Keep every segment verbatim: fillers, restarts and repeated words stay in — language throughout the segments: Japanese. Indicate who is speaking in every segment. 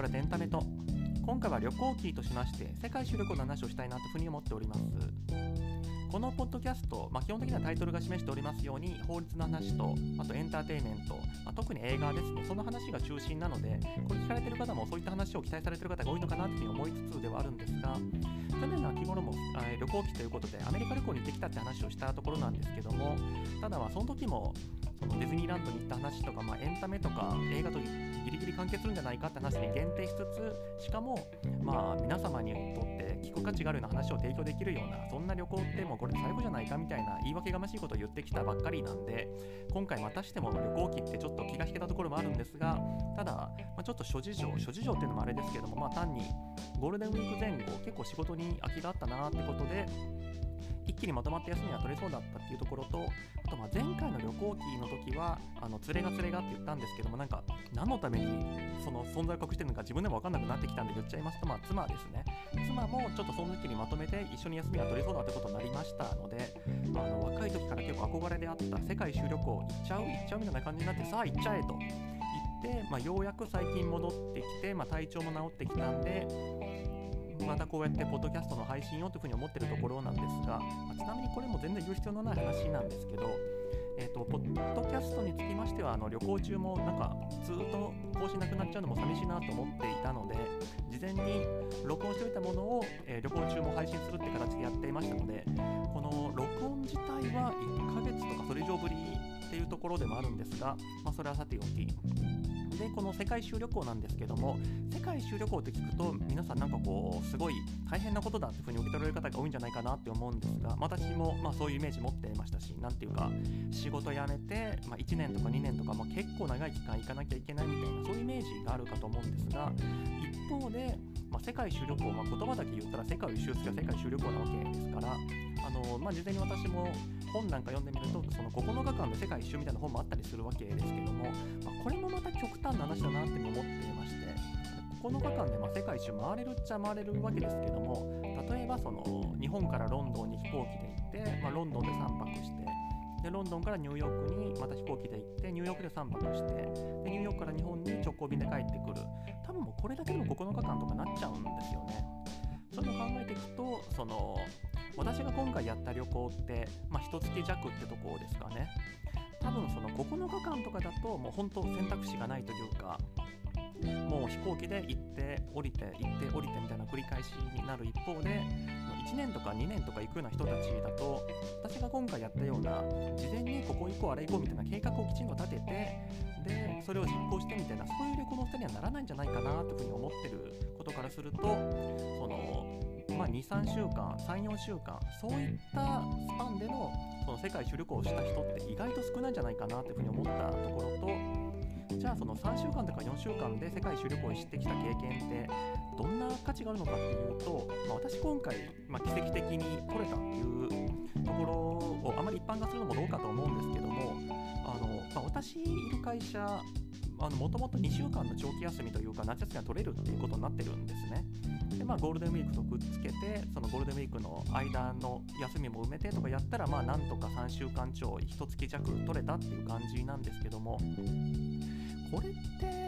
Speaker 1: プラスエンタメと、今回は旅行記としまして世界一周旅行の話をしたいなというふうに思っております。このポッドキャスト、まあ、基本的にはタイトルが示しておりますように法律の話と、あとエンターテインメント、まあ、特に映画ですね、その話が中心なので、これ聞かれている方もそういった話を期待されている方が多いのかなというふうに思いつつではあるんですが、去年の秋頃も、えー、旅行記ということでアメリカ旅行に行ってきたって話をしたところなんですけども、ただはその時もそのディズニーランドに行った話とか、まあ、エンタメとか映画とギリギリ関係するんじゃないかって話に限定しつつ、しかもまあ皆様にとって聞く価値があるような話を提供できるような、そんな旅行ってもうこれで最後じゃないかみたいな言い訳がましいことを言ってきたばっかりなんで、今回またしても旅行記ってちょっと気が引けたところもあるんですが、ただ、まあ、ちょっと諸事情諸事情っていうのもあれですけども、まあ単にゴールデンウィーク前後結構仕事に空きがあったなってことで、一気にまとまった休みが取れそうだったっていうところと、あとまあ前回の旅行記の時はあの連れが連れがって言ったんですけども、なんか何のためにその存在を隠してるのか自分でも分かんなくなってきたんで言っちゃいますと、まあ妻ですね、妻もちょっとその時にまとめて一緒に休みが取れそうだってことになりましたので、まあ、あの若い時から結構憧れであった世界一周旅行行っちゃう行っちゃうみたいな感じになって、さあ行っちゃえと言って、まあ、ようやく最近戻ってきて、まあ、体調も治ってきたんで、またこうやってポッドキャストの配信をというふうに思っているところなんですが、まあ、ちなみにこれも全然言う必要のない話なんですけど、えーと、ポッドキャストにつきましてはあの旅行中もなんかずっと更新なくなっちゃうのも寂しいなと思っていたので、事前に録音しておいたものを、えー、旅行中も配信するって形でやっていましたので、この録音自体はいっかげつとかそれ以上ぶりっていうところでもあるんですが、まあ、それはさておきで、この世界一周旅行なんですけども、世界一周旅行って聞くと皆さんなんかこうすごい大変なことだっていうふうに受け取られる方が多いんじゃないかなって思うんですが、私もまあそういうイメージ持っていましたし、なんていうか仕事辞めて、まあ、いちねんとかにねんとか、まあ、結構長い期間行かなきゃいけないみたいな、そういうイメージがあるかと思うんですが、一方で、まあ、世界一周旅行、まあ、言葉だけ言ったら世界を一周するが世界一周旅行なわけですから、あのまあ、事前に私も本なんか読んでみると、そのここのかかんで世界一周みたいな本もあったりするわけですけども、まあ、これもまた極端な話だなって思っていまして、ここのかかんでまあ世界一周回れるっちゃ回れるわけですけども、例えばその日本からロンドンに飛行機で行って、まあ、ロンドンでさんぱくして、でロンドンからニューヨークにまた飛行機で行ってニューヨークでさんぱくして、でニューヨークから日本に直行便で帰ってくる、多分もうこれだけでもここのかかんとかなっちゃうんですよね。そういうのを考えていくと、その私が今回やった旅行って、まあ、一月弱ってとこですかね。多分そのここのかかんとかだともう本当選択肢がないというか、もう飛行機で行って降りて行って降りてみたいな繰り返しになる一方で、いちねんとかにねんとか行くような人たちだと、私が今回やったような事前にここ行こうあれ行こうみたいな計画をきちんと立てて、でそれを実行してみたいな、そういう旅行の人にはならないんじゃないかなというふうに思ってることからすると、そのまあ、にさんしゅうかん、さん、よんしゅうかん、そういったスパンでのその世界一周旅行をした人って意外と少ないんじゃないかなというふうに思ったところと、じゃあそのさんしゅうかんとかよんしゅうかんで世界一周旅行をしてきた経験ってどんな価値があるのかっていうと、まあ、私今回、まあ、奇跡的に取れたっていうところをあまり一般化するのもどうかと思うんですけども、あの、まあ、私いる会社もともとにしゅうかんの長期休みというか夏休みが取れるっていうことになってるんですね。で、まあ、ゴールデンウィークとくっつけて、そのゴールデンウィークの間の休みも埋めてとかやったら、まあなんとかさんしゅうかんちょい、いっかげつ弱取れたっていう感じなんですけども、これって、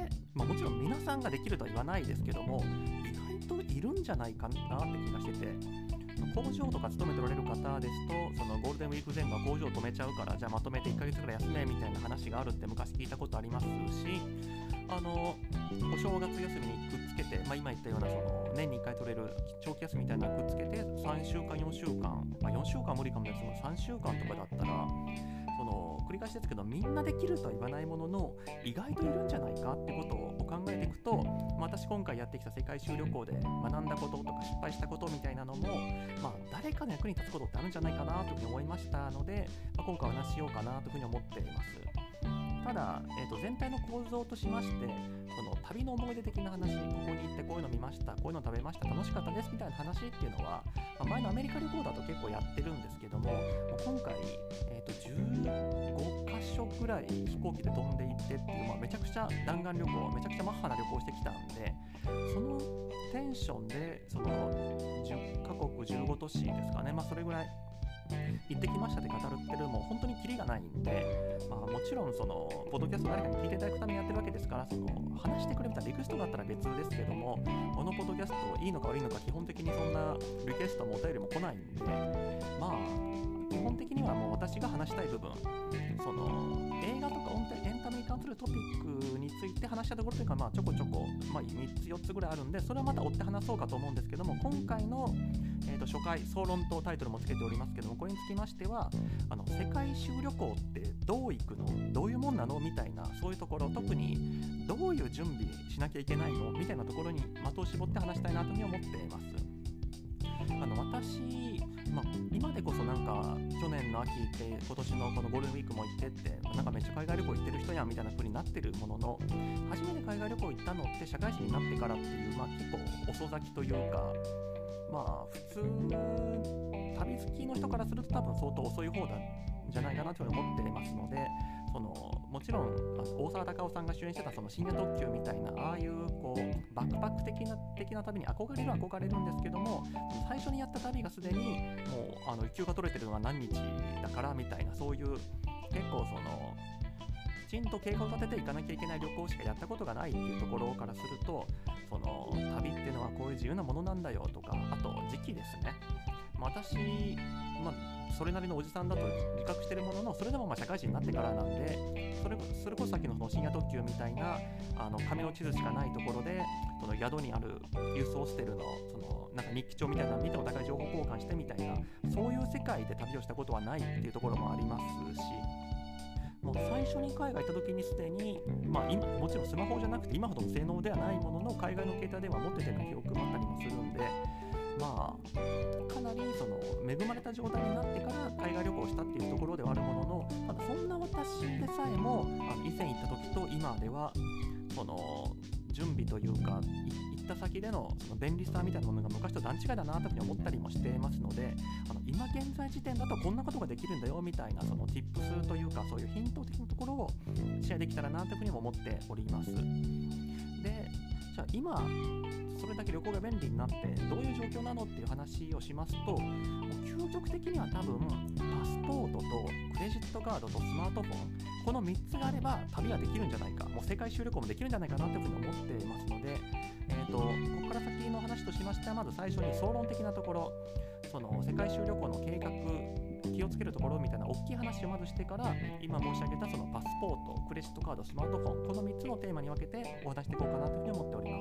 Speaker 1: まあ、もちろん皆さんができるとは言わないですけども、意外といるんじゃないかなって気がしてて、工場とか勤めておられる方ですと、そのゴールデンウィーク前後は工場を止めちゃうから、じゃあまとめていっかげつくらい休めみたいな話があるって昔聞いたことありますし、あのお正月休みにくっつけて、まあ、今言ったようなその年にいっかい取れる長期休みみたいなのくっつけてさんしゅうかんよんしゅうかん、まあ、よんしゅうかんは無理かもですがさんしゅうかんとかだったら、その繰り返しですけどみんなできるとは言わないものの意外といるんじゃないかってことを考えていくと、まあ、私今回やってきた世界一周旅行で学んだこととか失敗したことみたいなのも、まあ、誰かの役に立つことってあるんじゃないかなというふうに思いましたので、まあ、今回お話ししようかなというふうに思っています。ただ、えーと、全体の構造としまして、その旅の思い出的な話、ここに行ってこういうの見ました、こういうの食べました、楽しかったですみたいな話っていうのは、まあ、前のアメリカ旅行だと結構やってるんですけども、もう今回、えーと、じゅうごかしょくらい飛行機で飛んでいってっていう、まあ、めちゃくちゃ弾丸旅行、めちゃくちゃマッハな旅行をしてきたんで、そのテンションでそのじゅっかこくじゅうご都市ですかね、まあ、それぐらい行ってきましたって語るってるもう本当にキリがないんで、まあもちろんそのポッドキャスト誰かに聞いていただくためにやってるわけですから、その話してくれたリクエストがあったら別ですけども、このポッドキャストいいのか悪いのか基本的にそんなリクエストもお便りも来ないんで、まあ基本的にはもう私が話したい部分、その映画とかエンタメに関するトピックについて話したところというか、まあちょこちょこ、まあ、みっつよっつぐらいあるんで、それはまた追って話そうかと思うんですけども、今回の、えー、と初回総論とタイトルもつけておりますけども、これにつきましてはあの世界一周旅行ってどう行くの、どういうもんなのみたいな、そういうところ、特にどういう準備しなきゃいけないのみたいなところに的を絞って話したいなというふうに思っています。あの私、まあ、今でこそなんか去年の秋行って今年のこのゴールデンウィークも行ってってなんかめっちゃ海外旅行行ってる人やんみたいな風になってるものの、初めて海外旅行行ったのって社会人になってからっていう、まあ、結構遅咲きというか、まあ普通旅好きの人からすると多分相当遅い方なんじゃないかなというふうに思ってますので、そのもちろん大沢たかおさんが主演してたその深夜特急みたいなああいうこうバックパック的な的な旅に憧れる憧れるんですけども、最初にやった旅がすでにもうあの休が取れてるのが何日だからみたいな、そういう結構そのきちんと計画を立てていかなきゃいけない旅行しかやったことがないっていうところからすると、その旅っていうのはこういう自由なものなんだよとか、あと時期ですね。私、まあ、それなりのおじさんだと自覚してるものの、それでもまあ社会人になってからなんで、それ、それこそさっきのその深夜特急みたいなあの紙の地図しかないところで、その宿にある郵送ホステルのそのなんか日記帳みたいなの見てお互い情報交換してみたいな、そういう世界で旅をしたことはないっていうところもありますし、もう最初に海外行った時にすでに、まあ、今もちろんスマホじゃなくて今ほどの性能ではないものの海外の携帯電話持ってての記憶もあったりもするんで、まあかなりその恵まれた状態になってから海外旅行をしたっていうところではあるものの、ただそんな私でさえもあの以前行った時と今ではその準備というか行った先でのその便利さみたいなものが昔と段違いだなというふうに思ったりもしていますので、あの今現在時点だとこんなことができるんだよみたいなその tips というかそういうヒント的なところをシェアできたらなというふうにも思っております。で、じゃあ今それだけ旅行が便利になってどういう状況なのっていう話をしますと、もう究極的には多分パスポートとクレジットカードとスマートフォン、このみっつがあれば旅はできるんじゃないか、もう世界一周旅行もできるんじゃないかなというふうに思っていますので、えーと、ここから先の話としましては、まず最初に総論的なところ、その世界一周旅行の計画、気をつけるところみたいな大きい話をまずしてから、今申し上げたそのパスポート、クレジットカード、スマートフォン、このみっつのテーマに分けてお話していこうかなというふうに思っております。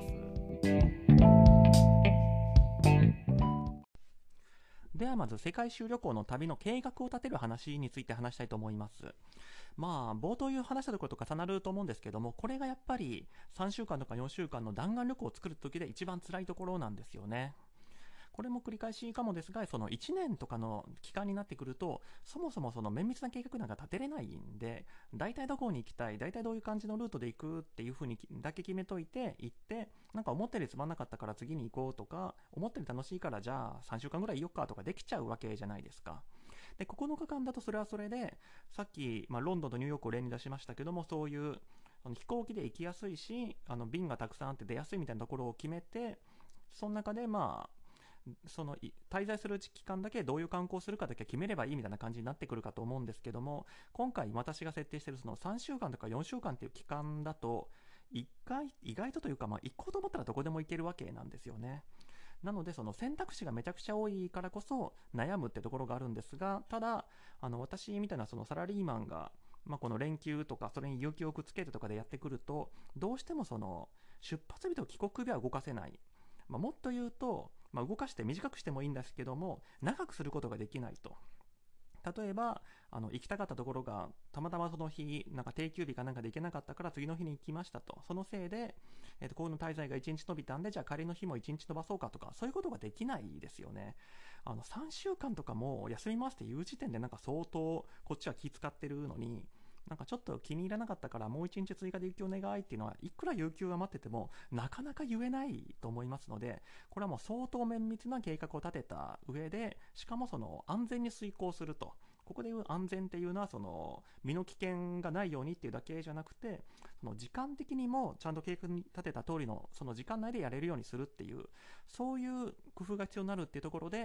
Speaker 1: ではまず世界一周旅行の旅の計画を立てる話について話したいと思います。まあ冒頭いう話したところと重なると思うんですけども、これがやっぱりさんしゅうかんとかよんしゅうかんの弾丸旅行を作る時で一番辛いところなんですよね。これも繰り返しかもですが、そのいちねんとかの期間になってくると、そもそもその綿密な計画なんか立てれないんで、大体どこに行きたい、大体どういう感じのルートで行くっていう風にだけ決めといて行って、なんか思ったよりつまんなかったから次に行こうとか、思ったより楽しいからじゃあさんしゅうかんぐらいいよっかとかできちゃうわけじゃないですか。で、ここのかかんだとそれはそれで、さっき、まあ、ロンドンとニューヨークを例に出しましたけども、そういうあの飛行機で行きやすいし、あの便がたくさんあって出やすいみたいなところを決めて、その中でまあその滞在する期間だけどういう観光するかだけ決めればいいみたいな感じになってくるかと思うんですけども、今回私が設定しているそのさんしゅうかんとかよんしゅうかんっていう期間だと意外、意外とというか、まあ行こうと思ったらどこでも行けるわけなんですよね。なのでその選択肢がめちゃくちゃ多いからこそ悩むってところがあるんですが、ただあの私みたいなそのサラリーマンが、まあ、この連休とかそれに有給をくっつけてとかでやってくると、どうしてもその出発日と帰国日は動かせない、まあ、もっと言うと、まあ、動かして短くしてもいいんですけども長くすることができないと。例えばあの行きたかったところがたまたまその日なんか定休日かなんかで行けなかったから次の日に行きましたと、そのせいで、えー、とこの滞在がいちにち延びたんでじゃあ仮の日もいちにち延ばそうかとか、そういうことができないですよね。あのさんしゅうかんとかも休みますっていう時点でなんか相当こっちは気使ってるのに、なんかちょっと気に入らなかったからもういちにち追加で有給お願いっていうのはいくら有給が待っててもなかなか言えないと思いますので、これはもう相当綿密な計画を立てた上で、しかもその安全に遂行すると。ここでいう安全っていうのはその身の危険がないようにっていうだけじゃなくて、その時間的にもちゃんと計画に立てた通りのその時間内でやれるようにするっていう、そういう工夫が必要になるっていうところで、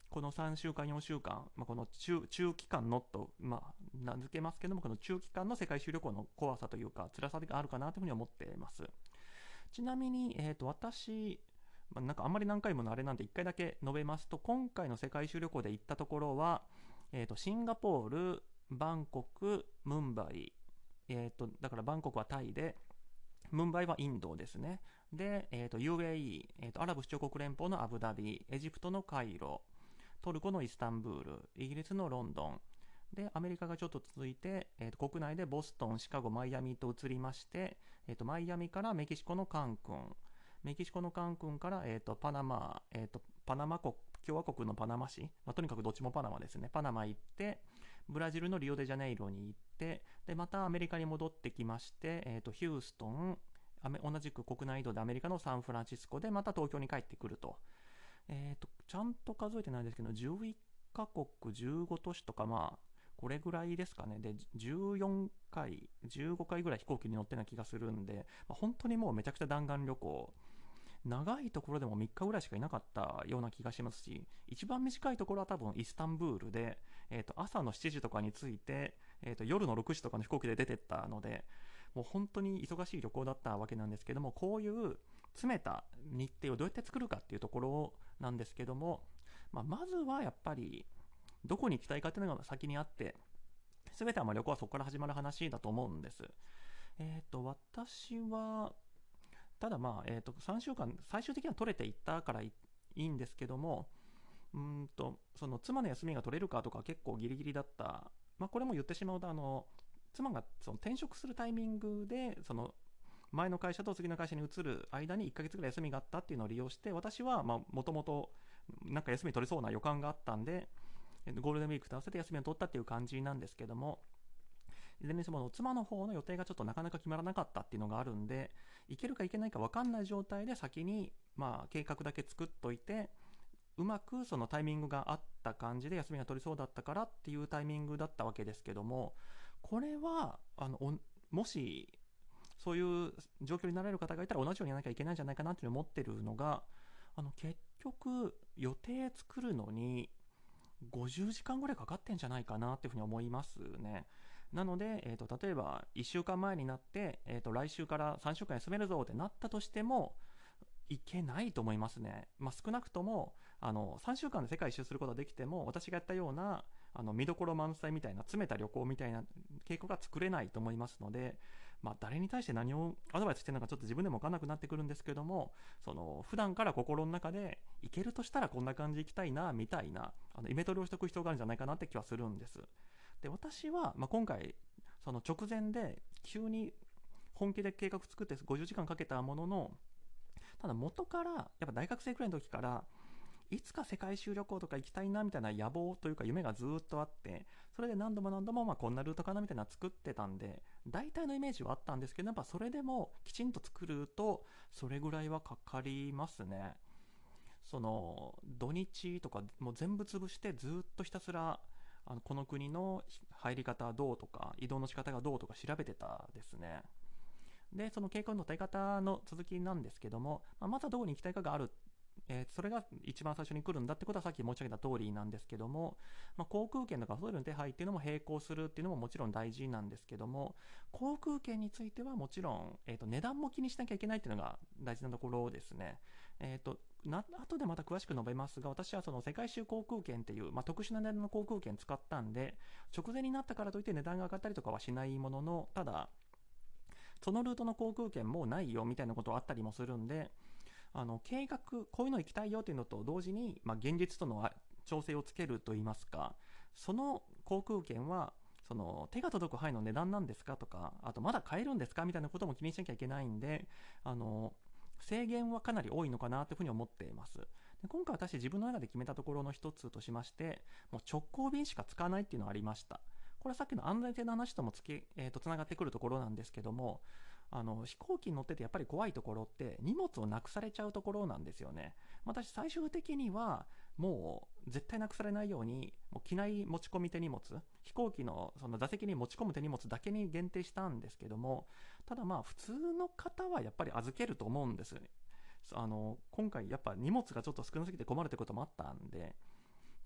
Speaker 1: このさんしゅうかんよんしゅうかん、まあ、この 中, 中期間のと、まあ、名付けますけども、この中期間の世界一周旅行の怖さというか辛さがあるかなというふうに思っています。ちなみに、えー、と私、まあ、なんかあんまり何回ものあれなんでいっかいだけ述べますと、今回の世界一周旅行で行ったところは、えー、とシンガポール、バンコク、ムンバイ、えー、とだからバンコクはタイで、ムンバイはインドですね。で、えー、と ユーエーイー、えー、とアラブ首長国連邦のアブダビ、エジプトのカイロ、トルコのイスタンブール、イギリスのロンドンで、アメリカがちょっと続いて、えー、と国内でボストン、シカゴ、マイアミと移りまして、えー、とマイアミからメキシコのカンクン、メキシコのカンクンから、えー、とパナマ、えー、とパナマ国共和国のパナマ市、まあ、とにかくどっちもパナマですね、パナマ行って、ブラジルのリオデジャネイロに行って、でまたアメリカに戻ってきまして、えー、とヒューストン、同じく国内移動でアメリカのサンフランシスコでまた東京に帰ってくると。えーと、ちゃんと数えてないですけど、じゅういっかこくじゅうご都市とか、まあ、これぐらいですかね。で、じゅうよんかい、じゅうごかいぐらい飛行機に乗ってな気がするんで、まあ、本当にもうめちゃくちゃ弾丸旅行。長いところでもみっかぐらいしかいなかったような気がしますし、一番短いところは多分イスタンブールで、えーと、朝のしちじとかに着いて、えーと、夜のろくじとかの飛行機で出てったので、もう本当に忙しい旅行だったわけなんですけども、こういう詰めた日程をどうやって作るかっていうところなんですけども、まあ、まずはやっぱりどこに行きたいかっていうのが先にあって、全てはまあ旅行はそこから始まる話だと思うんです。えっ、ー、と私はただまあ、えー、とさんしゅうかん最終的には取れていったからいいんですけども、うんとその妻の休みが取れるかとか結構ギリギリだった。まあ、これも言ってしまうと、あの妻がその転職するタイミングでその前の会社と次の会社に移る間にいっかげつぐらい休みがあったっていうのを利用して、私はもともとなんか休み取れそうな予感があったんで、ゴールデンウィークと合わせて休みを取ったっていう感じなんですけども、いずれにしても妻の方の予定がちょっとなかなか決まらなかったっていうのがあるんで、行けるか行けないか分かんない状態で先にまあ計画だけ作っといて、うまくそのタイミングがあった感じで休みが取りそうだったからっていうタイミングだったわけですけども、これはあのもしそういう状況になられる方がいたら同じようにやらなきゃいけないんじゃないかなと思ってるのが、あの結局予定作るのにごじゅうじかんぐらいかかってんじゃないかなっていうふうに思いますね。なので、えー、と例えばいっしゅうかんまえになって、えー、と来週からさんしゅうかん休めるぞってなったとしてもいけないと思いますね。まあ、少なくともあのさんしゅうかんで世界一周することができても、私がやったようなあの見どころ満載みたいな詰めた旅行みたいな計画が作れないと思いますので、まあ、誰に対して何をアドバイスしてるのかちょっと自分でも分からなくなってくるんですけども、その普段から心の中で行けるとしたらこんな感じ行きたいなみたいなあのイメトレをしておく必要があるんじゃないかなって気はするんです。で私は、まあ、今回その直前で急に本気で計画作ってごじゅうじかんかけたものの、ただ元からやっぱ大学生くらいの時からいつか世界一周旅行とか行きたいなみたいな野望というか夢がずっとあって、それで何度も何度もまあこんなルートかなみたいなの作ってたんで、大体のイメージはあったんですけど、やっぱそれでもきちんと作るとそれぐらいはかかりますね。その土日とかもう全部潰してずっとひたすらあのこの国の入り方どうとか移動の仕方がどうとか調べてたですね。でその計画の立て方の続きなんですけども、まあ、まずはどこに行きたいかがある、えー、それが一番最初に来るんだってことはさっき申し上げた通りなんですけども、まあ、航空券とかそういうの手配っていうのも並行するっていうのももちろん大事なんですけども、航空券についてはもちろん、えー、と値段も気にしなきゃいけないっていうのが大事なところですね。えー、とな後でまた詳しく述べますが、私はその世界一周航空券っていう、まあ、特殊な値段の航空券使ったんで、直前になったからといって値段が上がったりとかはしないものの、ただそのルートの航空券もうないよみたいなことはあったりもするんで、あの計画こういうの行きたいよっていうのと同時に、まあ、現実との調整をつけるといいますか、その航空券はその手が届く範囲の値段なんですかとか、あとまだ買えるんですかみたいなことも気にしなきゃいけないんで、あの制限はかなり多いのかなというふうに思っています。で今回私自分の中で決めたところの一つとしまして、もう直行便しか使わないっていうのがありました。これはさっきの安全性の話ともつけ、えー、とつながってくるところなんですけども、あの飛行機に乗っててやっぱり怖いところって荷物をなくされちゃうところなんですよね。私最終的にはもう絶対なくされないように、もう機内持ち込み手荷物、飛行機のその座席に持ち込む手荷物だけに限定したんですけども、ただまあ普通の方はやっぱり預けると思うんです。あの今回やっぱ荷物がちょっと少なすぎて困るってこともあったんで、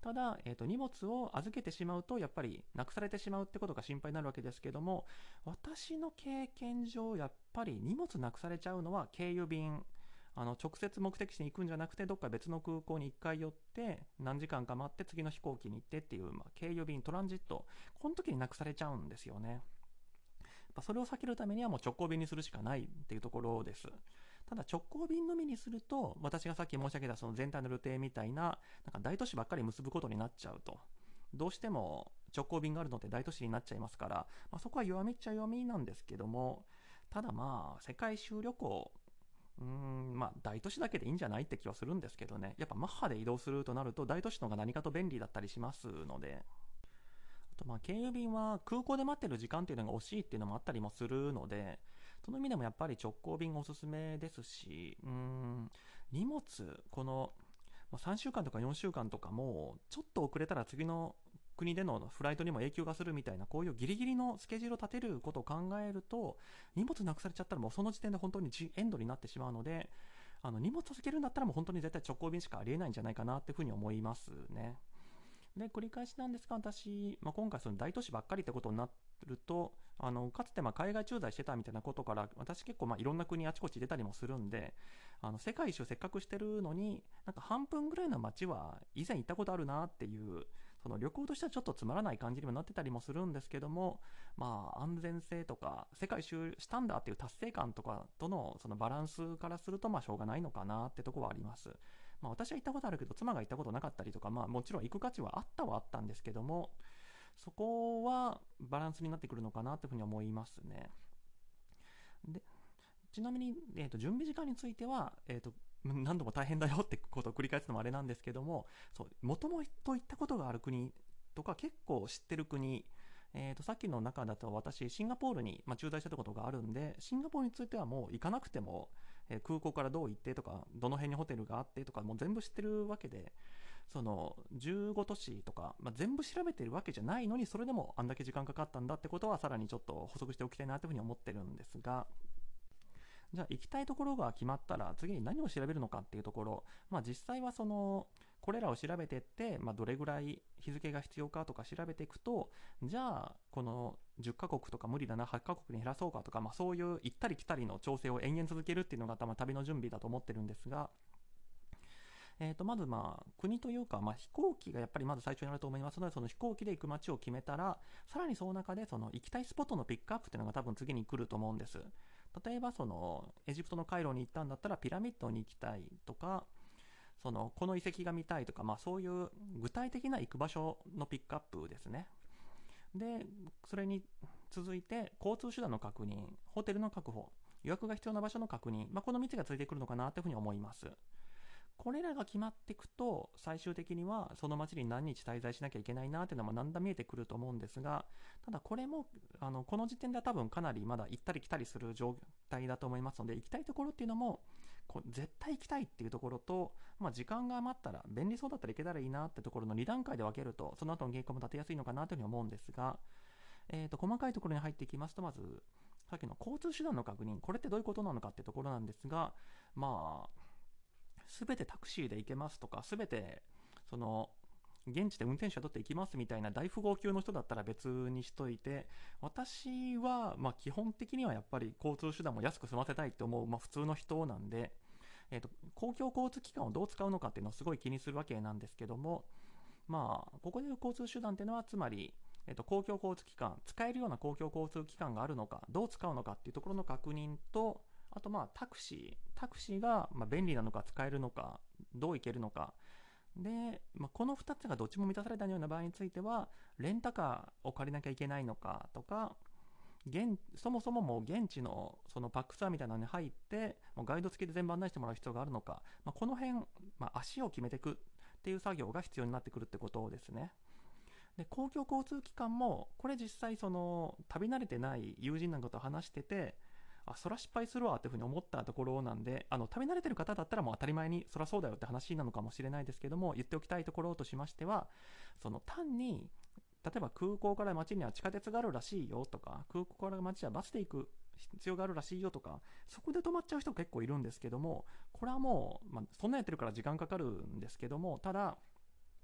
Speaker 1: ただ、えーと、荷物を預けてしまうとやっぱりなくされてしまうってことが心配になるわけですけども、私の経験上やっぱり荷物なくされちゃうのは経由便、あの直接目的地に行くんじゃなくてどっか別の空港にいっかい寄って何時間か待って次の飛行機に行ってっていう、まあ、経由便トランジット、この時になくされちゃうんですよね。それを避けるためにはもう直行便にするしかないっていうところです。ただ直行便のみにすると、私がさっき申し上げたその全体のルートみたいな、なんか大都市ばっかり結ぶことになっちゃうと、どうしても直行便があるので大都市になっちゃいますから、まあ、そこは弱みっちゃ弱みなんですけども、ただまあ世界一周旅行、うーんまあ大都市だけでいいんじゃないって気はするんですけどね。やっぱマッハで移動するとなると大都市の方が何かと便利だったりしますので、あとまあ経由便は空港で待ってる時間っていうのが惜しいっていうのもあったりもするので、その意味でもやっぱり直行便がおすすめですし、うーん荷物、このさんしゅうかんとかよんしゅうかんとかもちょっと遅れたら次の国でのフライトにも影響がするみたいな、こういうギリギリのスケジュールを立てることを考えると、荷物なくされちゃったらもうその時点で本当にエンドになってしまうので、あの荷物を預けるんだったらもう本当に絶対直行便しかありえないんじゃないかなっていうふうに思いますね。で繰り返しなんですが、私、まあ、今回その大都市ばっかりってことになると、あのかつてまあ海外駐在してたみたいなことから、私結構まあいろんな国あちこち出たりもするんで、あの世界一周せっかくしてるのになんか半分ぐらいの街は以前行ったことあるなっていう、その旅行としてはちょっとつまらない感じにもなってたりもするんですけども、まあ安全性とか世界一周したんだっていう達成感とかとのそのバランスからするとまあしょうがないのかなってところはあります。まあ、私は行ったことあるけど妻が行ったことなかったりとか、まあ、もちろん行く価値はあったはあったんですけども、そこはバランスになってくるのかなというふうに思いますね。でちなみに、えー、と準備時間については、えー、と何度も大変だよってことを繰り返すのもあれなんですけども、もともと行ったことがある国とか結構知ってる国、えー、とさっきの中だと私シンガポールに、まあ、駐在してたことがあるんで、シンガポールについてはもう行かなくても、えー空港からどう行ってとかどの辺にホテルがあってとかもう全部知ってるわけで、そのじゅうご都市とか、まあ、全部調べてるわけじゃないのにそれでもあんだけ時間かかったんだってことはさらにちょっと補足しておきたいなというふうに思ってるんですが、じゃあ行きたいところが決まったら次に何を調べるのかっていうところ、まあ、実際はそのこれらを調べていって、まあ、どれぐらい日付が必要かとか調べていくと、じゃあこのじゅっカ国とか無理だなはちカ国に減らそうかとか、まあ、そういう行ったり来たりの調整を延々続けるっていうのが旅の準備だと思ってるんですが、えー、とまずまあ国というか、まあ、飛行機がやっぱりまず最初になると思いますので、その飛行機で行く街を決めたら、さらにその中でその行きたいスポットのピックアップっていうのが多分次に来ると思うんです。例えばそのエジプトのカイロに行ったんだったらピラミッドに行きたいとか、そのこの遺跡が見たいとか、まあ、そういう具体的な行く場所のピックアップですね。でそれに続いて交通手段の確認、ホテルの確保、予約が必要な場所の確認、まあ、このみっつがついてくるのかなというふうに思います。これらが決まっていくと、最終的にはその町に何日滞在しなきゃいけないなっていうのもだんだん見えてくると思うんですが、ただこれもあのこの時点では多分かなりまだ行ったり来たりする状態だと思いますので、行きたいところっていうのもこう絶対行きたいっていうところと、まあ、時間が余ったら便利そうだったら行けたらいいなってところのに段階で分けると、その後の原稿も立てやすいのかなというふうに思うんですが、えー、と細かいところに入っていきますと、まずさっきの交通手段の確認、これってどういうことなのかっていうところなんですが、まあ全てタクシーで行けますとか、全てその現地で運転手を取って行きますみたいな大富豪級の人だったら別にしといて、私はまあ基本的にはやっぱり交通手段も安く済ませたいと思う、まあ、普通の人なんで、えーと公共交通機関をどう使うのかっていうのをすごい気にするわけなんですけども、まあここでいう交通手段っていうのはつまり、えーと公共交通機関、使えるような公共交通機関があるのか、どう使うのかっていうところの確認と、あとまあタクシー、タクシーがまあ便利なのか使えるのかどう行けるのかで、まあ、このふたつがどっちも満たされたような場合については、レンタカーを借りなきゃいけないのかとか、現そもそももう現地のそのパックツアーみたいなのに入ってもうガイド付きで全部案内してもらう必要があるのか、まあ、この辺、まあ、足を決めていくっていう作業が必要になってくるってことですね。で公共交通機関もこれ実際その旅慣れてない友人なんかと話してて、あそら失敗するわっていうふうに思ったところなんで、あの旅慣れてる方だったらもう当たり前にそらそうだよって話なのかもしれないですけども、言っておきたいところとしましては、その単に例えば空港から街には地下鉄があるらしいよとか、空港から街はバスで行く必要があるらしいよとか、そこで止まっちゃう人結構いるんですけども、これはもう、まあ、そんなやってるから時間かかるんですけども、ただ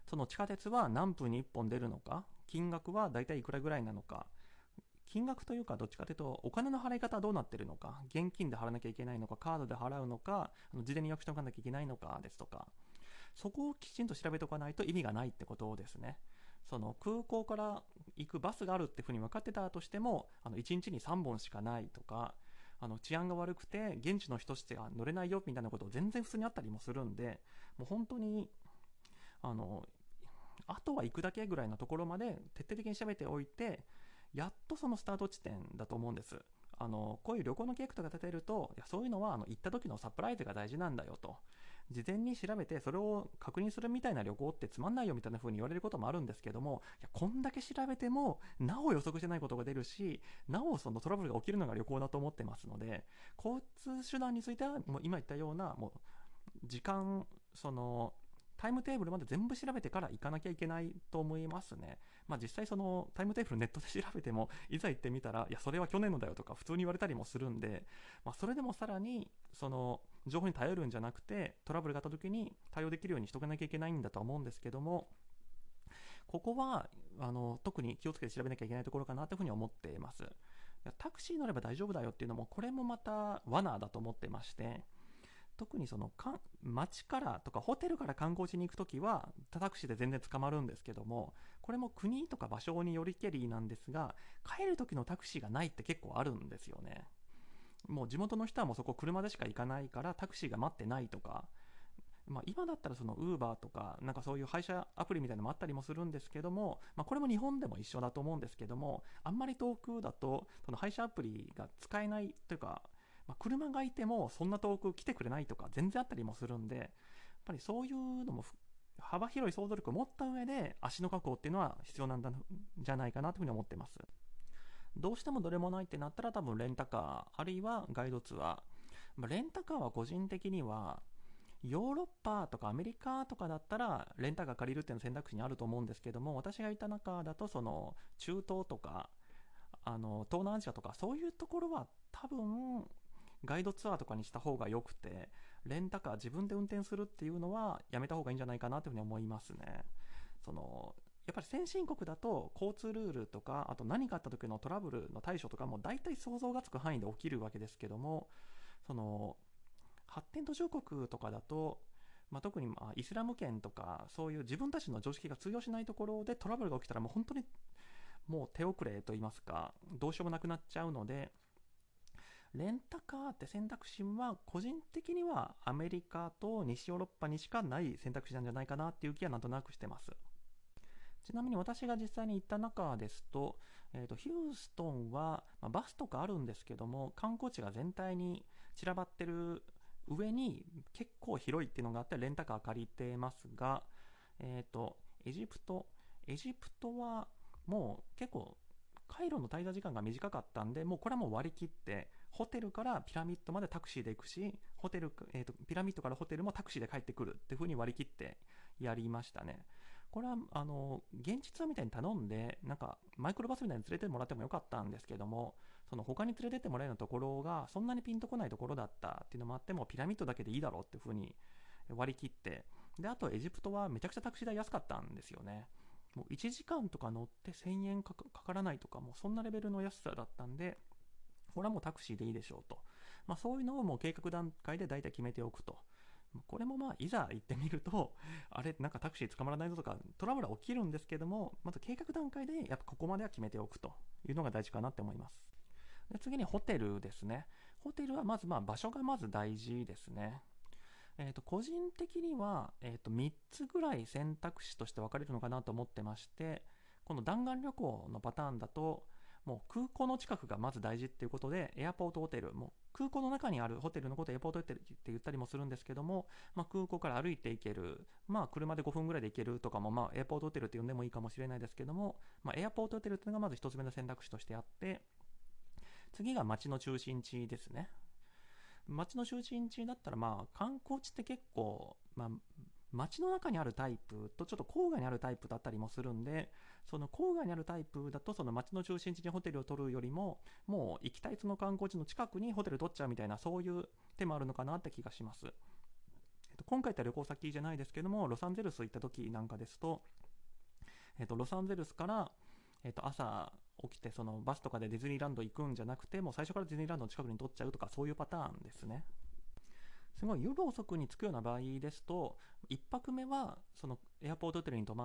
Speaker 1: その地下鉄は何分にいっぽん出るのか、金額はだいたいいくらぐらいなのか、金額というかどっちかというとお金の払い方はどうなってるのか、現金で払わなきゃいけないのか、カードで払うのか、あの事前に予約しておかなきゃいけないのかですとか、そこをきちんと調べておかないと意味がないってことですね。その空港から行くバスがあるってふうに分かってたとしても、あのいちにちにさんぼんしかないとか、あの治安が悪くて現地の人としては乗れないよみたいなことを全然普通にあったりもするんで、もう本当にあのあとは行くだけぐらいのところまで徹底的に調べておいて、やっとそのスタート地点だと思うんです。あのこういう旅行の計画とか立てると、いやそういうのはあの行った時のサプライズが大事なんだよと、事前に調べてそれを確認するみたいな旅行ってつまんないよみたいな風に言われることもあるんですけども、いやこんだけ調べてもなお予測してないことが出るし、なおそのトラブルが起きるのが旅行だと思ってますので、交通手段についてはもう今言ったようなもう時間、そのタイムテーブルまで全部調べてから行かなきゃいけないと思いますね。まあ実際そのタイムテーブルネットで調べても、いざ行ってみたら、いやそれは去年のだよとか普通に言われたりもするんで、まあそれでもさらにその情報に頼るんじゃなくて、トラブルがあった時に対応できるようにしとかなきゃいけないんだと思うんですけども、ここはあの特に気をつけて調べなきゃいけないところかなというふうに思っています。いやタクシー乗れば大丈夫だよっていうのも、これもまた罠だと思ってまして、特にそのか街からとかホテルから観光地に行くときはタクシーで全然捕まるんですけども、これも国とか場所によりけりなんですが、帰る時のタクシーがないって結構あるんですよね。もう地元の人はもうそこ車でしか行かないからタクシーが待ってないとか、まあ、今だったらその Uber とかなんかそういう配車アプリみたいなのもあったりもするんですけども、まあ、これも日本でも一緒だと思うんですけども、あんまり遠くだとその配車アプリが使えないというか、まあ、車がいてもそんな遠く来てくれないとか全然あったりもするんで、やっぱりそういうのも幅広い想像力を持った上で足の確保っていうのは必要なんじゃないかなというふうに思ってます。どうしてもどれもないってなったら多分レンタカーあるいはガイドツアー、まあ、レンタカーは個人的にはヨーロッパとかアメリカとかだったらレンタカー借りるっていうの選択肢にあると思うんですけども、私がいた中だとその中東とかあの東南アジアとかそういうところは多分ガイドツアーとかにした方がよくて、レンタカー自分で運転するっていうのはやめた方がいいんじゃないかなというふうに思いますね。そのやっぱり先進国だと交通ルールとか、あと何かあった時のトラブルの対処とかも大体想像がつく範囲で起きるわけですけども、その発展途上国とかだと、まあ、特にまあイスラム圏とかそういう自分たちの常識が通用しないところでトラブルが起きたらもう本当にもう手遅れと言いますか、どうしようもなくなっちゃうので、レンタカーって選択肢は個人的にはアメリカと西ヨーロッパにしかない選択肢なんじゃないかなっていう気はなんとなくしてます。ちなみに私が実際に行った中ですと、えーとヒューストンは、まあ、バスとかあるんですけども、観光地が全体に散らばってる上に結構広いっていうのがあってレンタカー借りてますが、えーとエジプトエジプトはもう結構カイロの滞在時間が短かったんで、もうこれはもう割り切ってホテルからピラミッドまでタクシーで行くし、ホテル、えーとピラミッドからホテルもタクシーで帰ってくるっていう風に割り切ってやりましたね。これはあの現地ツアーみたいに頼んでなんかマイクロバスみたいに連れてもらってもよかったんですけども、その他に連れてってもらえるところがそんなにピンとこないところだったっていうのもあって、もピラミッドだけでいいだろうっていう風に割り切って、であとエジプトはめちゃくちゃタクシー代安かったんですよね。もういちじかんとか乗ってせんえんかからないとか、もうそんなレベルの安さだったんで、これはもうタクシーでいいでしょうと、まあ、そういうのをもう計画段階で大体決めておくと。これもまあいざ行ってみると、あれなんかタクシー捕まらないぞとかトラブルは起きるんですけども、まず計画段階でやっぱここまでは決めておくというのが大事かなって思います。で次にホテルですね。ホテルはまずまあ場所がまず大事ですね。えー、と個人的には、えー、とみっつぐらい選択肢として分かれるのかなと思ってまして、この弾丸旅行のパターンだともう空港の近くがまず大事っていうことで、エアポートホテル、もう空港の中にあるホテルのことをエアポートホテルって言ったりもするんですけども、まあ、空港から歩いて行ける、まあ、車でごふんぐらいで行けるとかも、まあ、エアポートホテルって呼んでもいいかもしれないですけども、まあ、エアポートホテルっていうのがまず一つ目の選択肢としてあって、次が街の中心地ですね。街の中心地だったら、まあ観光地って結構、まあ、街の中にあるタイプとちょっと郊外にあるタイプだったりもするんで、その郊外にあるタイプだとその街の中心地にホテルを取るよりも、もう行きたいその観光地の近くにホテル取っちゃうみたいな、そういう手もあるのかなって気がします。 えっと、今回行った旅行先じゃないですけども、ロサンゼルス行った時なんかですと、えっと、ロサンゼルスから、えっと、朝起きてそのバスとかでディズニーランド行くんじゃなくて、もう最初からディズニーランドの近くに取っちゃうとか、そういうパターンですね。すごい夜遅くに着くような場合ですと、いっぱくめはそのエアポートホテルに泊まって、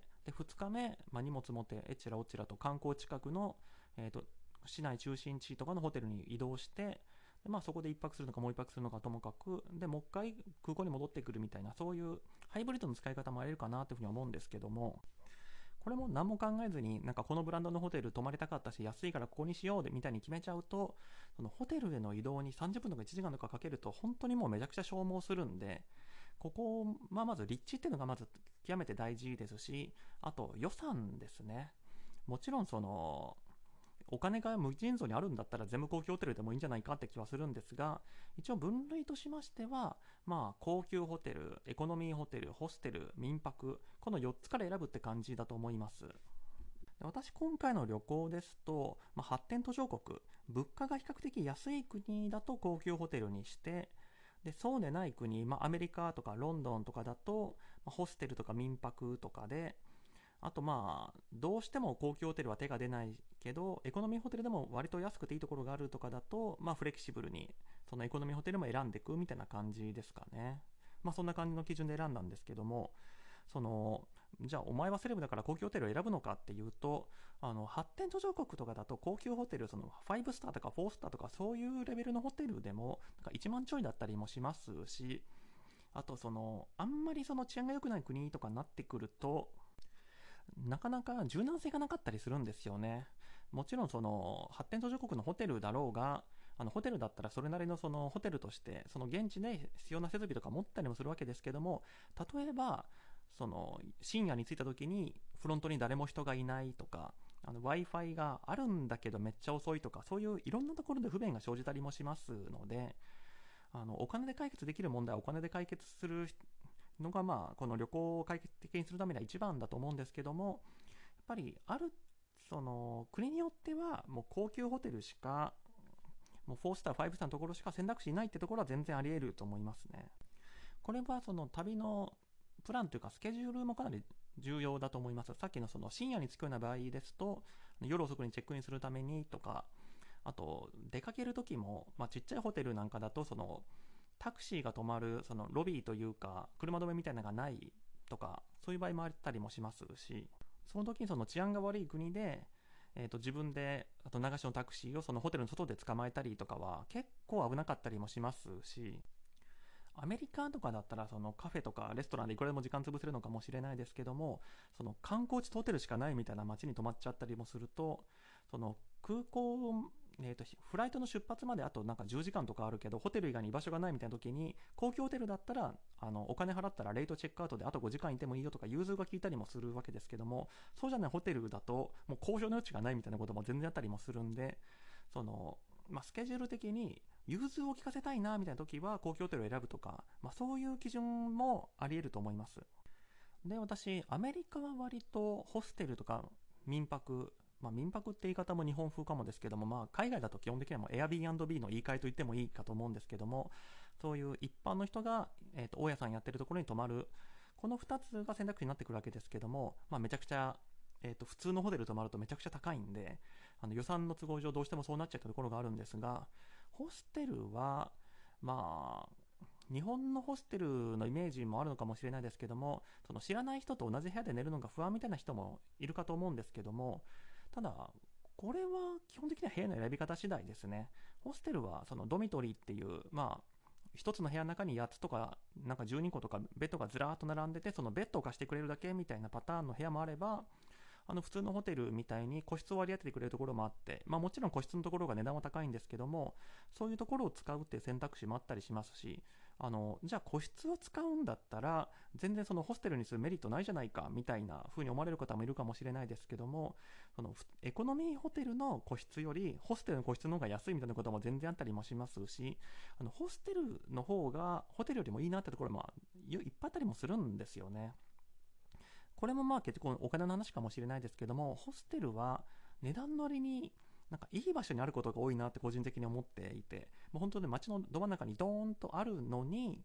Speaker 1: でふつかめ、まあ、荷物持ってえちらおちらと観光近くの、えー、と市内中心地とかのホテルに移動して、で、まあ、そこでいっぱくするのかもういっぱくするのかともかくで、もう一回空港に戻ってくるみたいな、そういうハイブリッドの使い方もあり得るかなというふうに思うんですけども、これも何も考えずに、なんかこのブランドのホテル泊まりたかったし安いからここにしようでみたいに決めちゃうと、そのホテルへの移動にさんじゅっぷんとかいちじかんとかかけると本当にもうめちゃくちゃ消耗するんで、ここはまず立地っていうのがまず極めて大事ですし、あと予算ですね。もちろんそのお金が無尽蔵にあるんだったら全部高級ホテルでもいいんじゃないかって気はするんですが、一応分類としましては、まあ高級ホテル、エコノミーホテル、ホステル、民泊、このよっつから選ぶって感じだと思います。私今回の旅行ですと、まあ、発展途上国、物価が比較的安い国だと高級ホテルにして、でそうでない国、まあ、アメリカとかロンドンとかだと、まあ、ホステルとか民泊とかで、あとまあどうしても高級ホテルは手が出ないけどエコノミーホテルでも割と安くていいところがあるとかだと、まあ、フレキシブルにそのエコノミーホテルも選んでいくみたいな感じですかね。まあそんな感じの基準で選んだんですけども、そのじゃあお前はセレブだから高級ホテルを選ぶのかっていうと、あの発展途上国とかだと高級ホテル、そのごスターとかよんスターとかそういうレベルのホテルでもなんかいちまんちょいだったりもしますし、あとそのあんまりその治安が良くない国とかになってくると、なかなか柔軟性がなかったりするんですよね。もちろんその発展途上国のホテルだろうが、あのホテルだったらそれなりのそのホテルとしてその現地で必要な設備とか持ったりもするわけですけども、例えばその深夜に着いた時にフロントに誰も人がいないとか、あの Wi-Fi があるんだけどめっちゃ遅いとか、そういういろんなところで不便が生じたりもしますので、あのお金で解決できる問題はお金で解決するのが、まあこの旅行を快適にするためには一番だと思うんですけども、やっぱりあるその国によってはもう高級ホテルしか、もうよんスターごスターのところしか選択肢ないってところは全然あり得ると思いますね。これはその旅のプランというかスケジュールもかなり重要だと思います。さっきのその深夜に着くような場合ですと、夜遅くにチェックインするためにとか、あと出かける時も、まあ、ちっちゃいホテルなんかだとそのタクシーが止まるそのロビーというか車止めみたいなのがないとか、そういう場合もあったりもしますし、その時にその治安が悪い国で、えー、と自分であと流しのタクシーをそのホテルの外で捕まえたりとかは結構危なかったりもしますし、アメリカとかだったらそのカフェとかレストランでいくらでも時間潰せるのかもしれないですけども、その観光地とホテルしかないみたいな街に泊まっちゃったりもすると、その空港、えー、とフライトの出発まであとなんかじゅうじかんとかあるけどホテル以外に居場所がないみたいな時に、高級ホテルだったらあのお金払ったらレートチェックアウトであとごじかんいてもいいよとか融通が効いたりもするわけですけども、そうじゃないホテルだともう交渉の余地がないみたいなことも全然あったりもするんで、その、まあ、スケジュール的に融通を聞かせたいなみたいな時は高級ホテルを選ぶとか、まあ、そういう基準もあり得ると思います。で、私アメリカは割とホステルとか民泊、まあ、民泊って言い方も日本風かもですけども、まあ、海外だと基本的にはもう Airbnb の言い換えと言ってもいいかと思うんですけども、そういう一般の人が、えー、と大家さんやってるところに泊まる、このふたつが選択肢になってくるわけですけども、まあ、めちゃくちゃ、えー、と普通のホテル泊まるとめちゃくちゃ高いんで、あの予算の都合上どうしてもそうなっちゃったところがあるんですが、ホステルはまあ日本のホステルのイメージもあるのかもしれないですけども、その知らない人と同じ部屋で寝るのが不安みたいな人もいるかと思うんですけども、ただこれは基本的には部屋の選び方次第ですね。ホステルはそのドミトリーっていう、まあ一つの部屋の中にやっつとかなんかじゅうにことかベッドがずらーっと並んでて、そのベッドを貸してくれるだけみたいなパターンの部屋もあれば、あの普通のホテルみたいに個室を割り当ててくれるところもあって、まあ、もちろん個室のところが値段は高いんですけども、そういうところを使うっていう選択肢もあったりしますし、あのじゃあ個室を使うんだったら全然そのホステルにするメリットないじゃないかみたいな風に思われる方もいるかもしれないですけども、そのエコノミーホテルの個室よりホステルの個室の方が安いみたいなことも全然あったりもしますし、あのホステルの方がホテルよりもいいなってところもいっぱいあったりもするんですよね。これもまあ結構お金の話かもしれないですけども、ホステルは値段の割になんかいい場所にあることが多いなって個人的に思っていて、もう本当に街のど真ん中にドーンとあるのに、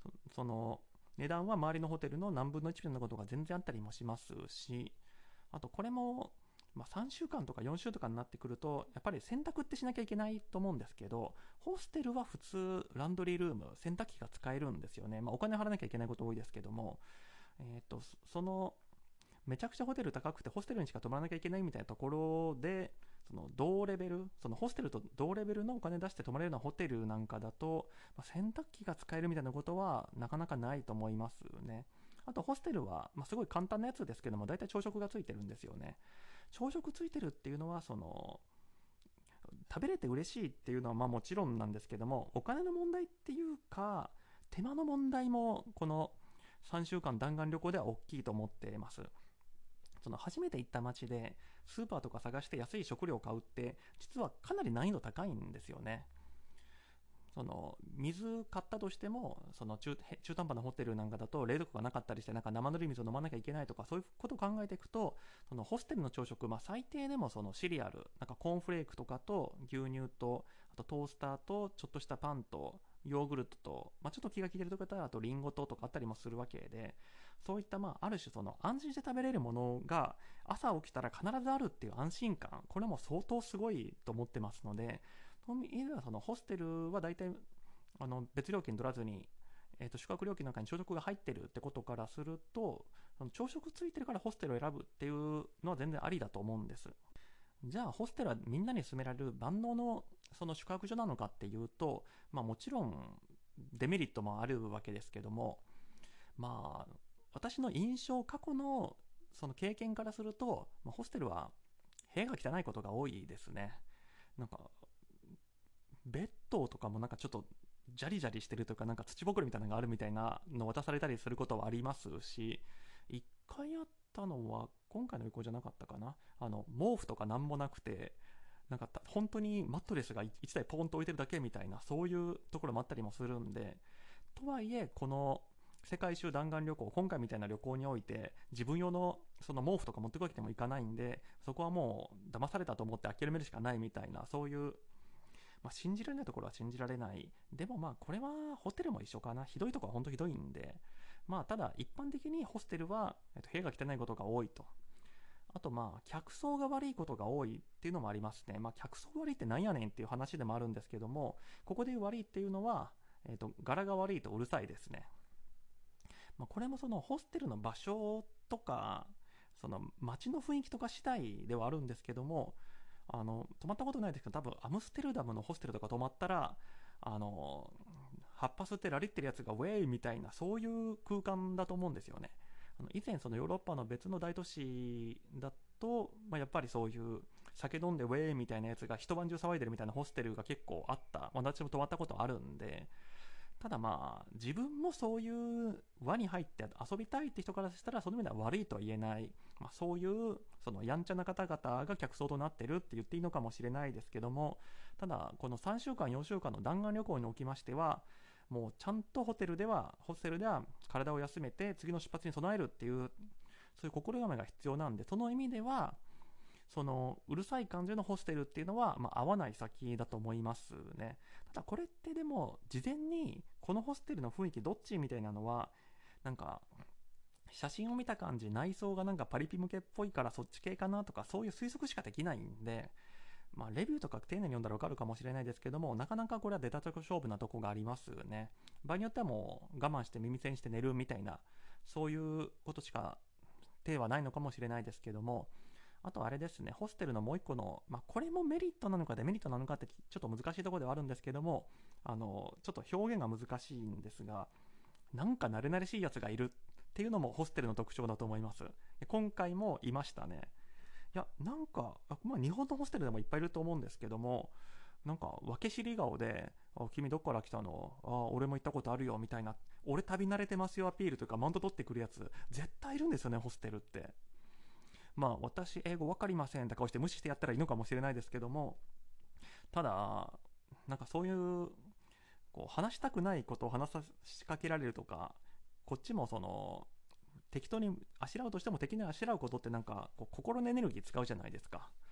Speaker 1: そその値段は周りのホテルの何分のいちみたいなことが全然あったりもしますし、あとこれも、まあ、さんしゅうかんとかよんしゅうとかになってくるとやっぱり洗濯ってしなきゃいけないと思うんですけど、ホステルは普通ランドリールーム、洗濯機が使えるんですよね。まあ、お金払わなきゃいけないこと多いですけども、えー、とそのめちゃくちゃホテル高くてホステルにしか泊まらなきゃいけないみたいなところで、その同レベル、そのホステルと同レベルのお金出して泊まれるようなホテルなんかだと、まあ、洗濯機が使えるみたいなことはなかなかないと思いますね。あとホステルは、まあ、すごい簡単なやつですけども、大体朝食がついてるんですよね。朝食ついてるっていうのは、その食べれて嬉しいっていうのはまあもちろんなんですけども、お金の問題っていうか手間の問題もこのさんしゅうかん弾丸旅行では大きいと思っています。その初めて行った街でスーパーとか探して安い食料を買うって実はかなり難易度高いんですよね。その水買ったとしても、その 中, 中途半端なホテルなんかだと冷蔵庫がなかったりして、なんか生ぬるい水を飲まなきゃいけないとか、そういうことを考えていくと、そのホステルの朝食、まあ、最低でもそのシリアル、なんかコーンフレークとかと牛乳と、あとトースターとちょっとしたパンとヨーグルトと、まあ、ちょっと気が利いてるところだとリンゴととかあったりもするわけで、そういったまあある種その安心して食べれるものが朝起きたら必ずあるっていう安心感、これも相当すごいと思ってますので、そういう意味ではそのホステルは大体あの別料金取らずに、えー、と宿泊料金の中に朝食が入ってるってことからすると、その朝食ついてるからホステルを選ぶっていうのは全然ありだと思うんです。じゃあホステルはみんなに勧められる万能のその宿泊所なのかっていうと、まあ、もちろんデメリットもあるわけですけども、まあ私の印象、過去のその経験からすると、まあ、ホステルは部屋が汚いことが多いですね。なんかベッドとかもなんかちょっとジャリジャリしてるというか、なんか土ぼこりみたいなのがあるみたいなのを渡されたりすることはありますし、一回あったのは今回の旅行じゃなかったかな、あの毛布とかなんもなくて、なんか本当にマットレスがいちだいポンと置いてるだけみたいな、そういうところもあったりもするんで、とはいえこの世界一周弾丸旅行、今回みたいな旅行において自分用のその毛布とか持ってくわけにもいかないんで、そこはもう騙されたと思って諦めるしかないみたいな、そういう、まあ、信じられないところは信じられない。でもまあこれはホテルも一緒かな。ひどいところは本当ひどいんで、まあただ一般的にホステルは、えっと、部屋が汚いことが多いと。あとまあ客層が悪いことが多いっていうのもありますね。まあ客層悪いってなんやねんっていう話でもあるんですけども、ここで言う悪いっていうのは、えっと柄が悪いとうるさいですね。まあ、これもそのホステルの場所とかその街の雰囲気とか次第ではあるんですけども、あの泊まったことないですけど、多分アムステルダムのホステルとか泊まったら、あの葉っぱ吸ってラリってるやつがウェイみたいな、そういう空間だと思うんですよね。あの以前そのヨーロッパの別の大都市だと、まあ、やっぱりそういう酒飲んでウェイみたいなやつが一晩中騒いでるみたいなホステルが結構あった、まあ、私も泊まったことあるんで、ただまあ自分もそういう輪に入って遊びたいって人からしたらその意味では悪いとは言えない、まあ、そういうそのやんちゃな方々が客層となってるって言っていいのかもしれないですけども、ただこのさんしゅうかんよんしゅうかんの弾丸旅行におきましては、もうちゃんとホテルではホステルでは体を休めて次の出発に備えるっていう、そういう心構えが必要なんで、その意味ではそのうるさい感じのホステルっていうのは、まあ、合わない先だと思いますね。ただこれってでも事前にこのホステルの雰囲気どっちみたいなのは、なんか写真を見た感じ内装がなんかパリピ向けっぽいからそっち系かなとか、そういう推測しかできないんで、まあ、レビューとか丁寧に読んだら分かるかもしれないですけども、なかなかこれは出たとこ勝負なとこがありますね。場合によってはもう我慢して耳栓して寝るみたいな、そういうことしか手はないのかもしれないですけども、あとあれですね、ホステルのもう一個の、まあ、これもメリットなのかデメリットなのかってちょっと難しいところではあるんですけども、あのちょっと表現が難しいんですが、なんか慣れ慣れしいやつがいるっていうのもホステルの特徴だと思います。今回もいましたね。いやなんか、まあ、日本のホステルでもいっぱいいると思うんですけども、なんか分け知り顔であ君どっから来たの、あ俺も行ったことあるよみたいな、俺旅慣れてますよアピールというかマウント取ってくるやつ絶対いるんですよね、ホステルって。まあ私英語分かりませんって顔して無視してやったらいいのかもしれないですけども、ただなんかそういうこう話したくないことを話さしかけられるとか、こっちもその適当にあしらうとしても適当にあしらうことってなんかこう心のエネルギー使うじゃないですか。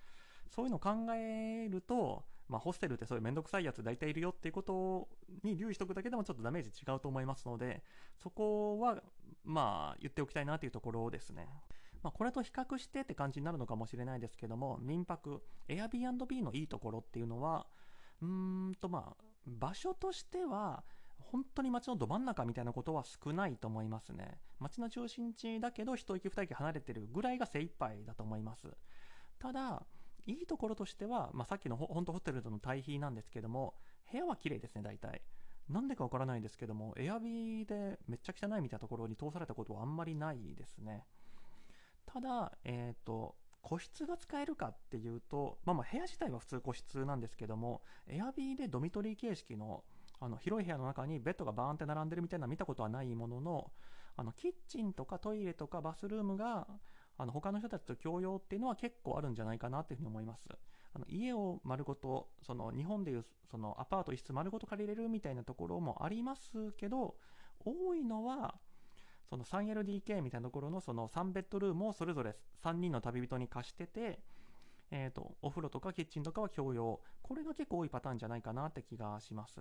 Speaker 1: そういうのを考えると、まあ、ホステルってそういうめんどくさいやつ大体いるよっていうことに留意しておくだけでもちょっとダメージ違うと思いますので、そこはまあ言っておきたいなというところですね。まあ、これと比較してって感じになるのかもしれないですけども、民泊 Airbnb のいいところっていうのは、うーんとまあ場所としては本当に街のど真ん中みたいなことは少ないと思いますね。街の中心地だけど一駅二駅離れてるぐらいが精一杯だと思います。ただいいところとしては、まあ、さっきの本当ホテルとの対比なんですけども、部屋は綺麗ですね。大体なんでかわからないですけども、エアビーでめっちゃ汚いみたいなところに通されたことはあんまりないですね。ただ、えーと、個室が使えるかっていうと、まあ、まあ部屋自体は普通個室なんですけども、エアビーでドミトリー形式のあの広い部屋の中にベッドがバーンって並んでるみたいなの見たことはないものの、あのキッチンとかトイレとかバスルームがあの他の人たちと共用っていうのは結構あるんじゃないかなっていうふうに思います。あの家を丸ごと、その日本でいうそのアパート一室丸ごと借りれるみたいなところもありますけど、多いのはその スリーエルディーケー みたいなところのそのさんベッドルームをそれぞれさんにんの旅人に貸してて、えーと、お風呂とかキッチンとかは共用。これが結構多いパターンじゃないかなって気がします。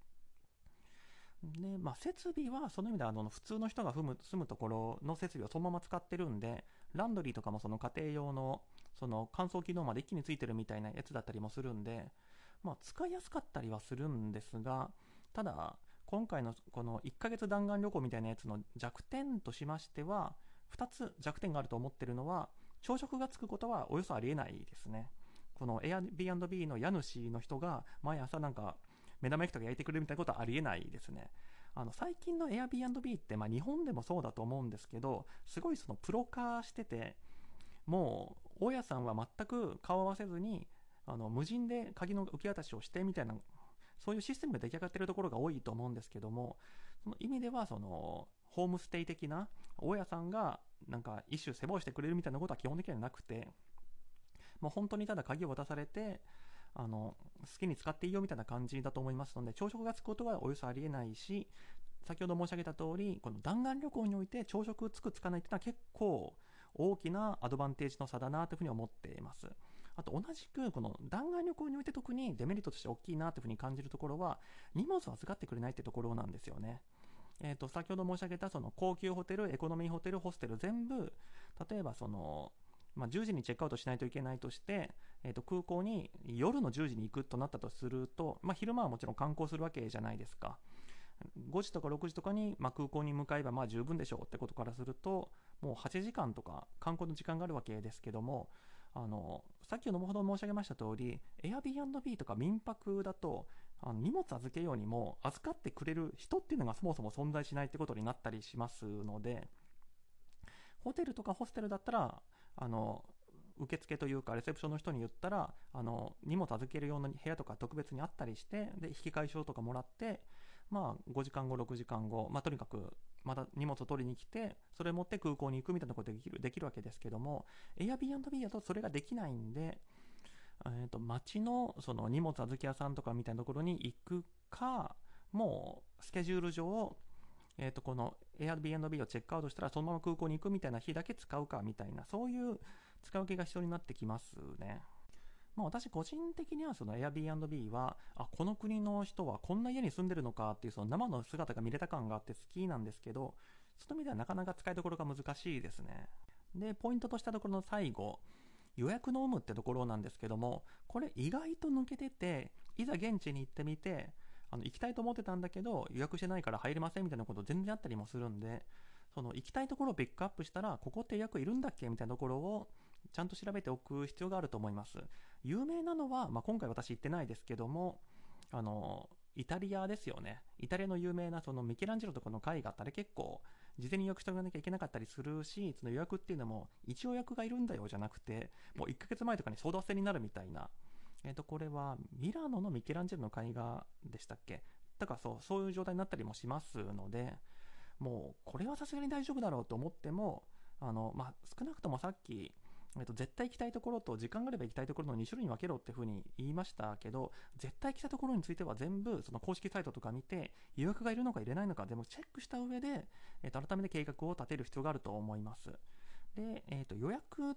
Speaker 1: で、まあ、設備はその意味ではあの普通の人が住む、住むところの設備をそのまま使ってるんで、ランドリーとかもその家庭用のその乾燥機能まで一気についてるみたいなやつだったりもするんで、まあ、使いやすかったりはするんですが、ただ今回のこのいっかげつ弾丸旅行みたいなやつの弱点としましては、ふたつ弱点があると思ってるのは、朝食がつくことはおよそありえないですね。この Airbnb の家主の人が毎朝なんか目玉焼きとか焼いてくれるみたいなことはありえないですね。あの最近の Airbnb って、まあ、日本でもそうだと思うんですけど、すごいそのプロ化してて、もう大家さんは全く顔合わせずにあの無人で鍵の受け渡しをしてみたいな、そういうシステムが出来上がっているところが多いと思うんですけども、その意味ではそのホームステイ的な大家さんがなんか一種世話をしてくれるみたいなことは基本的にはなくて、もう本当にただ鍵を渡されてあの好きに使っていいよみたいな感じだと思いますので、朝食がつくことはおよそありえないし、先ほど申し上げた通り、この弾丸旅行において朝食つくつかないというのは結構大きなアドバンテージの差だなというふうに思っています。あと同じくこの弾丸旅行において特にデメリットとして大きいなというふうに感じるところは、荷物を預かってくれないというところなんですよね。えーと、先ほど申し上げたその高級ホテル、エコノミーホテル、ホステル全部、例えばその、まあ、じゅうじにチェックアウトしないといけないとして、えーと、空港に夜のじゅうじに行くとなったとすると、まあ、昼間はもちろん観光するわけじゃないですか。ごじとかろくじとかに、まあ、空港に向かえばまあ十分でしょうってことからすると、もうはちじかんとか観光の時間があるわけですけども、あのさっきのほど申し上げました通り、 Airbnb とか民泊だとあの荷物預けようにも預かってくれる人っていうのがそもそも存在しないってことになったりしますので、ホテルとかホステルだったらあの受付というかレセプションの人に言ったら、あの荷物預ける用の部屋とか特別にあったりして、で引き換え証とかもらって、まあ、ごじかんごろくじかんご、まあ、とにかくまた荷物を取りに来てそれを持って空港に行くみたいなことができる、できるわけですけども、 Airbnb だとそれができないんで、えー、と街のその荷物預け屋さんとかみたいなところに行くか、もうスケジュール上、えー、とこの Airbnb をチェックアウトしたらそのまま空港に行くみたいな日だけ使うかみたいな、そういう使い分けが必要になってきますね。まあ、私個人的にはその Airbnb は、あ、この国の人はこんな家に住んでるのかっていうその生の姿が見れた感があって好きなんですけど、その意味ではなかなか使いどころが難しいですね。で、ポイントとしたところの最後、予約の有無ってところなんですけども、これ意外と抜けてて、いざ現地に行ってみて、あの行きたいと思ってたんだけど予約してないから入れませんみたいなこと全然あったりもするんで、その行きたいところをピックアップしたら、ここって予約いるんだっけみたいなところをちゃんと調べておく必要があると思います。有名なのは、まあ、今回私行ってないですけども、あのイタリアですよね。イタリアの有名なそのミケランジェロとかの絵画ってあれ結構事前に予約しておかなきゃいけなかったりするし、その予約っていうのも一応予約がいるんだよじゃなくて、もういっかげつまえとかに争奪戦になるみたいな。えっとこれはミラノのミケランジェロの絵画でしたっけ。だからそうそういう状態になったりもしますので、もうこれはさすがに大丈夫だろうと思っても、あの、まあ、少なくともさっきえっと、絶対行きたいところと時間があれば行きたいところのに種類に分けろっていうふうに言いましたけど、絶対行きたいところについては全部その公式サイトとか見て、予約がいるのか入れないのか全部チェックした上で、えっと、改めて計画を立てる必要があると思います。で、えっと、予約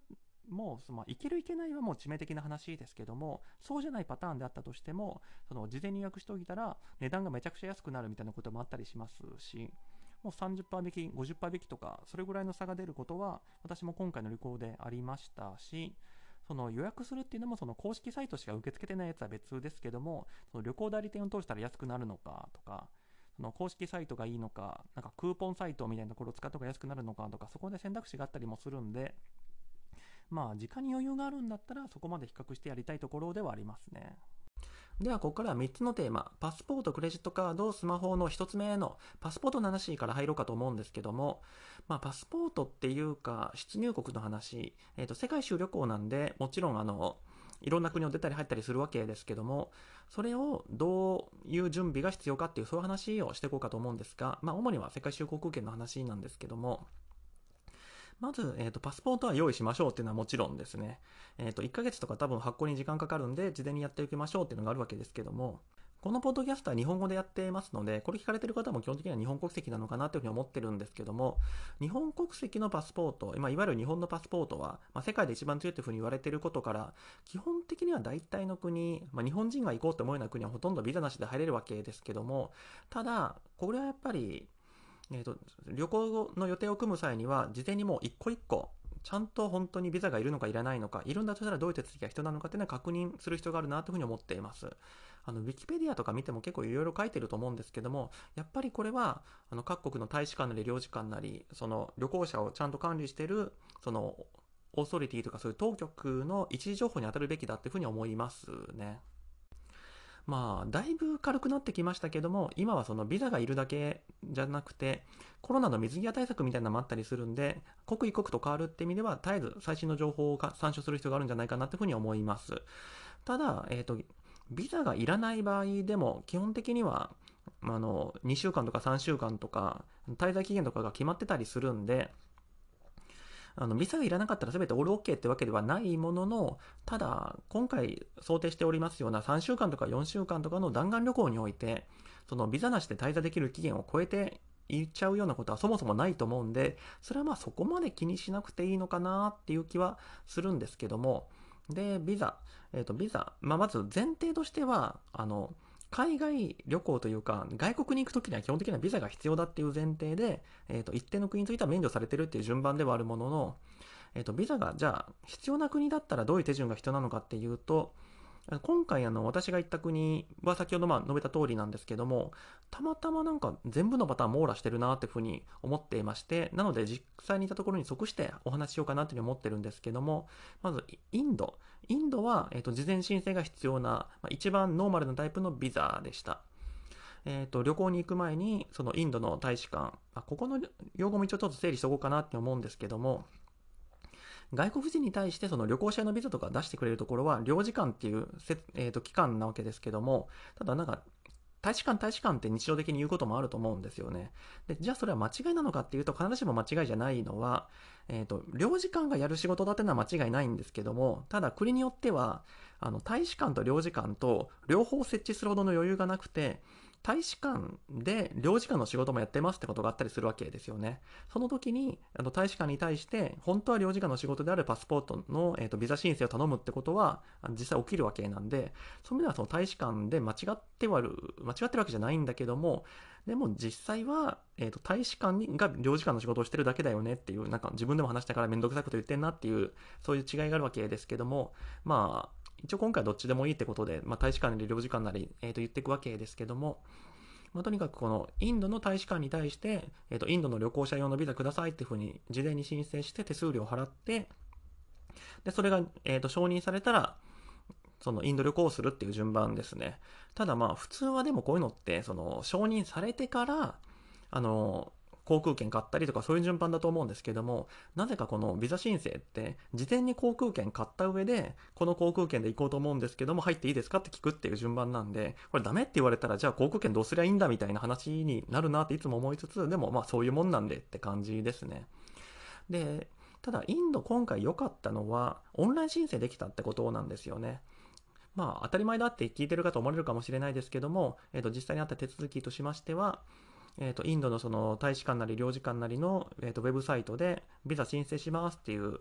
Speaker 1: もう、まあ、いけるいけないはもう致命的な話ですけども、そうじゃないパターンであったとしても、その事前に予約しておいたら値段がめちゃくちゃ安くなるみたいなこともあったりしますし、もうさんじゅっパーセント引き、ごじゅっパーセント引きとか、それぐらいの差が出ることは私も今回の旅行でありましたし、その予約するっていうのもその公式サイトしか受け付けてないやつは別ですけども、その旅行代理店を通したら安くなるのかとか、その公式サイトがいいのか、なんかクーポンサイトみたいなところを使った方が安くなるのかとか、そこで選択肢があったりもするんで、まあ時間に余裕があるんだったらそこまで比較してやりたいところではありますね。ではここからはみっつのテーマ、パスポート、クレジットカード、スマホのひとつめのパスポートの話から入ろうかと思うんですけども、まあ、パスポートっていうか出入国の話、えーと、世界一周旅行なんで、もちろんあのいろんな国を出たり入ったりするわけですけども、それをどういう準備が必要かっていう、そういう話をしていこうかと思うんですが、まあ主には世界一周航空券の話なんですけども、まず、えーと、パスポートは用意しましょうっていうのはもちろんですね。えーと、いっかげつとか多分発行に時間かかるんで、事前にやっておきましょうっていうのがあるわけですけども、このポッドキャストは日本語でやってますので、これ聞かれてる方も基本的には日本国籍なのかなというふうに思ってるんですけども、日本国籍のパスポート、まあ、いわゆる日本のパスポートは、まあ、世界で一番強いというふうに言われていることから、基本的には大体の国、まあ、日本人が行こうと思うような国はほとんどビザなしで入れるわけですけども、ただ、これはやっぱり、えーと、旅行の予定を組む際には、事前にもう一個一個、ちゃんと本当にビザがいるのかいらないのか、いるんだとしたらどういう手続きが必要なのかっていうのは確認する必要があるなというふうに思っています。あのウィキペディアとか見ても結構いろいろ書いてると思うんですけども、やっぱりこれはあの各国の大使館なり領事館なり、その旅行者をちゃんと管理しているそのオーソリティとかそういう当局の一時情報に当たるべきだっていうふうに思いますね。まあ、だいぶ軽くなってきましたけども、今はそのビザがいるだけじゃなくて、コロナの水際対策みたいなのもあったりするんで、刻一刻と変わるって意味では、絶えず最新の情報を参照する必要があるんじゃないかなというふうに思います。ただ、えっと、ビザがいらない場合でも、基本的には、あの、にしゅうかんとかさんしゅうかんとか、滞在期限とかが決まってたりするんで、あのビザがいらなかったら全てオールオッケーってわけではないものの、ただ今回想定しておりますようなさんしゅうかんとかよんしゅうかんとかの弾丸旅行において、そのビザなしで滞在できる期限を超えていっちゃうようなことはそもそもないと思うんで、それはまあそこまで気にしなくていいのかなっていう気はするんですけども、でビザ、えっとビザ、まあ、まず前提としては、あの海外旅行というか外国に行くときには基本的にはビザが必要だっていう前提で、えー、と一定の国については免除されてるっていう順番ではあるものの、えー、とビザがじゃあ必要な国だったらどういう手順が必要なのかっていうと、今回あの私が行った国は先ほどまあ述べた通りなんですけども、たまたまなんか全部のパターン網羅してるなっていうふうに思っていまして、なので実際にいたところに即してお話ししようかなというふうに思ってるんですけども、まずインドインドは、えー、と事前申請が必要な、まあ、一番ノーマルなタイプのビザでした。えー、と旅行に行く前にそのインドの大使館、あここの用語も一応ちょっと整理しておこうかなって思うんですけども、外国人に対してその旅行者のビザとか出してくれるところは領事館っていう、えー、と機関なわけですけども、ただなんか大使館大使館って日常的に言うこともあると思うんですよね。でじゃあそれは間違いなのかっていうと、必ずしも間違いじゃないのは、えー、と領事館がやる仕事だっていうのは間違いないんですけども、ただ国によってはあの大使館と領事館と両方設置するほどの余裕がなくて、大使館で領事館の仕事もやってますってことがあったりするわけですよね。その時にあの大使館に対して本当は領事館の仕事であるパスポートの、えー、とビザ申請を頼むってことは実際起きるわけなんで、そういう意味ではその大使館で間違ってはる間違ってるわけじゃないんだけども、でも実際は、えー、と大使館が領事館の仕事をしてるだけだよねっていう、なんか自分でも話したからめんどくさいこと言ってんなっていう、そういう違いがあるわけですけども、まあ一応今回はどっちでもいいってことで、まあ、大使館なり領事館なり、えー、と言っていくわけですけども、まあ、とにかくこのインドの大使館に対して、えー、とインドの旅行者用のビザくださいっていうふうに事前に申請して手数料を払って、でそれが、えー、と承認されたらそのインド旅行をするっていう順番ですね。ただまあ普通はでもこういうのってその承認されてからあの航空券買ったりとかそういう順番だと思うんですけども、なぜかこのビザ申請って事前に航空券買った上でこの航空券で行こうと思うんですけども入っていいですかって聞くっていう順番なんで、これダメって言われたらじゃあ航空券どうすりゃいいんだみたいな話になるなっていつも思いつつ、でもまあそういうもんなんでって感じですね。でただインド今回良かったのはオンライン申請できたってことなんですよね。まあ当たり前だって聞いてる方思われるかもしれないですけども、えー、と実際にあった手続きとしましては、えー、とインドのその大使館なり領事館なりの、えー、とウェブサイトでビザ申請しますっていう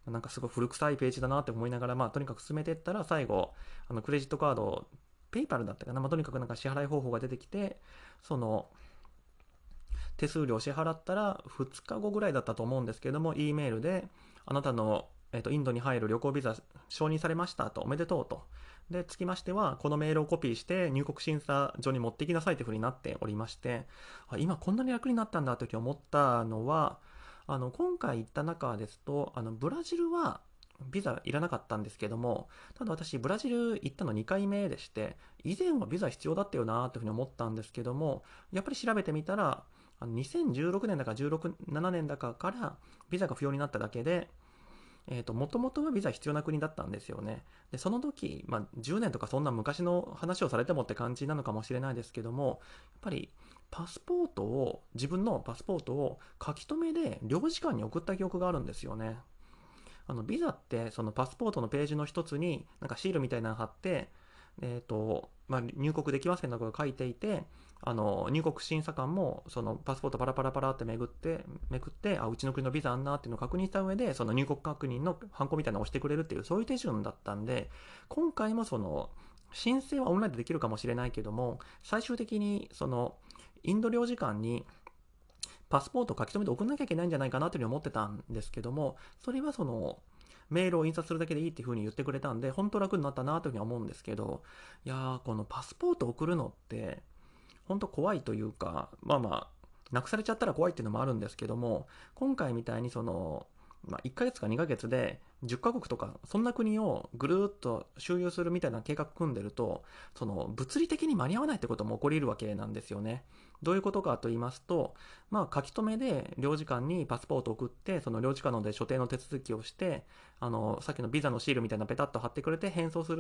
Speaker 1: なんかすごい古臭いページだなって思いながら、まあとにかく進めていったら、最後あのクレジットカード、ペイパルだったかな、まあ、とにかくなんか支払い方法が出てきて、その手数料支払ったらふつかごぐらいだったと思うんですけども、 E メールであなたの、えっとインドに入る旅行ビザ承認されましたと、おめでとうと。で、つきましては、このメールをコピーして入国審査所に持ってきなさいというふうになっておりまして、あ、今こんなに楽になったんだというふうに思ったのは、あの今回行った中ですと、あのブラジルはビザいらなかったんですけども、ただ私ブラジル行ったのにかいめでして、以前はビザ必要だったよなというふうに思ったんですけども、やっぱり調べてみたら、あのにせんじゅうろくねんだかじゅうろく、ななねんだかからビザが不要になっただけで、えーと、もともとはビザ必要な国だったんですよね。で、その時、まあ、じゅうねんとかそんな昔の話をされてもって感じなのかもしれないですけども、やっぱりパスポートを、自分のパスポートを書き留めで領事館に送った記憶があるんですよね。あの、ビザってそのパスポートのページの一つになんかシールみたいなの貼って、えーと、まあ、入国できませんのことが書いていて、あの入国審査官もそのパスポートパラパラパラってめぐってめくって、あ、うちの国のビザあんなっていうのを確認した上で、その入国確認のハンコみたいなのを押してくれるっていう、そういう手順だったんで、今回もその申請はオンラインでできるかもしれないけども、最終的にそのインド領事館にパスポートを書き留めて送んなきゃいけないんじゃないかなというふうに思ってたんですけども、それはそのメールを印刷するだけでいいっていう風に言ってくれたんで、本当楽になったなというふうに思うんですけど、いやー、このパスポートを送るのって本当怖いというか、まあまあなくされちゃったら怖いっていうのもあるんですけども、今回みたいにその、まあ、いっかげつかにかげつでじゅっかこくとかそんな国をぐるーっと周遊するみたいな計画組んでると、その物理的に間に合わないってことも起こり得るわけなんですよね。どういうことかと言いますと、まあ書き留めで領事館にパスポートを送って、その領事館ので所定の手続きをして、あのさっきのビザのシールみたいなペタッと貼ってくれて返送するって、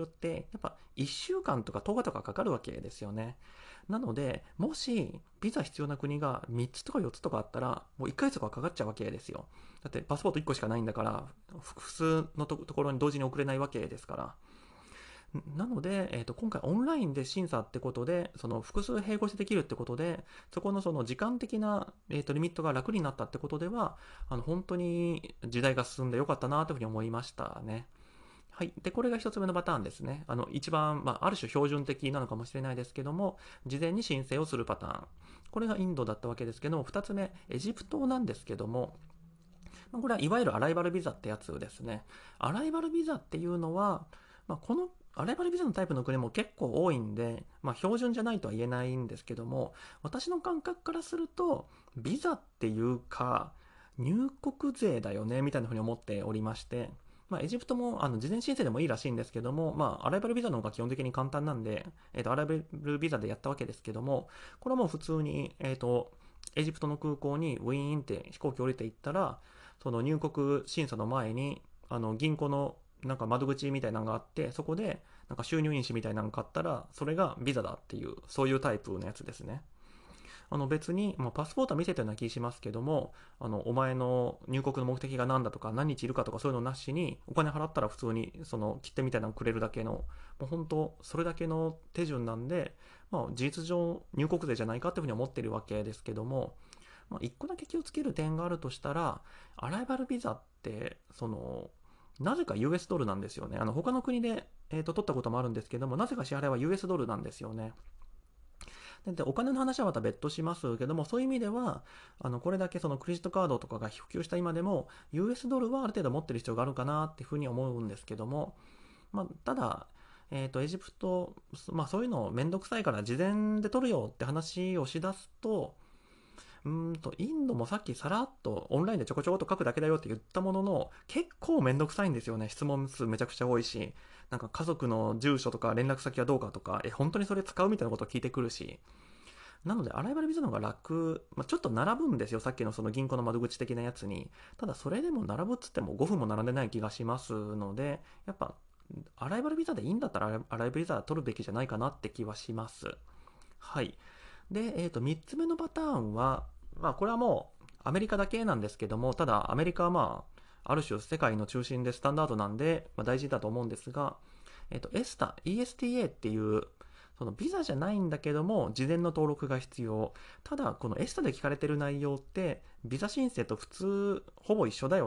Speaker 1: やっぱいっしゅうかんとかとおかとかかかるわけですよね。なので、もしビザ必要な国がみっつとかよっつとかあったら、もういっかげつとかかかっちゃうわけですよ。だってパスポートいっこしかないんだから、複数のところに同時に送れないわけですから。なので、えーと、今回オンラインで審査ってことで、その複数併合してできるってことで、そこのその時間的な、えーと、リミットが楽になったってことでは、あの本当に時代が進んでよかったなというふうに思いましたね。はい。で、これが一つ目のパターンですね。あの、一番、まあ、ある種標準的なのかもしれないですけども、事前に申請をするパターン。これがインドだったわけですけども、二つ目、エジプトなんですけども、これはいわゆるアライバルビザってやつですね。アライバルビザっていうのは、まあ、このアライバルビザのタイプの国も結構多いんで、まあ、標準じゃないとは言えないんですけども、私の感覚からすると、ビザっていうか、入国税だよね、みたいなふうに思っておりまして、まあ、エジプトもあの事前申請でもいいらしいんですけども、まあ、アライバルビザの方が基本的に簡単なんで、えっと、アライバルビザでやったわけですけども、これはもう普通に、えっと、エジプトの空港にウィーンって飛行機降りていったら、その入国審査の前に、あの、銀行のなんか窓口みたいなのがあって、そこでなんか収入印紙みたいなの買ったら、それがビザだっていう、そういうタイプのやつですね。あの別に、まあ、パスポートは見せたような気しますけども、あのお前の入国の目的が何だとか何日いるかとかそういうのなしに、お金払ったら普通にその切手みたいなのくれるだけの、もう本当それだけの手順なんで、まあ、事実上入国税じゃないかっていうふうに思ってるわけですけども、まあ、一個だけ気をつける点があるとしたら、アライバルビザってそのなぜか ユーエス ドルなんですよね。あの他の国で、えー、と取ったこともあるんですけども、なぜか支払いは ユーエス ドルなんですよね。で、お金の話はまた別途しますけども、そういう意味では、あの、これだけそのクレジットカードとかが普及した今でも、ユーエス ドルはある程度持ってる必要があるかなっていうふうに思うんですけども、まあ、ただ、えっと、エジプト、まあそういうのめんどくさいから事前で取るよって話をしだすと、うーんと、インドもさっきさらっとオンラインでちょこちょこっと書くだけだよって言ったものの、結構めんどくさいんですよね。質問数めちゃくちゃ多いし、なんか家族の住所とか連絡先はどうかとか、え、本当にそれ使うみたいなことを聞いてくるし、なので、アライバルビザの方が楽、まあ、ちょっと並ぶんですよ。さっきのその銀行の窓口的なやつに。ただ、それでも並ぶっつってもごふんも並んでない気がしますので、やっぱ、アライバルビザでいいんだったら、アライバルビザ取るべきじゃないかなって気はします。はい。で、えっと、みっつめのパターンは、まあ、これはもう、アメリカだけなんですけども、ただ、アメリカはまあ、ある種世界の中心でスタンダードなんで、まあ、大事だと思うんですが、えっと、エスタ、イーエスティーエー っていう、そのビザじゃないんだけども、事前の登録が必要。ただ、このエスタで聞かれてる内容って、ビザ申請と普通、ほぼ一緒だよねっ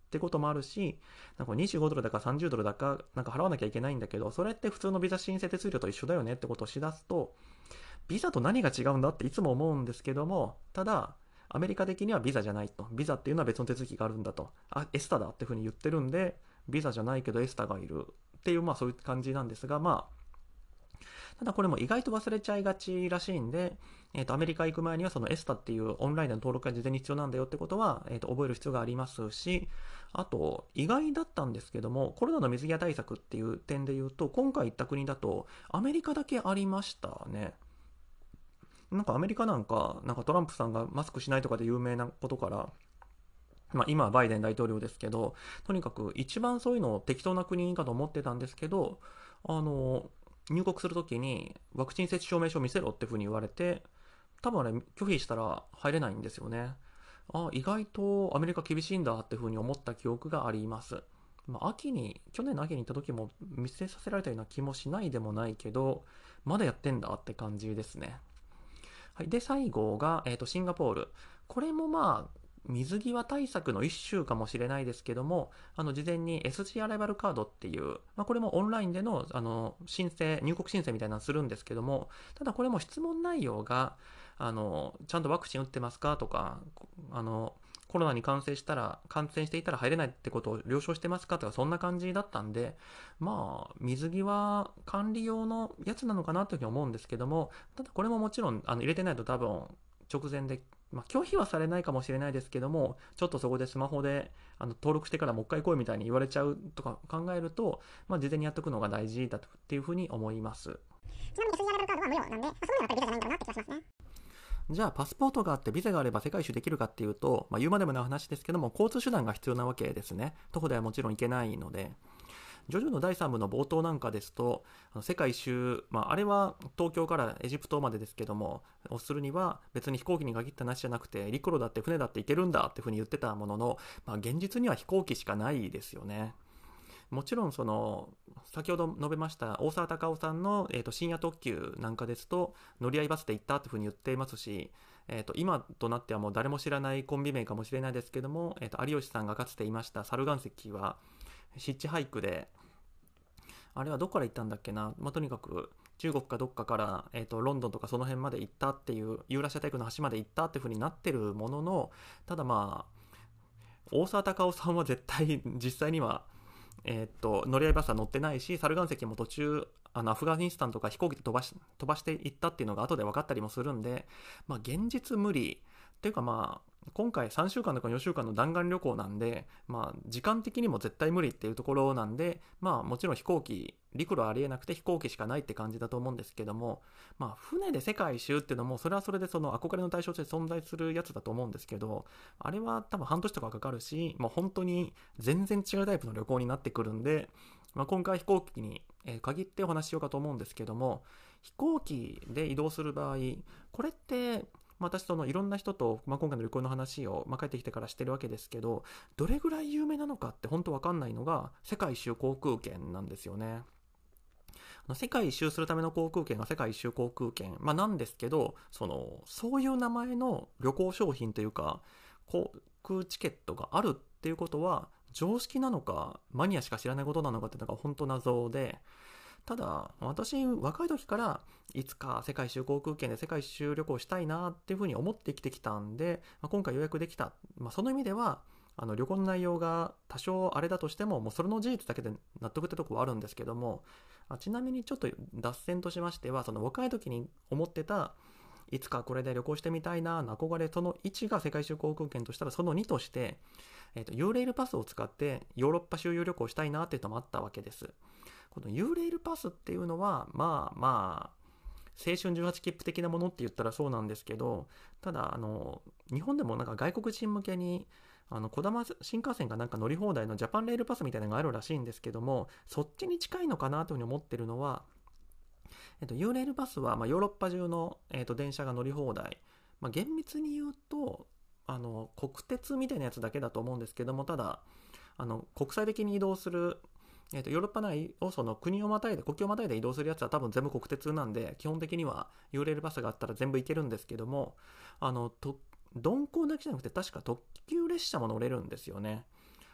Speaker 1: ってこともあるし、なんかにじゅうごドルだかさんじゅうドルだかなんか払わなきゃいけないんだけど、それって普通のビザ申請手数料と一緒だよねってことをしだすと、ビザと何が違うんだっていつも思うんですけども、ただアメリカ的にはビザじゃないと、ビザっていうのは別の手続きがあるんだと、あエスタだっていうふうに言ってるんで、ビザじゃないけどエスタがいるっていう、まあそういう感じなんですが、まあただこれも意外と忘れちゃいがちらしいんで、えー、とアメリカ行く前にはそのエスタっていうオンラインでの登録が事前に必要なんだよってことは、えー、と覚える必要がありますし、あと意外だったんですけども、コロナの水際対策っていう点で言うと、今回行った国だとアメリカだけありましたね。なんかアメリカなんか、なんかトランプさんがマスクしないとかで有名なことから、まあ今はバイデン大統領ですけど、とにかく一番そういうのを適当な国かと思ってたんですけど、あの、入国するときにワクチン接種証明書を見せろっていうふうに言われて、多分あれ拒否したら入れないんですよね。あ、意外とアメリカ厳しいんだっていうふうに思った記憶があります。まあ、秋に、去年の秋に行った時も見せさせられたような気もしないでもないけど、まだやってんだって感じですね。はい、で、最後が、えーと、シンガポール。これもまあ、水際対策の一種かもしれないですけども、あの事前に エスジー アライバルカードっていう、まあ、これもオンラインでの、あの申請、入国申請みたいなのするんですけども、ただこれも質問内容が、あのちゃんとワクチン打ってますかとか、あのコロナに感染したら、感染していたら入れないってことを了承してますかとか、そんな感じだったんで、まあ、水際管理用のやつなのかなというふうに思うんですけども、ただこれももちろん、あの入れてないと多分、直前で、まあ、拒否はされないかもしれないですけども、ちょっとそこでスマホであの登録してからもう一回来いみたいに言われちゃうとか考えると、まあ、事前にやっておくのが大事だっていうふうに思います。
Speaker 2: ちなみに エスジーアール カードは無料なんで、まあ、そういうのはやっぱりビザじゃないんだろうなって気がしますね。
Speaker 1: じゃあパスポートがあってビザがあれば世界一周できるかっていうと、まあ、言うまでもない話ですけども、交通手段が必要なわけですね。徒歩ではもちろん行けないので、ジョジョのだいさん部の冒頭なんかですと、あの世界一周、まあ、あれは東京からエジプトまでですけども、をするには別に飛行機に限った話じゃなくて、陸路だって船だって行けるんだっていうふうに言ってたものの、まあ、現実には飛行機しかないですよね。もちろんその先ほど述べました大沢たかおさんの、えー、と深夜特急なんかですと、乗り合いバスで行ったっていうふうに言っていますし、えー、と今となってはもう誰も知らないコンビ名かもしれないですけども、えー、と有吉さんがかつていました猿岩石はヒッチハイクで、あれはどこから行ったんだっけな、まあ、とにかく中国かどっかから、えー、とロンドンとかその辺まで行ったっていう、ユーラシア大陸の端まで行ったっていう風になってるものの、ただまあ大沢たかおさんは絶対実際には、えー、っと乗り合いバスは乗ってないし、猿岩石も途中あのアフガニスタンとか飛行機で飛ばし飛ばしていったっていうのが後で分かったりもするんで、まあ、現実無理っていうか、まあ今回さんしゅうかんとかよんしゅうかんの弾丸旅行なんで、まあ、時間的にも絶対無理っていうところなんで、まあ、もちろん飛行機、陸路ありえなくて飛行機しかないって感じだと思うんですけども、まあ、船で世界一周っていうのもそれはそれでその憧れの対象として存在するやつだと思うんですけど、あれは多分半年とかかかるし、もう本当に全然違うタイプの旅行になってくるんで、まあ、今回飛行機に限ってお話ししようかと思うんですけども、飛行機で移動する場合、これって私そのいろんな人と、まあ、今回の旅行の話を、まあ、帰ってきてからしてるわけですけど、どれぐらい有名なのかって本当わかんないのが世界一周航空券なんですよね。世界一周するための航空券が世界一周航空券、まあ、なんですけど、そのそういう名前の旅行商品というか航空チケットがあるっていうことは常識なのかマニアしか知らないことなのかっていうのが本当謎で、ただ私若い時からいつか世界一周航空券で世界一周旅行したいなっていうふうに思ってきてきたんで、まあ、今回予約できた、まあ、その意味ではあの旅行の内容が多少あれだとしても、もうそれの事実だけで納得ってとこはあるんですけども、あちなみにちょっと脱線としましては、その若い時に思ってたいつかこれで旅行してみたいなの憧れ、そのいちが世界一周航空券としたら、そのにとして、えーと、ユーレールパスを使ってヨーロッパ周遊旅行したいなっていうのもあったわけです。このユーレールパスっていうのはまあまあ青春じゅうはち切符的なものって言ったらそうなんですけど、ただあの日本でもなんか外国人向けにあのこだま新幹線がなんか乗り放題のジャパンレールパスみたいなのがあるらしいんですけども、そっちに近いのかなというふうに思ってるのは、えっと、ユーレールパスはまあヨーロッパ中の、えっと、電車が乗り放題、まあ、厳密に言うとあの国鉄みたいなやつだけだと思うんですけども、ただあの国際的に移動する、えー、とヨーロッパ内をその国をまたいで国境をまたいで移動するやつは多分全部国鉄なんで、基本的にはユーレールバスがあったら全部行けるんですけども、あのと鈍行だけじゃなくて確か特急列車も乗れるんですよね。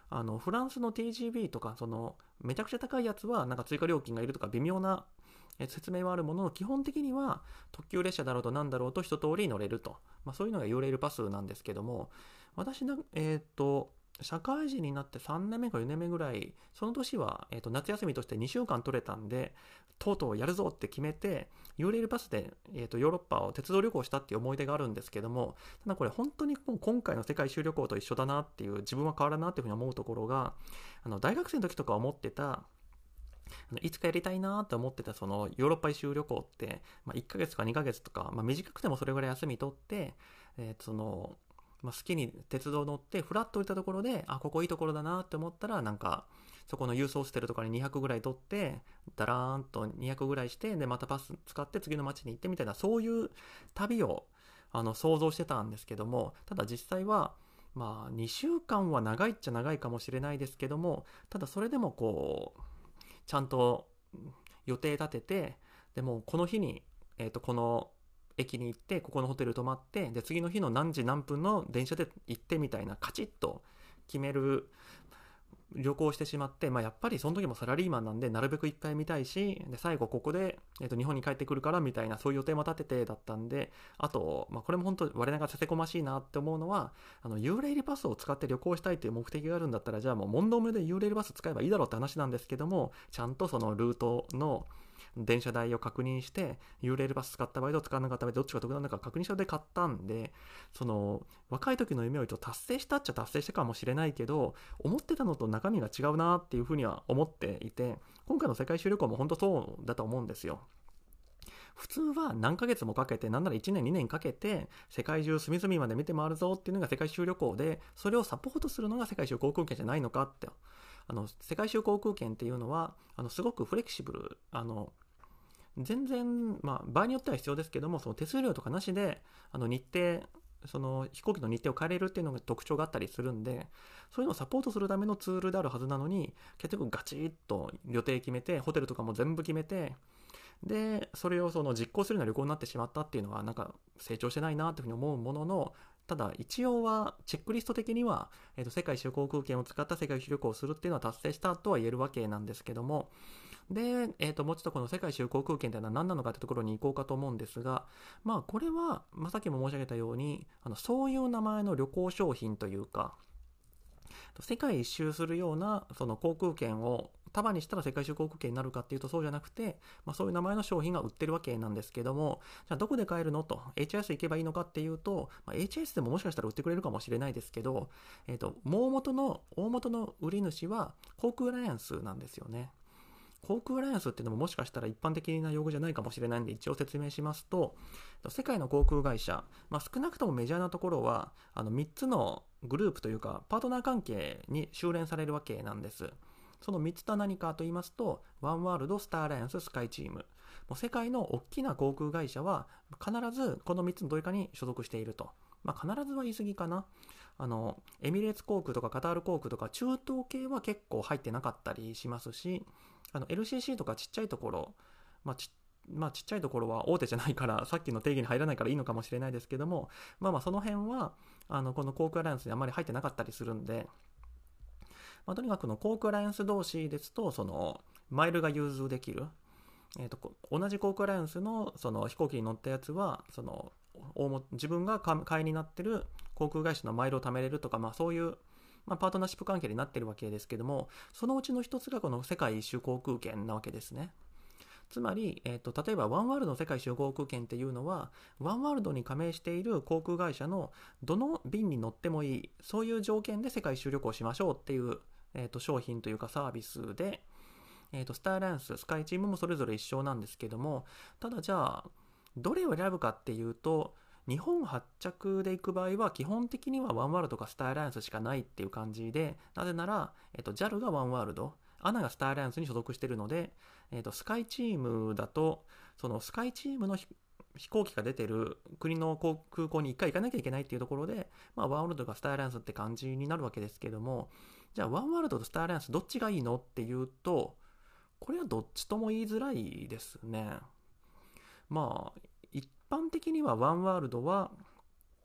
Speaker 1: あのフランスの ティージービー とかそのめちゃくちゃ高いやつはなんか追加料金がいるとか微妙な説明はあるものの、基本的には特急列車だろうと何だろうと一通り乗れると、まあ、そういうのがユーレールパスなんですけども、私のえっ、と社会人になってさんねんめかよねんめぐらい、その年は、えー、と夏休みとしてにしゅうかん取れたんで、とうとうやるぞって決めてユーレールパスで、えー、とヨーロッパを鉄道旅行したっていう思い出があるんですけども、ただこれ本当にもう今回の世界一周旅行と一緒だなっていう、自分は変わらなっていうふうに思うところが、あの大学生の時とか思ってた、いつかやりたいなと思ってたそのヨーロッパ一周旅行って、まあ、いっかげつとかにかげつとか、まあ、短くてもそれぐらい休み取って、えー、そのまあ、好きに鉄道乗ってフラッと降りたところで、あ、ここいいところだなって思ったら、なんかそこの郵送ステルとかににひゃくぐらい取ってダラーンとにひゃくぐらいして、でまたパス使って次の街に行ってみたいな、そういう旅をあの想像してたんですけども、ただ実際はまあにしゅうかんは長いっちゃ長いかもしれないですけども、ただそれでもこうちゃんと予定立てて、でもこの日に、えーとこの駅に行ってここのホテル泊まって、で次の日の何時何分の電車で行ってみたいな、カチッと決める旅行をしてしまって、まあ、やっぱりその時もサラリーマンなんでなるべくいっぱい見たいし、で最後ここで、えー、と日本に帰ってくるからみたいな、そういう予定も立ててだったんで、あと、まあ、これも本当我ながらせせこましいなって思うのは、あのユーレールパスを使って旅行したいという目的があるんだったら、じゃあもう問答無でユーレールパス使えばいいだろうって話なんですけども、ちゃんとそのルートの電車代を確認して、ユーレールパス使った場合と使わなかった場合どっちが得なのか確認したで買ったんで、その若い時の夢を一応達成したっちゃ達成したかもしれないけど、思ってたのと中身が違うなっていうふうには思っていて、今回の世界一周旅行も本当そうだと思うんですよ。普通は何ヶ月もかけて、なんならいちねんにねんかけて世界中隅々まで見て回るぞっていうのが世界一周旅行で、それをサポートするのが世界一周航空券じゃないのかって。あの世界一周航空券っていうのはあのすごくフレキシブル、あの全然、まあ、場合によっては必要ですけども、その手数料とかなしであの日程、その飛行機の日程を変えれるっていうのが特徴があったりするんで、そういうのをサポートするためのツールであるはずなのに、結局ガチッと予定決めて、ホテルとかも全部決めて、でそれをその実行するような旅行になってしまったっていうのは、なんか成長してないなというふうに思うものの、ただ一応はチェックリスト的には、えーと、世界一周航空券を使った世界一周旅行をするっていうのは達成したとは言えるわけなんですけども、で、えーと、もうちょっとこの世界一周航空券というのは何なのかというところに行こうかと思うんですが、まあこれは、まあ、さっきも申し上げたように、あのそういう名前の旅行商品というか、世界一周するようなその航空券を束にしたら世界一周航空券になるかっていうとそうじゃなくて、まあ、そういう名前の商品が売ってるわけなんですけども、じゃあどこで買えるのと エイチアイエス 行けばいいのかっていうと、まあ、エイチアイエス でももしかしたら売ってくれるかもしれないですけど、えーと、大元の大元の売り主は航空アライアンスなんですよね。航空アライアンスっていうのももしかしたら一般的な用語じゃないかもしれないんで一応説明しますと、世界の航空会社、まあ、少なくともメジャーなところはあのみっつのグループというかパートナー関係に修練されるわけなんです。そのみっつとは何かと言いますと、ワンワールド、スターアライアンス、スカイチーム。もう世界の大きな航空会社は必ずこのみっつのどれかに所属していると。まあ、必ずは言い過ぎかな。あのエミレーツ航空とかカタール航空とか中東系は結構入ってなかったりしますし、あの エルシーシー とかちっちゃいところ、まあちまあ、ちっちゃいところは大手じゃないからさっきの定義に入らないからいいのかもしれないですけども、まあまあその辺はあのこの航空アライアンスにあまり入ってなかったりするんで、まあ、とにかくの航空アライアンス同士ですとそのマイルが融通できる、えー、と同じ航空アライアンス の, その飛行機に乗ったやつはその自分が会員になってる航空会社のマイルを貯めれるとか、まあ、そういう、まあ、パートナーシップ関係になってるわけですけども、そのうちの一つがこの世界一周航空券なわけですね。つまり、えー、と例えばワンワールドの世界一周航空券っていうのはワンワールドに加盟している航空会社のどの便に乗ってもいい、そういう条件で世界一周旅行しましょうっていう、えー、と商品というかサービスで、えー、とスターアライアンス、スカイチームもそれぞれ一緒なんですけども、ただじゃあどれを選ぶかっていうと、日本発着で行く場合は基本的にはワンワールドかスターアライアンスしかないっていう感じで、なぜなら、えっと、ジャル がワンワールド、アナがスターアライアンスに所属しているので、えっと、スカイチームだとそのスカイチームの飛行機が出てる国の空港にいっかい行かなきゃいけないっていうところで、まあ、ワンワールドかスターアライアンスって感じになるわけですけども、じゃあワンワールドとスターアライアンスどっちがいいのっていうと、これはどっちとも言いづらいですね。まあ一般的にはワンワールドは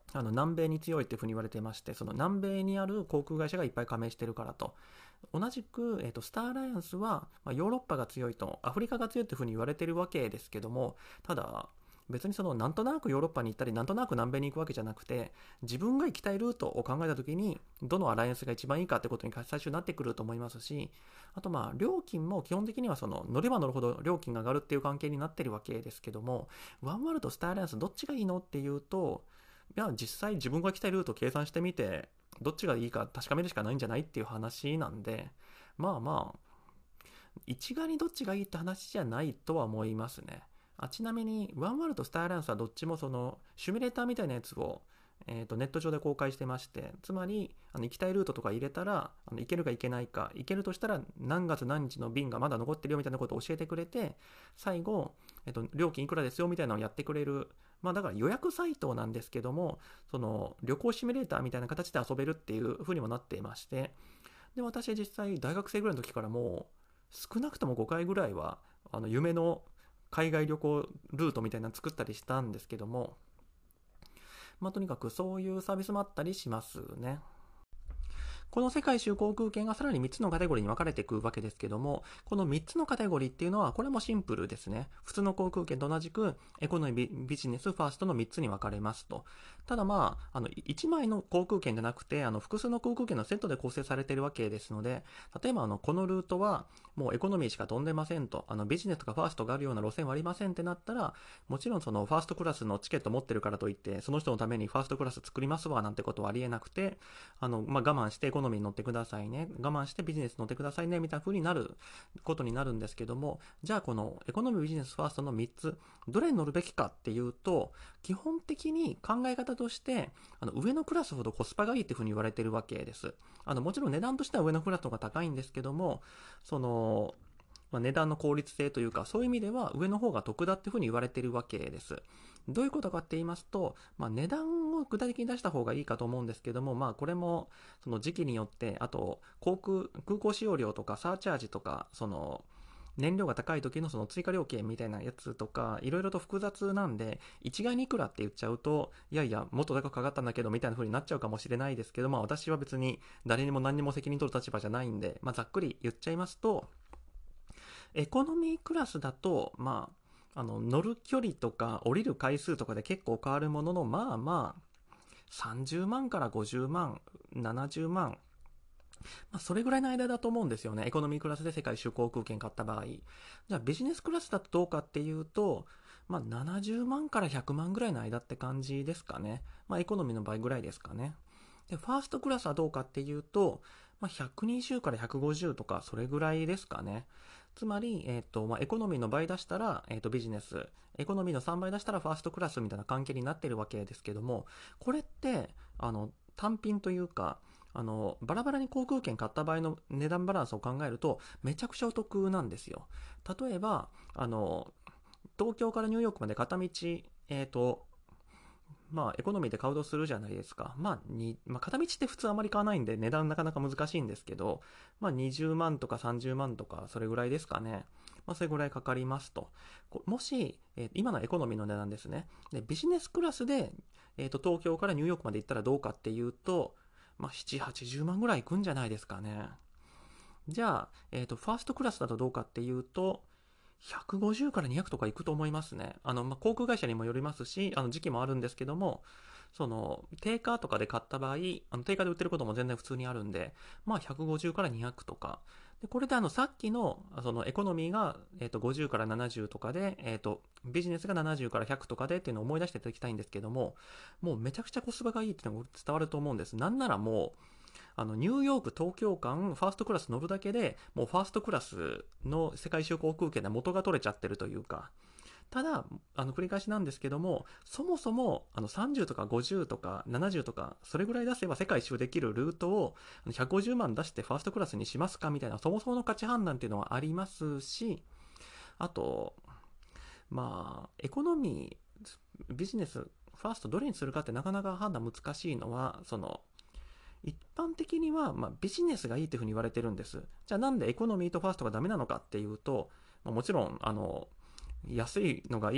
Speaker 1: あの南米に強いっていうふうに言われてまして、その南米にある航空会社がいっぱい加盟してるからと。同じく、えーと、スターアライアンスは、まあ、ヨーロッパが強いと、アフリカが強いっていうふうに言われてるわけですけども、ただ別にそのなんとなくヨーロッパに行ったりなんとなく南米に行くわけじゃなくて、自分が行きたいルートを考えた時にどのアライアンスが一番いいかってことに最終なってくると思いますし、あとまあ料金も基本的にはその乗れば乗るほど料金が上がるっていう関係になってるわけですけども、ワンワールドスターアライアンスどっちがいいのっていうと、いや実際自分が行きたいルートを計算してみてどっちがいいか確かめるしかないんじゃないっていう話なんで、まあまあ一概にどっちがいいって話じゃないとは思いますね。あちなみにワンワールドスターアライアンスはどっちもそのシミュレーターみたいなやつを、えー、とネット上で公開してまして、つまりあの行きたいルートとか入れたらあの行けるか行けないか、行けるとしたら何月何日の便がまだ残ってるよみたいなことを教えてくれて、最後、えー、と料金いくらですよみたいなのをやってくれる、まあだから予約サイトなんですけども、その旅行シミュレーターみたいな形で遊べるっていう風にもなっていまして、で私実際大学生ぐらいの時からもう少なくともごかいぐらいはあの夢の海外旅行ルートみたいなの作ったりしたんですけども、まあとにかくそういうサービスもあったりしますね。この世界一周航空券がさらにみっつのカテゴリーに分かれていくわけですけども、このみっつのカテゴリーっていうのはこれもシンプルですね。普通の航空券と同じくエコノミー、ビジネス、ファーストのみっつに分かれますと。ただまあ、あのいちまいの航空券じゃなくて、あの複数の航空券のセットで構成されているわけですので、例えばあのこのルートはもうエコノミーしか飛んでませんと、あのビジネスとかファーストがあるような路線はありませんってなったら、もちろんそのファーストクラスのチケット持ってるからといってその人のためにファーストクラス作りますわなんてことはありえなくて、あの、まあ、我慢してエコノミーに乗ってくださいね、我慢してビジネス乗ってくださいねみたいな風になることになるんですけども、じゃあこのエコノミー、ビジネス、ファーストのみっつどれに乗るべきかっていうと、基本的に考え方としてあの上のクラスほどコスパがいいっていう風に言われてるわけです。あのもちろん値段としては上のクラスの方が高いんですけども、そのまあ、値段の効率性というか、そういう意味では上の方が得だっていうふうに言われているわけです。どういうことかって言いますと、まあ、値段を具体的に出した方がいいかと思うんですけども、まあこれもその時期によって、あと航空空港使用料とかサーチャージとか、その燃料が高い時のその追加料金みたいなやつとかいろいろと複雑なんで、一概にいくらって言っちゃうと、いやいやもっと高くかかったんだけどみたいな風になっちゃうかもしれないですけど、まあ私は別に誰にも何にも責任取る立場じゃないんで、まあざっくり言っちゃいますと、エコノミークラスだと、まあ、あの乗る距離とか降りる回数とかで結構変わるものの、まあまあさんじゅうまんからごじゅうまん、ななじゅうまん、まあ、それぐらいの間だと思うんですよね。エコノミークラスで世界一周航空券買った場合。じゃあビジネスクラスだとどうかっていうと、まあ、ななじゅうまんからひゃくまんぐらいの間って感じですかね。まあエコノミーの倍ぐらいですかね。でファーストクラスはどうかっていうと、まあ、ひゃくにじゅうからひゃくごじゅうとかそれぐらいですかね。つまり、えーとまあ、エコノミーの倍出したら、えーとビジネス、エコノミーのさんばい出したらファーストクラスみたいな関係になっているわけですけども、これってあの単品というか、あのバラバラに航空券買った場合の値段バランスを考えるとめちゃくちゃお得なんですよ。例えばあの東京からニューヨークまで片道、えーとまあエコノミーで買うとするじゃないですか。まあに、まあ、片道って普通あまり買わないんで値段なかなか難しいんですけど、まあにじゅうまんとかさんじゅうまんとかそれぐらいですかね。まあそれぐらいかかりますと。もし、えー、今のエコノミーの値段ですね。でビジネスクラスで、えーと東京からニューヨークまで行ったらどうかっていうと、まあなな、はちじゅうまんぐらいいくんじゃないですかね。じゃあ、えーとファーストクラスだとどうかっていうと、ひゃくごじゅうからにひゃくとかいくと思いますね。あの、まあ、航空会社にもよりますし、あの時期もあるんですけども、その定価とかで買った場合、あの定価で売ってることも全然普通にあるんで、まあひゃくごじゅうからにひゃくとか。でこれであのさっきのそのエコノミーが、えー、とごじゅうからななじゅうとかで、えー、とビジネスがななじゅうからひゃくとかでっていうのを思い出していただきたいんですけども、もうめちゃくちゃコスパがいいっていうのが伝わると思うんです。なんならもうあのニューヨーク東京間ファーストクラス乗るだけでもうファーストクラスの世界一周航空券で元が取れちゃってるというか、ただあの繰り返しなんですけども、そもそもあのさんじゅうとかごじゅうとかななじゅうとかそれぐらい出せば世界一周できるルートをひゃくごじゅうまん出してファーストクラスにしますかみたいな、そもそもの価値判断っていうのはありますし、あとまあエコノミー、ビジネス、ファーストどれにするかってなかなか判断難しいのは、その一般的には、まあ、ビジネスがいいというふうに言われてるんです。じゃあなんでエコノミーとファーストがダメなのかっていうと、まあ、もちろんあの安いのがいい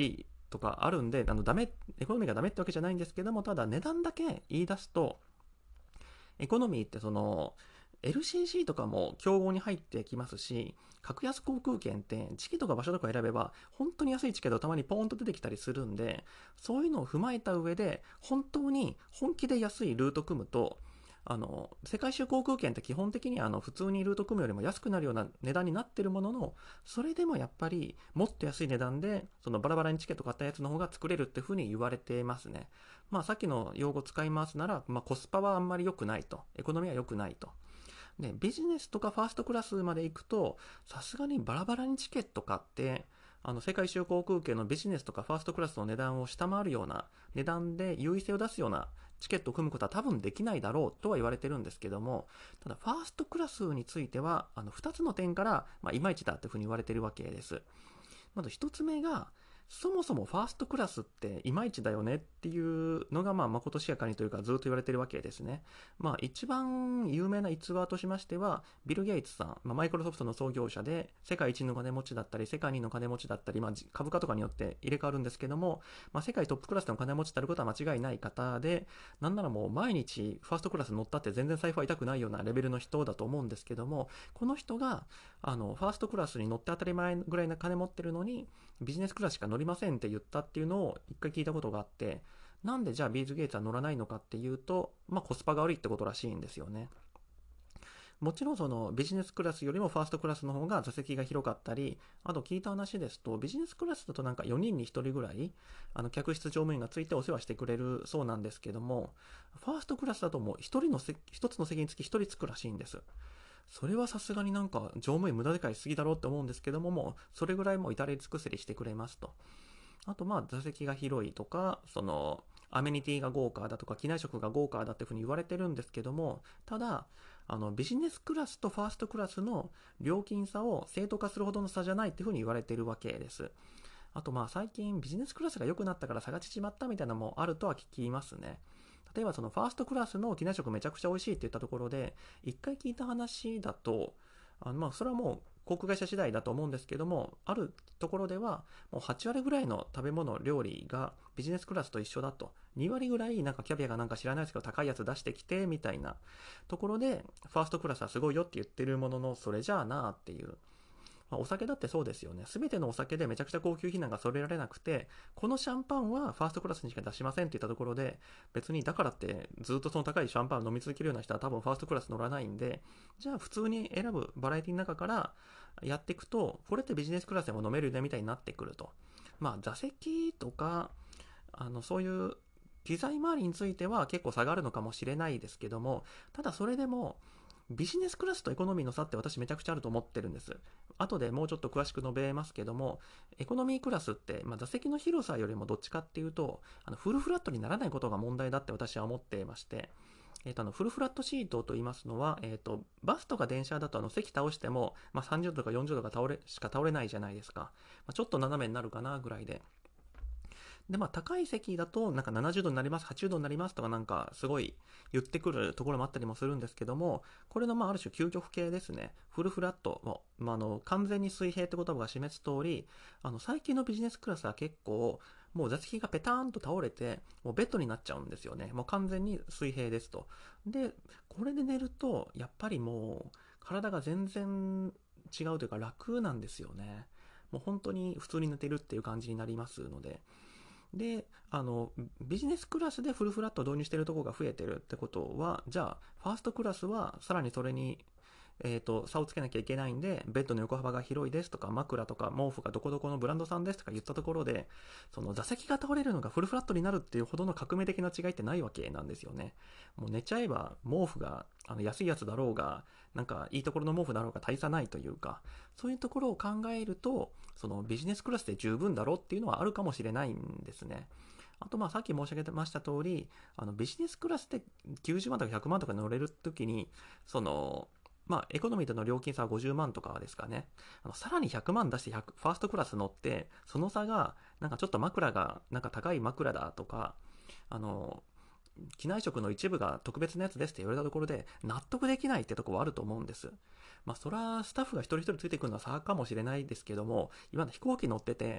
Speaker 1: とかあるんで、あのダメエコノミーがダメってわけじゃないんですけども、ただ値段だけ言い出すと、エコノミーってその エルシーシー とかも競合に入ってきますし、格安航空券って時期とか場所とか選べば本当に安いチケットたまにポーンと出てきたりするんで、そういうのを踏まえた上で本当に本気で安いルート組むと、あの世界周航空券って基本的にあの普通にルート組むよりも安くなるような値段になってるものの、それでもやっぱりもっと安い値段でそのバラバラにチケット買ったやつの方が作れるっていう風に言われてますね。まあさっきの用語使いますなら、まあ、コスパはあんまり良くないと、エコノミーは良くないと。でビジネスとかファーストクラスまで行くと、さすがにバラバラにチケット買ってあの世界周航空券のビジネスとかファーストクラスの値段を下回るような値段で優位性を出すようなチケットを組むことは多分できないだろうとは言われてるんですけども、ただファーストクラスについてはあのふたつの点から、まあ、いまいちだというふうに言われてるわけです。まずひとつめが、そもそもファーストクラスっていまいちだよねっていうのがまあまことしやかにというかずっと言われてるわけですね。まあ一番有名な逸話としましては、ビル・ゲイツさん、まあ、マイクロソフトの創業者で世界一の金持ちだったり世界二の金持ちだったり、まあ、株価とかによって入れ替わるんですけども、まあ、世界トップクラスの金持ちであることは間違いない方で、なんならもう毎日ファーストクラス乗ったって全然財布は痛くないようなレベルの人だと思うんですけども、この人があのファーストクラスに乗って当たり前ぐらいの金持ってるのにビジネスクラスしか乗りませんって言ったっていうのを一回聞いたことがあって、なんでじゃあビル・ゲイツは乗らないのかっていうと、まあコスパが悪いってことらしいんですよね。もちろんそのビジネスクラスよりもファーストクラスの方が座席が広かったり、あと聞いた話ですとビジネスクラスだとなんかよにんにひとりぐらいあの客室乗務員がついてお世話してくれるそうなんですけども、ファーストクラスだともうひとりのひとつの席につきひとりつくらしいんです。それはさすがになんか乗務員無駄遣いしすぎだろうって思うんですけども、もうそれぐらいもう至れり尽くせりしてくれますと。あとまあ座席が広いとか、そのアメニティが豪華だとか機内食が豪華だっていうふうに言われてるんですけども、ただあのビジネスクラスとファーストクラスの料金差を正当化するほどの差じゃないっていうふうに言われてるわけです。あとまあ最近ビジネスクラスが良くなったから差が縮まったみたいなのもあるとは聞きますね。例えばそのファーストクラスの機内食めちゃくちゃ美味しいって言ったところで、一回聞いた話だと、あのまあそれはもう航空会社次第だと思うんですけども、あるところではもうはちわりぐらいの食べ物料理がビジネスクラスと一緒だと、にわりぐらいなんかキャビアがなんか知らないですけど高いやつ出してきてみたいなところで、ファーストクラスはすごいよって言ってるものの、それじゃあなっていう。まあ、お酒だってそうですよね。すべてのお酒でめちゃくちゃ高級品なんか揃えられなくて、このシャンパンはファーストクラスにしか出しませんって言ったところで、別にだからってずっとその高いシャンパンを飲み続けるような人は多分ファーストクラス乗らないんで、じゃあ普通に選ぶバラエティの中からやっていくと、これってビジネスクラスでも飲めるねみたいになってくると。まあ座席とか、あのそういう機材周りについては結構差があるのかもしれないですけども、ただそれでもビジネスクラスとエコノミーの差って私めちゃくちゃあると思ってるんです。後でもうちょっと詳しく述べますけども、エコノミークラスって、まあ、座席の広さよりもどっちかっていうと、あのフルフラットにならないことが問題だって私は思っていまして、えー、とあのフルフラットシートと言いますのは、えー、とバスとか電車だとあの席倒しても、まあ、さんじゅうどとかよんじゅうどが倒れしか倒れないじゃないですか。まあ、ちょっと斜めになるかなぐらいで。で、まあ、高い席だと、なんかななじゅうどになります、はちじゅうどになりますとかなんかすごい言ってくるところもあったりもするんですけども、これのまあある種究極系ですね。フルフラットも、まあ、あの完全に水平って言葉が示す通り、あの最近のビジネスクラスは結構もう座席がペターンと倒れて、もうベッドになっちゃうんですよね。もう完全に水平ですと。で、これで寝ると、やっぱりもう体が全然違うというか楽なんですよね。もう本当に普通に寝てるっていう感じになりますので。で、あのビジネスクラスでフルフラットを導入しているところが増えてるってことは、じゃあファーストクラスはさらにそれに、えー、と差をつけなきゃいけないんで、ベッドの横幅が広いですとか、枕とか毛布がどこどこのブランドさんですとか言ったところで、その座席が倒れるのがフルフラットになるっていうほどの革命的な違いってないわけなんですよね。もう寝ちゃえば毛布があの安いやつだろうが、なんかいいところの毛布だろうが大差ないというか、そういうところを考えると、そのビジネスクラスで十分だろうっていうのはあるかもしれないんですね。あとまあさっき申し上げました通り、あのビジネスクラスできゅうじゅうまんとかひゃくまんとか乗れるときに、そのまあエコノミーとの料金差はごじゅうまんとかですかね。あのさらにひゃくまん出してファーストクラス乗って、その差がなんかちょっと枕がなんか高い枕だとか、あの機内食の一部が特別なやつですって言われたところで納得できないってところはあると思うんです。まあそらスタッフが一人一人ついてくるのは差かもしれないですけども、今の飛行機乗ってて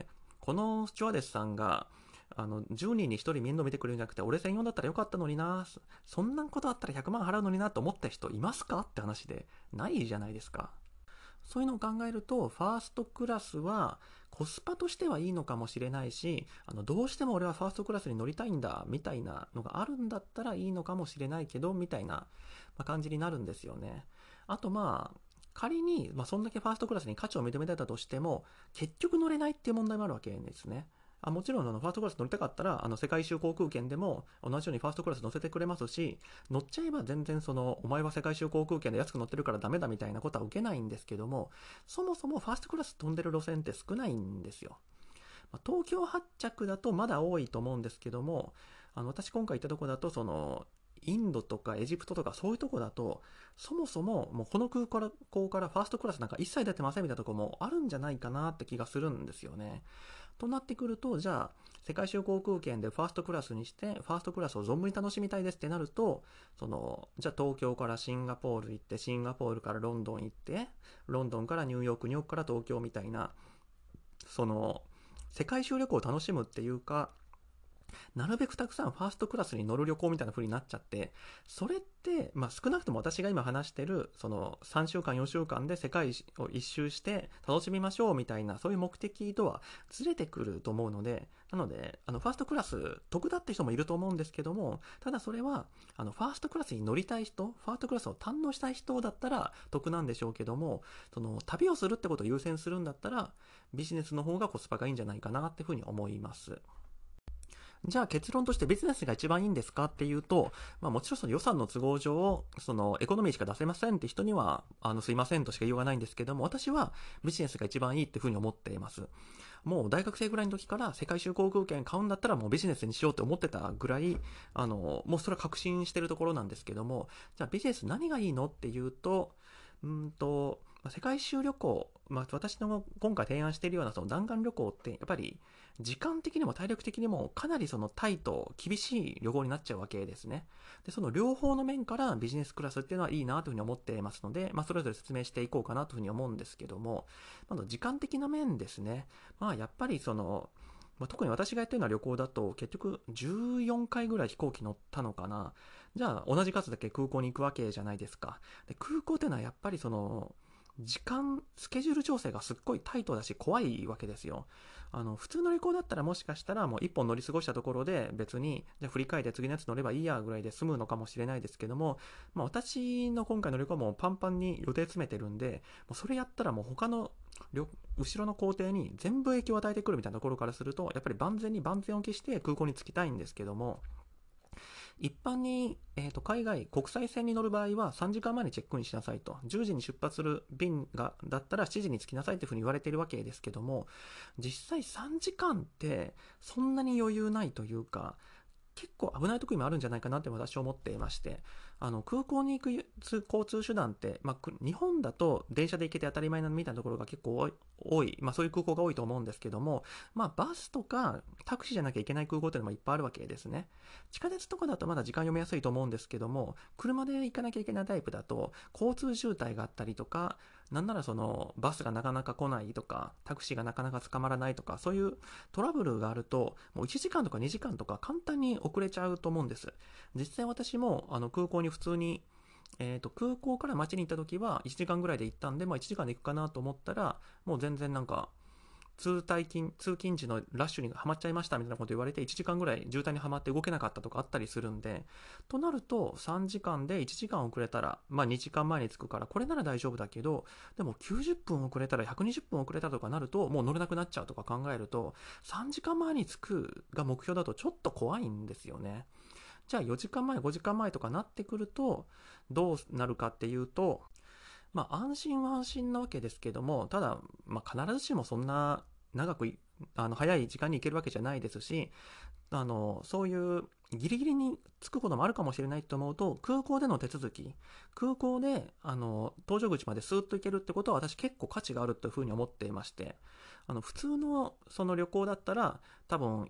Speaker 1: このスチュワーデスさんがあのじゅうにんにひとり面倒見てくれるんじゃなくて俺専用だったらよかったのにな、そんなことあったらひゃくまん払うのになと思った人いますかって話で、ないじゃないですか。そういうのを考えるとファーストクラスはコスパとしてはいいのかもしれないし、あのどうしても俺はファーストクラスに乗りたいんだみたいなのがあるんだったらいいのかもしれないけどみたいな感じになるんですよね。あとまあ仮に、まあ、そんだけファーストクラスに価値を認めてたとしても結局乗れないっていう問題もあるわけですね。あもちろんあのファーストクラス乗りたかったらあの世界一周航空券でも同じようにファーストクラス乗せてくれますし、乗っちゃえば全然そのお前は世界一周航空券で安く乗ってるからダメだみたいなことは受けないんですけども、そもそもファーストクラス飛んでる路線って少ないんですよ。まあ、東京発着だとまだ多いと思うんですけども、あの私今回行ったとこだとそのインドとかエジプトとかそういうとこだとそもそももうこの空港からファーストクラスなんか一切出てませんみたいなとこもあるんじゃないかなって気がするんですよね。となってくると、じゃあ世界一周航空券でファーストクラスにしてファーストクラスを存分に楽しみたいですってなると、そのじゃあ東京からシンガポール行って、シンガポールからロンドン行って、ロンドンからニューヨーク、ニューヨークから東京みたいな、その世界一周旅行を楽しむっていうか、なるべくたくさんファーストクラスに乗る旅行みたいな風になっちゃって、それって、まあ、少なくとも私が今話してるそのさんしゅうかんよんしゅうかんで世界を一周して楽しみましょうみたいな、そういう目的とはずれてくると思うので、なのであのファーストクラス得だって人もいると思うんですけども、ただそれはあのファーストクラスに乗りたい人、ファーストクラスを堪能したい人だったら得なんでしょうけども、その旅をするってことを優先するんだったらビジネスの方がコスパがいいんじゃないかなっていうふうに思います。じゃあ結論としてビジネスが一番いいんですかっていうと、まあ、もちろんその予算の都合上そのエコノミーしか出せませんって人にはあのすいませんとしか言いようがないんですけども、私はビジネスが一番いいっていうふうに思っています。もう大学生ぐらいの時から世界一周航空券買うんだったらもうビジネスにしようって思ってたぐらい、あのもうそれは確信してるところなんですけども、じゃあビジネス何がいいのっていうと、うんと世界一周旅行、まあ、私の今回提案しているようなその弾丸旅行ってやっぱり時間的にも体力的にもかなりそのタイト厳しい旅行になっちゃうわけですね。でその両方の面からビジネスクラスっていうのはいいなというふうに思っていますので、まあ、それぞれ説明していこうかなというふうに思うんですけども、まず時間的な面ですね。まあやっぱりそのまあ、特に私がやってるような旅行だと結局じゅうよんかいぐらい飛行機乗ったのかな。じゃあ同じ数だけ空港に行くわけじゃないですか。で空港っていうのはやっぱりその時間スケジュール調整がすっごいタイトだし怖いわけですよ。あの普通の旅行だったらもしかしたらもう一本乗り過ごしたところで別にじゃあ振り返って次のやつ乗ればいいやぐらいで済むのかもしれないですけども、まあ、私の今回の旅行はもうパンパンに予定詰めてるんで、もうそれやったらもう他の後ろの工程に全部影響を与えてくるみたいなところからすると、やっぱり万全に万全を期して空港に着きたいんですけども、一般に、えーと、海外国際線に乗る場合はさんじかんまえにチェックインしなさいと、じゅうじに出発する便がだったらしちじに着きなさいというふうに言われているわけですけども、実際さんじかんってそんなに余裕ないというか、結構危ないところもあるんじゃないかなって私は思っていまして、あの空港に行く交通手段って、まあ、日本だと電車で行けて当たり前なみたいなところが結構多い、まあ、そういう空港が多いと思うんですけども、まあ、バスとかタクシーじゃなきゃいけない空港っていうのもいっぱいあるわけですね。地下鉄とかだとまだ時間読みやすいと思うんですけども、車で行かなきゃいけないタイプだと交通渋滞があったりとか、なんならそのバスがなかなか来ないとかタクシーがなかなか捕まらないとか、そういうトラブルがあるともういちじかんとかにじかんとか簡単に遅れちゃうと思うんです。実際私もあの空港に普通にえーと空港から街に行った時はいちじかんぐらいで行ったんで、まあ、いちじかんで行くかなと思ったらもう全然なんか通勤通勤時のラッシュにはまっちゃいましたみたいなこと言われていちじかんぐらい渋滞にはまって動けなかったとかあったりするんで、となるとさんじかんでいちじかん遅れたらまあにじかんまえに着くからこれなら大丈夫だけど、でもきゅうじゅっぷん遅れたらひゃくにじゅっぷん遅れたとかなるともう乗れなくなっちゃうとか考えると、さんじかんまえに着くが目標だとちょっと怖いんですよね。じゃあよじかんまえごじかんまえとかなってくるとどうなるかっていうと、まあ安心は安心なわけですけども、ただまあ必ずしもそんな長くあの早い時間に行けるわけじゃないですし、あのそういうギリギリに着くこともあるかもしれないと思うと、空港での手続き、空港であの搭乗口までスーッと行けるってことは私結構価値があるというふうに思っていまして、あの普通のその旅行だったら多分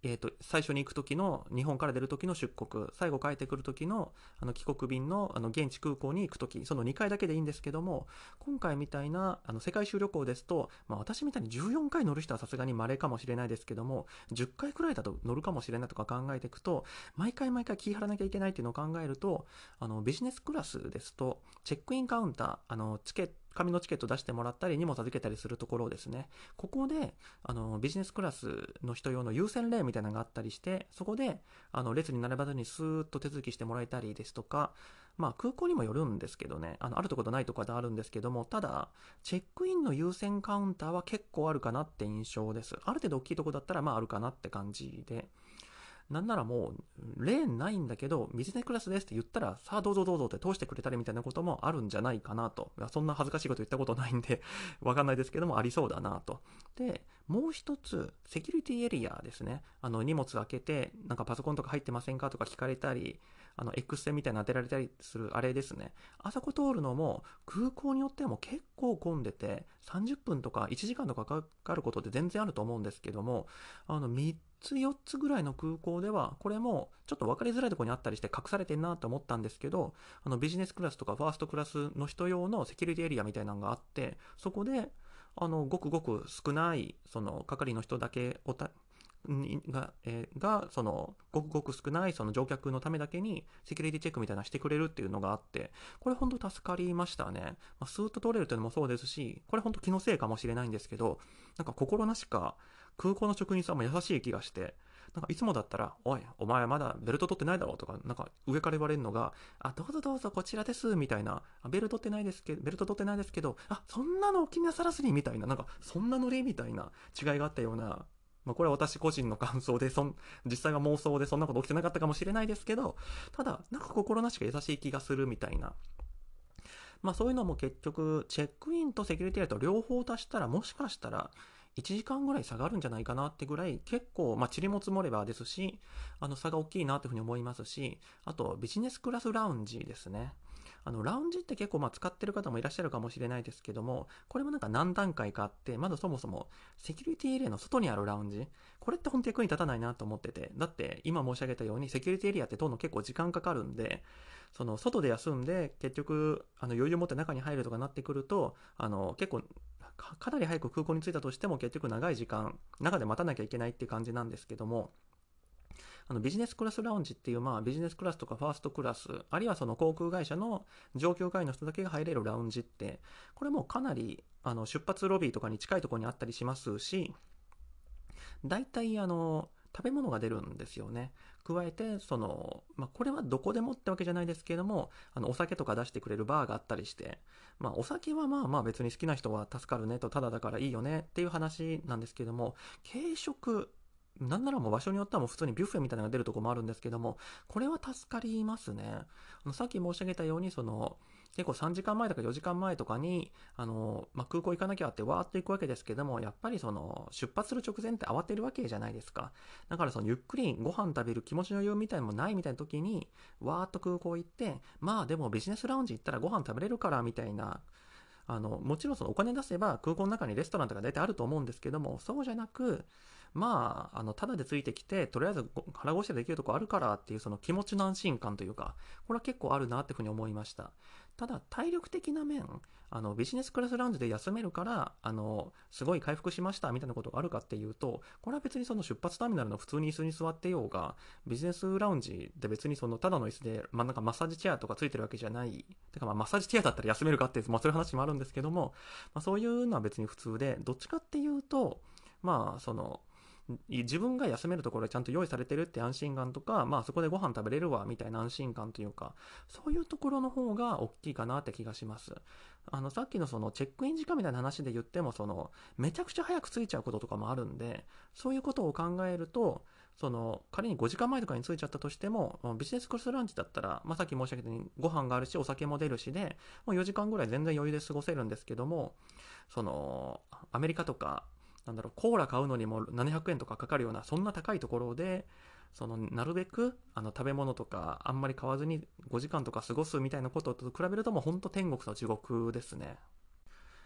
Speaker 1: えーと、最初に行く時の日本から出る時の出国、最後帰ってくる時のあの帰国便のあの現地空港に行く時、そのにかいだけでいいんですけども、今回みたいなあの世界一周旅行ですと、まあ、私みたいにじゅうよんかい乗る人はさすがに稀かもしれないですけども、じゅっかいくらいだと乗るかもしれないとか考えていくと、毎回毎回気張らなきゃいけないっていうのを考えると、あのビジネスクラスですとチェックインカウンター、あのチケット紙のチケット出してもらったり荷物預けたりするところですね。ここであのビジネスクラスの人用の優先レーンみたいなのがあったりして、そこであの列に並ばずにスーッと手続きしてもらえたりですとか、まあ空港にもよるんですけどね、あのあるところとないところであるんですけども、ただチェックインの優先カウンターは結構あるかなって印象です。ある程度大きいところだったらまああるかなって感じで、なんならもうレーンないんだけどビジネスクラスですって言ったら、さあどうぞどうぞって通してくれたりみたいなこともあるんじゃないかなと。いやそんな恥ずかしいこと言ったことないんでわかんないですけども、ありそうだなと。でもう一つセキュリティエリアですね。あの荷物開けてなんかパソコンとか入ってませんかとか聞かれたり、あの X 線みたいなの当てられたりするあれですね。あそこ通るのも空港によってはもう結構混んでてさんじゅっぷんとかいちじかんとかかかることって全然あると思うんですけども、あのみっつよっつぐらいの空港ではこれもちょっと分かりづらいところにあったりして隠されてんなと思ったんですけど、あのビジネスクラスとかファーストクラスの人用のセキュリティエリアみたいなのがあって、そこであのごくごく少ないその係の人だけおたが、えー、がそのごくごく少ないその乗客のためだけにセキュリティチェックみたいなのしてくれるっていうのがあって、これ本当助かりましたね。まあ、スーッと通れるっていうのもそうですし、これ本当気のせいかもしれないんですけど、なんか心なしか空港の職員さんも優しい気がして、なんかいつもだったらおいお前まだベルト取ってないだろうとか、なんか上から言われるのが、あどうぞどうぞこちらですみたいな、ベルト取ってないですけどベルト取ってないですけど、あそんなのお気になさらずにみたいな、なんかそんなノリみたいな違いがあったような。まあ、これは私個人の感想で、そん実際は妄想でそんなこと起きてなかったかもしれないですけど、ただなんか心なしか優しい気がするみたいな。まあそういうのも結局チェックインとセキュリティエリアと両方足したら、もしかしたらいちじかんぐらい差があるんじゃないかなってぐらい、結構まあ塵も積もればですし、あの差が大きいなというふうに思いますし、あとビジネスクラスラウンジですね。あのラウンジって結構まあ使ってる方もいらっしゃるかもしれないですけども、これもなんか何段階かあって、まずそもそもセキュリティエリアの外にあるラウンジ、これって本当に役に立たないなと思ってて、だって今申し上げたようにセキュリティエリアって通るの結構時間かかるんで、その外で休んで結局あの余裕を持って中に入るとかなってくると、あの結構かかなり早く空港に着いたとしても結局長い時間中で待たなきゃいけないっていう感じなんですけども、あのビジネスクラスラウンジっていう、まあビジネスクラスとかファーストクラス、あるいはその航空会社の上級会員の人だけが入れるラウンジって、これもかなりあの出発ロビーとかに近いところにあったりしますし、大体あの食べ物が出るんですよね。加えてその、まあ、これはどこでもってわけじゃないですけれども、あのお酒とか出してくれるバーがあったりして、まあ、お酒はまあまあ別に好きな人は助かるねと、ただだからいいよねっていう話なんですけども、軽食なんならもう場所によってはもう普通にビュッフェみたいなのが出るところもあるんですけども、これは助かりますね。あのさっき申し上げたように、その結構さんじかんまえとかよじかんまえとかにあの、まあ、空港行かなきゃってわーっと行くわけですけども、やっぱりその出発する直前って慌てるわけじゃないですか。だからそのゆっくりご飯食べる気持ちの余裕みたいなのもないみたいな時にわーっと空港行って、まあでもビジネスラウンジ行ったらご飯食べれるからみたいな、あのもちろんそのお金出せば空港の中にレストランとか大体あると思うんですけども、そうじゃなく、まあ、あのただでついてきてとりあえず腹ごしらえできるとこあるからっていうその気持ちの安心感というか、これは結構あるなっていうふうに思いました。ただ体力的な面、あのビジネスクラスラウンジで休めるからあのすごい回復しましたみたいなことがあるかっていうと、これは別にその出発ターミナルの普通に椅子に座ってようが、ビジネスラウンジで別にそのただの椅子で、まあ、なんかマッサージチェアとかついてるわけじゃない。てかまあマッサージチェアだったら休めるかっていう、まあ、そういう話もあるんですけども、まあ、そういうのは別に普通で、どっちかっていうとまあその自分が休めるところでちゃんと用意されてるって安心感とか、まあそこでご飯食べれるわみたいな安心感というか、そういうところの方が大きいかなって気がします。あのさっきのそのチェックイン時間みたいな話で言っても、そのめちゃくちゃ早く着いちゃうこととかもあるんで、そういうことを考えると、その仮にごじかんまえとかに着いちゃったとしても、ビジネスクラスランチだったら、まあ、さっき申し上げたようにご飯があるしお酒も出るしで、もうよじかんぐらい全然余裕で過ごせるんですけども、そのアメリカとかなんだろう、コーラ買うのにもななひゃくえんとかかかるような、そんな高いところで、そのなるべくあの食べ物とかあんまり買わずにごじかんとか過ごすみたいなことと比べると、もう本当天国と地獄ですね。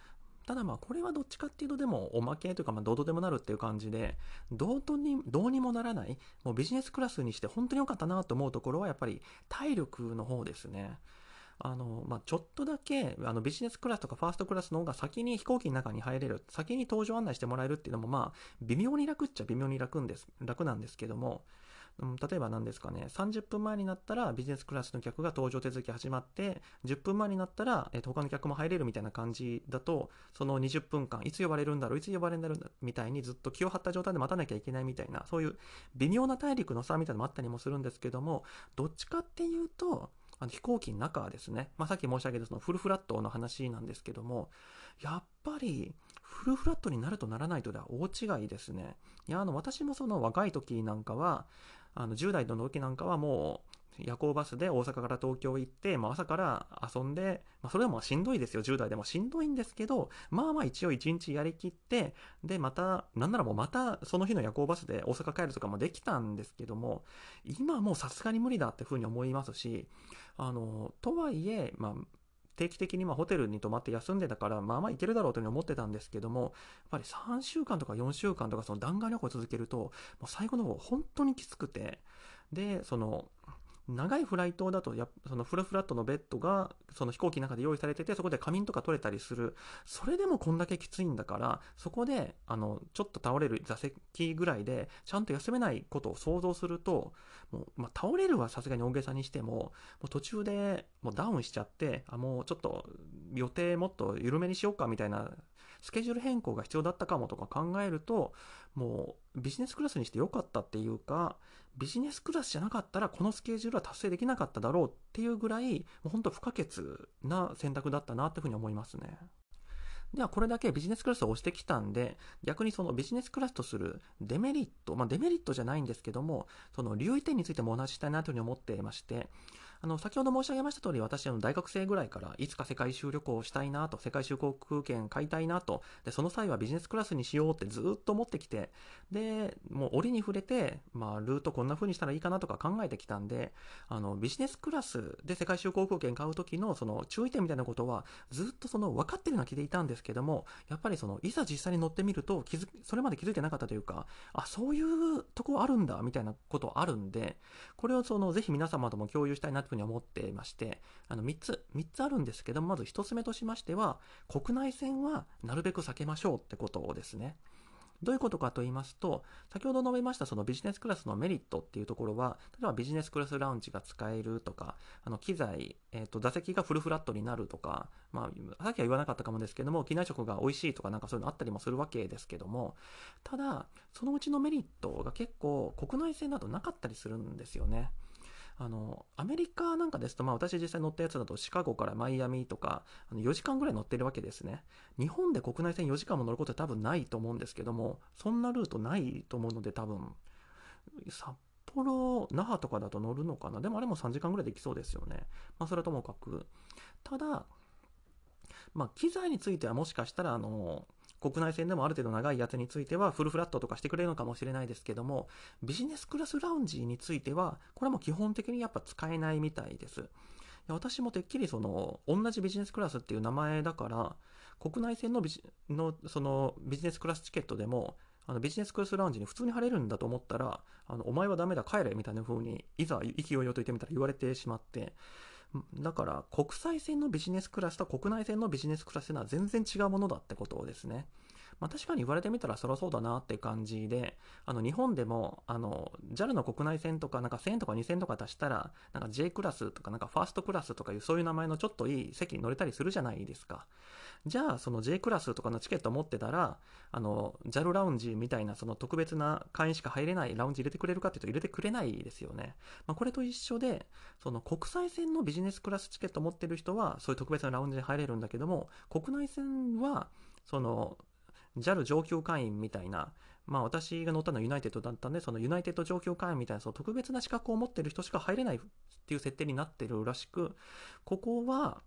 Speaker 1: ただまあこれはどっちかっていうとでもおまけというかまあどうとでもなるっていう感じで、どうとにどうにもならない、もうビジネスクラスにして本当に良かったなと思うところはやっぱり体力の方ですね。あの、まあ、ちょっとだけ、あの、ビジネスクラスとかファーストクラスの方が先に飛行機の中に入れる、先に搭乗案内してもらえるっていうのも、まあ、微妙に楽っちゃ微妙に楽んです、楽なんですけども、うん、例えば何ですかね、さんじゅっぷんまえになったらビジネスクラスの客が搭乗手続き始まって、じゅっぷんまえになったら、えっと、他の客も入れるみたいな感じだと、そのにじゅっぷんかん、いつ呼ばれるんだろう、いつ呼ばれるんだろう、みたいにずっと気を張った状態で待たなきゃいけないみたいな、そういう微妙な体力の差みたいなのもあったりもするんですけども、どっちかっていうと、あの飛行機の中はですね、まあ、さっき申し上げたそのフルフラットの話なんですけども、やっぱりフルフラットになるとならないとでは大違いですね。いや、あの私もその若い時なんかは、あのじゅう代の時なんかはもう夜行バスで大阪から東京行って、まあ、朝から遊んで、まあ、それでもしんどいですよ。じゅう代でもしんどいんですけど、まあまあ一応一日やりきって、でまたなんならもうまたその日の夜行バスで大阪帰るとかもできたんですけども、今はもうさすがに無理だってふうに思いますし、あのとはいえ、まあ定期的にまあホテルに泊まって休んでたから、まあまあいけるだろうというふうに思ってたんですけども、やっぱりさんしゅうかんとかよんしゅうかんとかその弾丸旅行を続けると、もう最後の方本当にきつくて、で、その、長いフライトだとやそのフルフラットのベッドがその飛行機の中で用意されてて、そこで仮眠とか取れたりする。それでもこんだけきついんだから、そこであのちょっと倒れる座席ぐらいでちゃんと休めないことを想像すると、もう、まあ、倒れるはさすがに大げさにしても、もう途中でもうダウンしちゃって、あもうちょっと予定もっと緩めにしようかみたいなスケジュール変更が必要だったかもとか考えると、もうビジネスクラスにしてよかったっていうか、ビジネスクラスじゃなかったらこのスケジュールは達成できなかっただろうっていうぐらい、もう本当不可欠な選択だったなっていうふうに思いますね。ではこれだけビジネスクラスを押してきたんで、逆にそのビジネスクラスとするデメリット、まあデメリットじゃないんですけども、その留意点についてもお話ししたいなというふうに思っていまして、あの先ほど申し上げました通り、私は大学生ぐらいからいつか世界一周旅行をしたいなと、世界一周航空券買いたいなと、でその際はビジネスクラスにしようってずっと思ってきて、でもう折に触れて、まあ、ルートこんな風にしたらいいかなとか考えてきたんで、あのビジネスクラスで世界一周航空券買う時のその注意点みたいなことはずっとその分かってるのは聞いていたんですけども、やっぱりそのいざ実際に乗ってみると気づそれまで気づいてなかったというか、あそういうとこあるんだみたいなことあるんで、これをそのぜひ皆様とも共有したいなというふうに思っていまして、あのみっつみっつあるんですけども、まずひとつめとしましては、国内線はなるべく避けましょうってことですね。どういうことかと言いますと、先ほど述べましたそのビジネスクラスのメリットっていうところは、例えばビジネスクラスラウンジが使えるとか、あの機材、えーと、座席がフルフラットになるとか、まあ、さっきは言わなかったかもですけども、機内食が美味しいとかなんかそういうのあったりもするわけですけども、ただ、そのうちのメリットが結構国内線だとなかったりするんですよね。あのアメリカなんかですと、まあ、私実際乗ったやつだとシカゴからマイアミとかあのよじかんぐらい乗ってるわけですね。日本で国内線よじかんも乗ることは多分ないと思うんですけども、そんなルートないと思うので、多分札幌那覇とかだと乗るのかな。でもあれもさんじかんぐらいできそうですよね。まあそれはともかく、ただまあ機材についてはもしかしたらあの国内線でもある程度長いやつについてはフルフラットとかしてくれるのかもしれないですけども、ビジネスクラスラウンジについてはこれも基本的にやっぱ使えないみたいです。私もてっきりその同じビジネスクラスっていう名前だから、国内線のビジのそのビジネスクラスチケットでもあのビジネスクラスラウンジに普通に入れるんだと思ったら、あのお前はダメだ帰れみたいな風にいざ意気揚々と言ってみたら言われてしまって、だから国際線のビジネスクラスと国内線のビジネスクラスというのは全然違うものだってことですね。まあ、確かに言われてみたらそりゃそうだなって感じで、あの日本でもあの ジャル の国内線とかなんかせんえんとかにせんえんとか足したらなんか J クラスとかなんかファーストクラスとかいうそういう名前のちょっといい席に乗れたりするじゃないですか。じゃあその J クラスとかのチケットを持ってたら、あの ジャル ラウンジみたいなその特別な会員しか入れないラウンジ入れてくれるかっていうと入れてくれないですよね。まあ、これと一緒で、その国際線のビジネスクラスチケットを持ってる人はそういう特別なラウンジに入れるんだけども、国内線はそのジャル 上級会員みたいな、まあ私が乗ったのはユナイテッドだったんで、そのユナイテッド上級会員みたいなその特別な資格を持っている人しか入れないっていう設定になっているらしく、ここは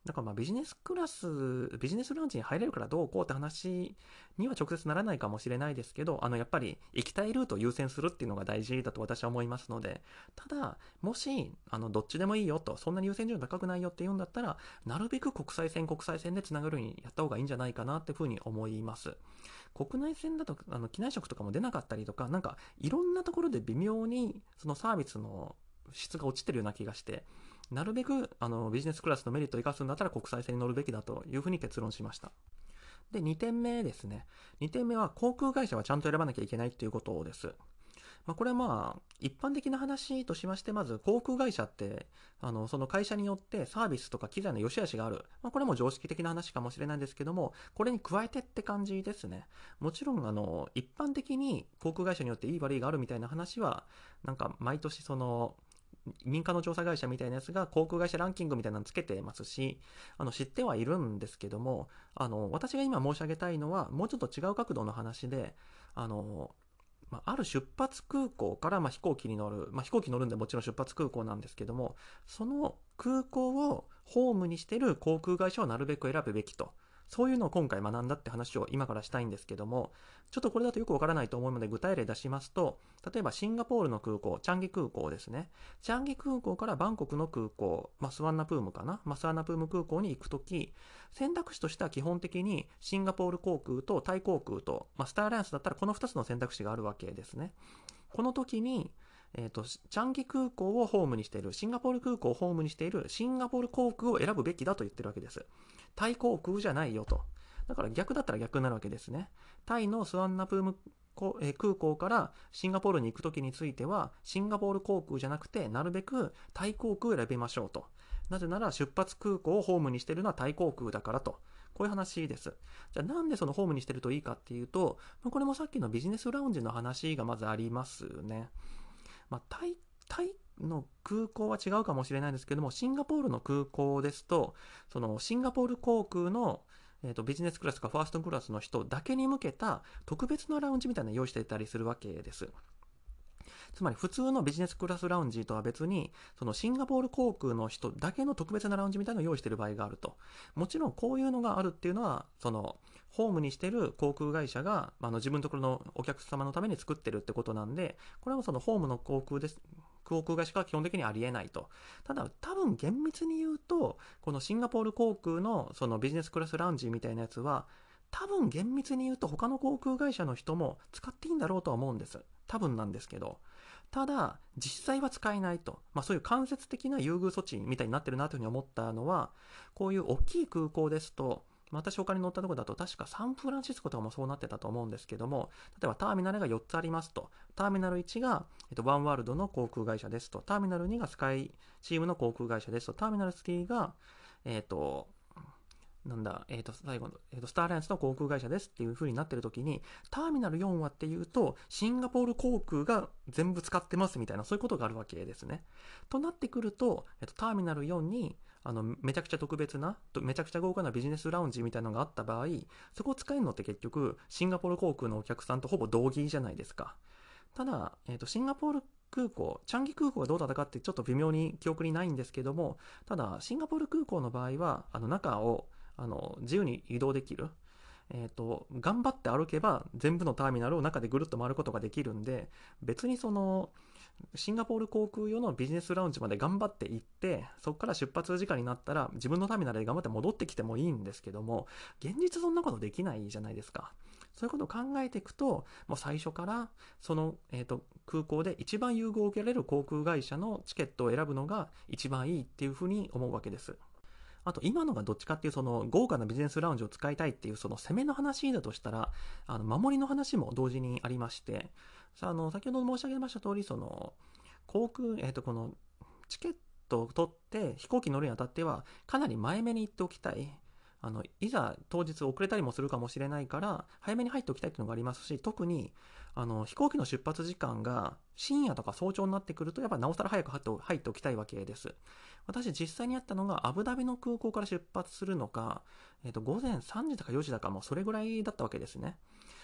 Speaker 1: だからまあビジネスクラス、ビジネスラウンジに入れるからどうこうって話には直接ならないかもしれないですけど、あのやっぱり行きたいルートを優先するっていうのが大事だと私は思いますので、ただ、もし、あの、どっちでもいいよと、そんなに優先順位高くないよって言うんだったら、なるべく国際線、国際線でつながるようにやった方がいいんじゃないかなっていうふうに思います。国内線だと、あの、機内食とかも出なかったりとか、なんか、いろんなところで微妙に、そのサービスの質が落ちてるような気がして、なるべくあのビジネスクラスのメリットを生かすんだったら国際線に乗るべきだというふうに結論しました。で、にてんめですね。にてんめは航空会社はちゃんと選ばなきゃいけないっていうことです。まあ、これはまあ、一般的な話としまして、まず航空会社って、あの、その会社によってサービスとか機材の良し悪しがある。まあ、これも常識的な話かもしれないんですけども、これに加えてって感じですね。もちろん、あの、一般的に航空会社によっていい悪いがあるみたいな話は、なんか毎年その、民間の調査会社みたいなやつが航空会社ランキングみたいなのつけてますし、あの知ってはいるんですけども、あの私が今申し上げたいのはもうちょっと違う角度の話で、あのまあ、ある出発空港からまあ飛行機に乗る、まあ、飛行機乗るんでもちろん出発空港なんですけども、その空港をホームにしている航空会社をなるべく選ぶべきと。そういうのを今回学んだって話を今からしたいんですけども、ちょっとこれだとよくわからないと思うので具体例出しますと、例えばシンガポールの空港、チャンギ空港ですね。チャンギ空港からバンコクの空港、まあ、スワンナプームかな、まあ、スワンナプーム空港に行くとき、選択肢としては基本的にシンガポール航空とタイ航空と、まあ、スターアライアンスだったらこのふたつの選択肢があるわけですね。この時に、えっと、チャンギ空港をホームにしている、シンガポール空港をホームにしているシンガポール航空を選ぶべきだと言ってるわけです。タイ航空じゃないよと。だから逆だったら逆になるわけですね。タイのスワンナプーム空港からシンガポールに行くときについては、シンガポール航空じゃなくて、なるべくタイ航空を選びましょうと。なぜなら出発空港をホームにしているのはタイ航空だからと。こういう話です。じゃあなんでそのホームにしてるといいかっていうと、これもさっきのビジネスラウンジの話がまずありますね。まあ、タイ、タイの空港は違うかもしれないですけども、シンガポールの空港ですと、そのシンガポール航空のえーと、ビジネスクラスかファーストクラスの人だけに向けた特別なラウンジみたいなのを用意していたりするわけです。つまり普通のビジネスクラスラウンジとは別に、そのシンガポール航空の人だけの特別なラウンジみたいなのを用意している場合があると。もちろんこういうのがあるっていうのは、そのホームにしている航空会社があの自分のところのお客様のために作ってるってことなんで、これはそのホームの航空です。航空会社が基本的にありえないと。ただ多分厳密に言うと、このシンガポール航空のそのビジネスクラスラウンジみたいなやつは、多分厳密に言うと他の航空会社の人も使っていいんだろうとは思うんです。多分なんですけど。ただ、実際は使えないと。まあそういう間接的な優遇措置みたいになってるなというふうに思ったのは、こういう大きい空港ですと、私他に乗ったところだと確かサンフランシスコとかもそうなってたと思うんですけども、例えばターミナルがよっつありますと。ターミナルいちが、えっと、ワンワールドの航空会社ですと。ターミナルにがスカイチームの航空会社ですと。ターミナルスリーが、えっと、なんだ、えっ、ー、と、最後の、えっ、ー、と、スターアライアンスの航空会社ですっていう風になってる時に、ターミナルよんはっていうと、シンガポール航空が全部使ってますみたいな、そういうことがあるわけですね。となってくると、えっ、ー、と、ターミナルよんに、あの、めちゃくちゃ特別な、めちゃくちゃ豪華なビジネスラウンジみたいなのがあった場合、そこを使えるのって結局、シンガポール航空のお客さんとほぼ同義じゃないですか。ただ、えっ、と、シンガポール空港、チャンギ空港がどうだったかってちょっと微妙に記憶にないんですけども、ただ、シンガポール空港の場合は、あの、中を、あの自由に移動できる、えーと、頑張って歩けば全部のターミナルを中でぐるっと回ることができるんで、別にそのシンガポール航空用のビジネスラウンジまで頑張って行って、そこから出発時間になったら自分のターミナルで頑張って戻ってきてもいいんですけども、現実そんなことできないじゃないですか。そういうことを考えていくと、もう最初からその、えーと、空港で一番優遇を受けられる航空会社のチケットを選ぶのが一番いいっていうふうに思うわけです。あと今のがどっちかっていうその豪華なビジネスラウンジを使いたいっていうその攻めの話だとしたら、あの守りの話も同時にありまして、さあ、あの先ほど申し上げました通り、その航空、えっとこのチケットを取って飛行機に乗るにあたってはかなり前目に行っておきたい。あのいざ当日遅れたりもするかもしれないから早めに入っておきたいっていうのがありますし、特にあの飛行機の出発時間が深夜とか早朝になってくるとやっぱなおさら早く入っておきたいわけです。私実際にやったのがアブダビの空港から出発するのか、えーと、午前さんじだかよじだかもそれぐらいだったわけですね。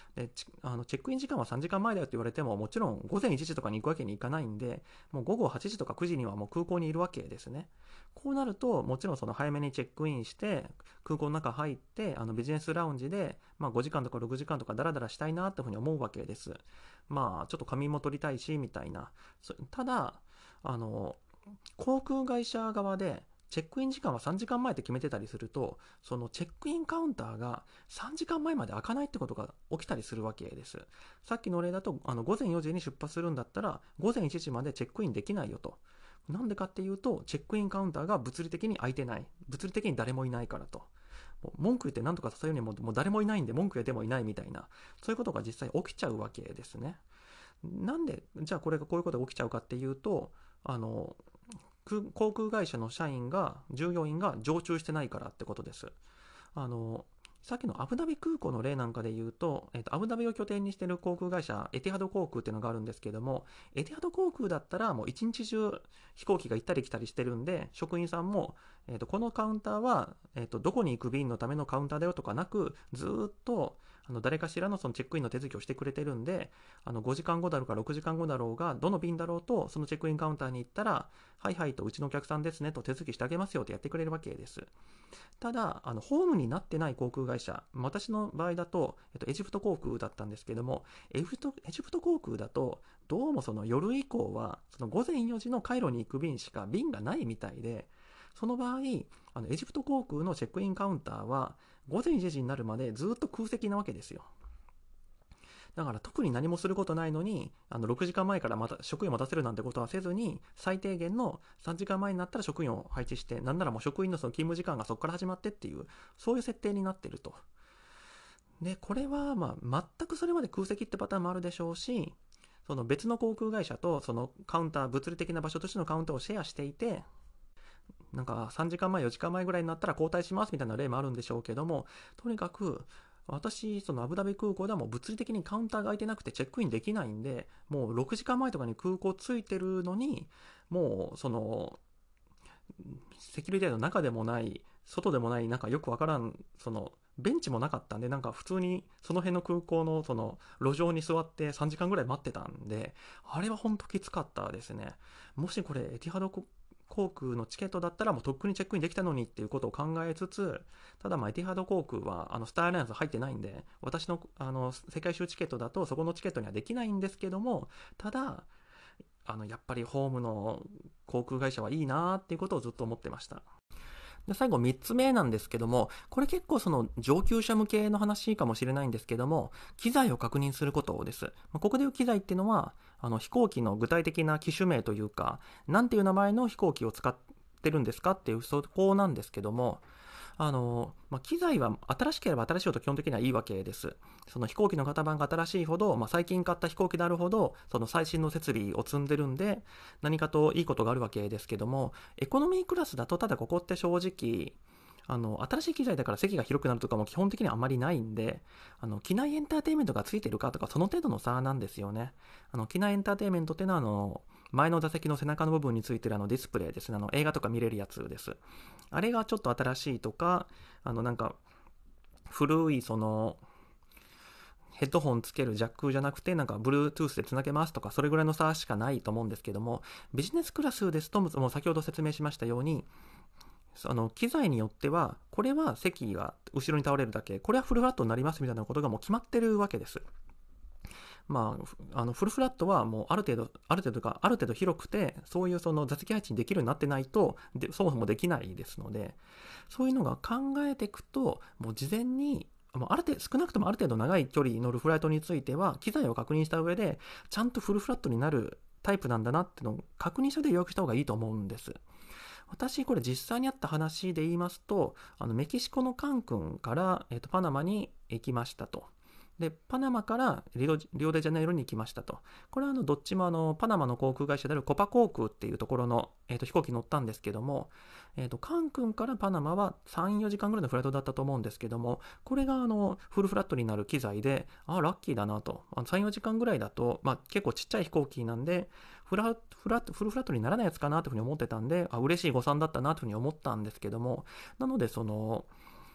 Speaker 1: でチあのチェックイン時間はさんじかんまえだよって言われても、もちろん午前いちじとかに行くわけにいかないんで、もう午後はちじとかくじにはもう空港にいるわけですね。こうなると、もちろんその早めにチェックインして空港の中入って、あのビジネスラウンジで、まあ、ごじかんとかろくじかんとかダラダラしたいなっていうふうに思うわけです。まあちょっと仮眠も取りたいしみたいな。ただあの航空会社側でチェックイン時間はさんじかんまえって決めてたりすると、そのチェックインカウンターがさんじかんまえまで開かないってことが起きたりするわけです。さっきの例だと、あの午前よじに出発するんだったら午前いちじまでチェックインできないよと。なんでかっていうと、チェックインカウンターが物理的に空いてない、物理的に誰もいないからと。もう文句言って何とかさせるにも、もう誰もいないんで文句言ってもいないみたいな、そういうことが実際起きちゃうわけですね。なんでじゃあこれがこういうことが起きちゃうかっていうと、あの航空会社の社員が従業員が常駐してないからってことです。あのさっきのアブダビ空港の例なんかで言うと、えっと、アブダビを拠点にしている航空会社エティハド航空っていうのがあるんですけども、エティハド航空だったらもう一日中飛行機が行ったり来たりしてるんで、職員さんも、えっと、このカウンターは、えっと、どこに行く便のためのカウンターだよとかなく、ずっとあの誰かしらのそのチェックインの手続きをしてくれてるんで、あのごじかんごだろうがろくじかんごだろうがどの便だろうと、そのチェックインカウンターに行ったら、はいはいとうちのお客さんですねと手続きしてあげますよってやってくれるわけです。ただあのホームになってない航空会社、私の場合だと、えっと、エジプト航空だったんですけども、エジプト、エジプト航空だとどうもその夜以降はその午前よじのカイロに行く便しか便がないみたいで、その場合あのエジプト航空のチェックインカウンターは午前いちじになるまでずっと空席なわけですよ。だから特に何もすることないのに、あのろくじかんまえからまた職員を待たせるなんてことはせずに、最低限のさんじかんまえになったら職員を配置して、なんならもう職員のその勤務時間がそこから始まってっていう、そういう設定になってると。でこれはまあ全くそれまで空席ってパターンもあるでしょうし、その別の航空会社とそのカウンター、物理的な場所としてのカウンターをシェアしていて、なんかさんじかんまえよじかんまえぐらいになったら交代しますみたいな例もあるんでしょうけども、とにかく私そのアブダビ空港ではもう物理的にカウンターが空いてなくてチェックインできないんで、もうろくじかんまえとかに空港着いてるのに、もうそのセキュリティの中でもない外でもない、なんかよくわからん、そのベンチもなかったんで、なんか普通にその辺の空港のその路上に座ってさんじかんぐらい待ってたんで、あれは本当きつかったですね。もしこれエティハド航空のチケットだったらもうとっくにチェックインできたのにっていうことを考えつつ、ただまあエティハド航空はあのスターアライアンス入ってないんで、私のあの世界周チケットだとそこのチケットにはできないんですけども、ただあのやっぱりホームの航空会社はいいなっていうことをずっと思ってました。で最後みっつめなんですけども、これ結構その上級者向けの話かもしれないんですけども、機材を確認することです。ここでいう機材っていうのは、あの飛行機の具体的な機種名というか、なんていう名前の飛行機を使ってるんですかっていう、そこなんですけども、あの、まあ、機材は新しければ新しいほど基本的にはいいわけです。その飛行機の型番が新しいほど、まあ、最近買った飛行機であるほど、その最新の設備を積んでるんで、何かといいことがあるわけですけども、エコノミークラスだと、ただここって正直、あの新しい機材だから席が広くなるとかも基本的にはあまりないんで、あの機内エンターテインメントがついてるかとかその程度の差なんですよね。あの機内エンターテインメントっていうのはあの前の座席の背中の部分についてるあのディスプレイですね。あの映画とか見れるやつです。あれがちょっと新しいとか、あのなんか古いそのヘッドホンつけるジャックじゃなくてなんか Bluetooth でつなげますとか、それぐらいの差しかないと思うんですけども、ビジネスクラスですともう先ほど説明しましたように、あの機材によってはこれは席が後ろに倒れるだけ、これはフルフラットになりますみたいなことがもう決まってるわけです。まあ、あのフルフラットはもうある程度ある程度かある程度広くて、そういうその座席配置にできるようになってないとでそもそもできないですので、そういうのが考えていくと、もう事前にある程度少なくともある程度長い距離乗るフライトについては機材を確認した上で、ちゃんとフルフラットになるタイプなんだなっていうのを確認して予約した方がいいと思うんです。私これ実際にあった話で言いますと、あのメキシコのカンクンから、えーと、パナマに行きましたと。でパナマからリオ、リオデジャネイロに行きましたと。これはあのどっちもあのパナマの航空会社であるコパ航空っていうところの、えーと飛行機に乗ったんですけども、えーとカンクンからパナマはさん、よじかんぐらいのフライトだったと思うんですけども、これがあのフルフラットになる機材で、あラッキーだなと。あのさん、よじかんぐらいだと、まあ、結構ちっちゃい飛行機なんでフラフラフルフラットにならないやつかなというふうに思ってたんで、あ嬉しい誤算だったなというふうに思ったんですけども、なのでその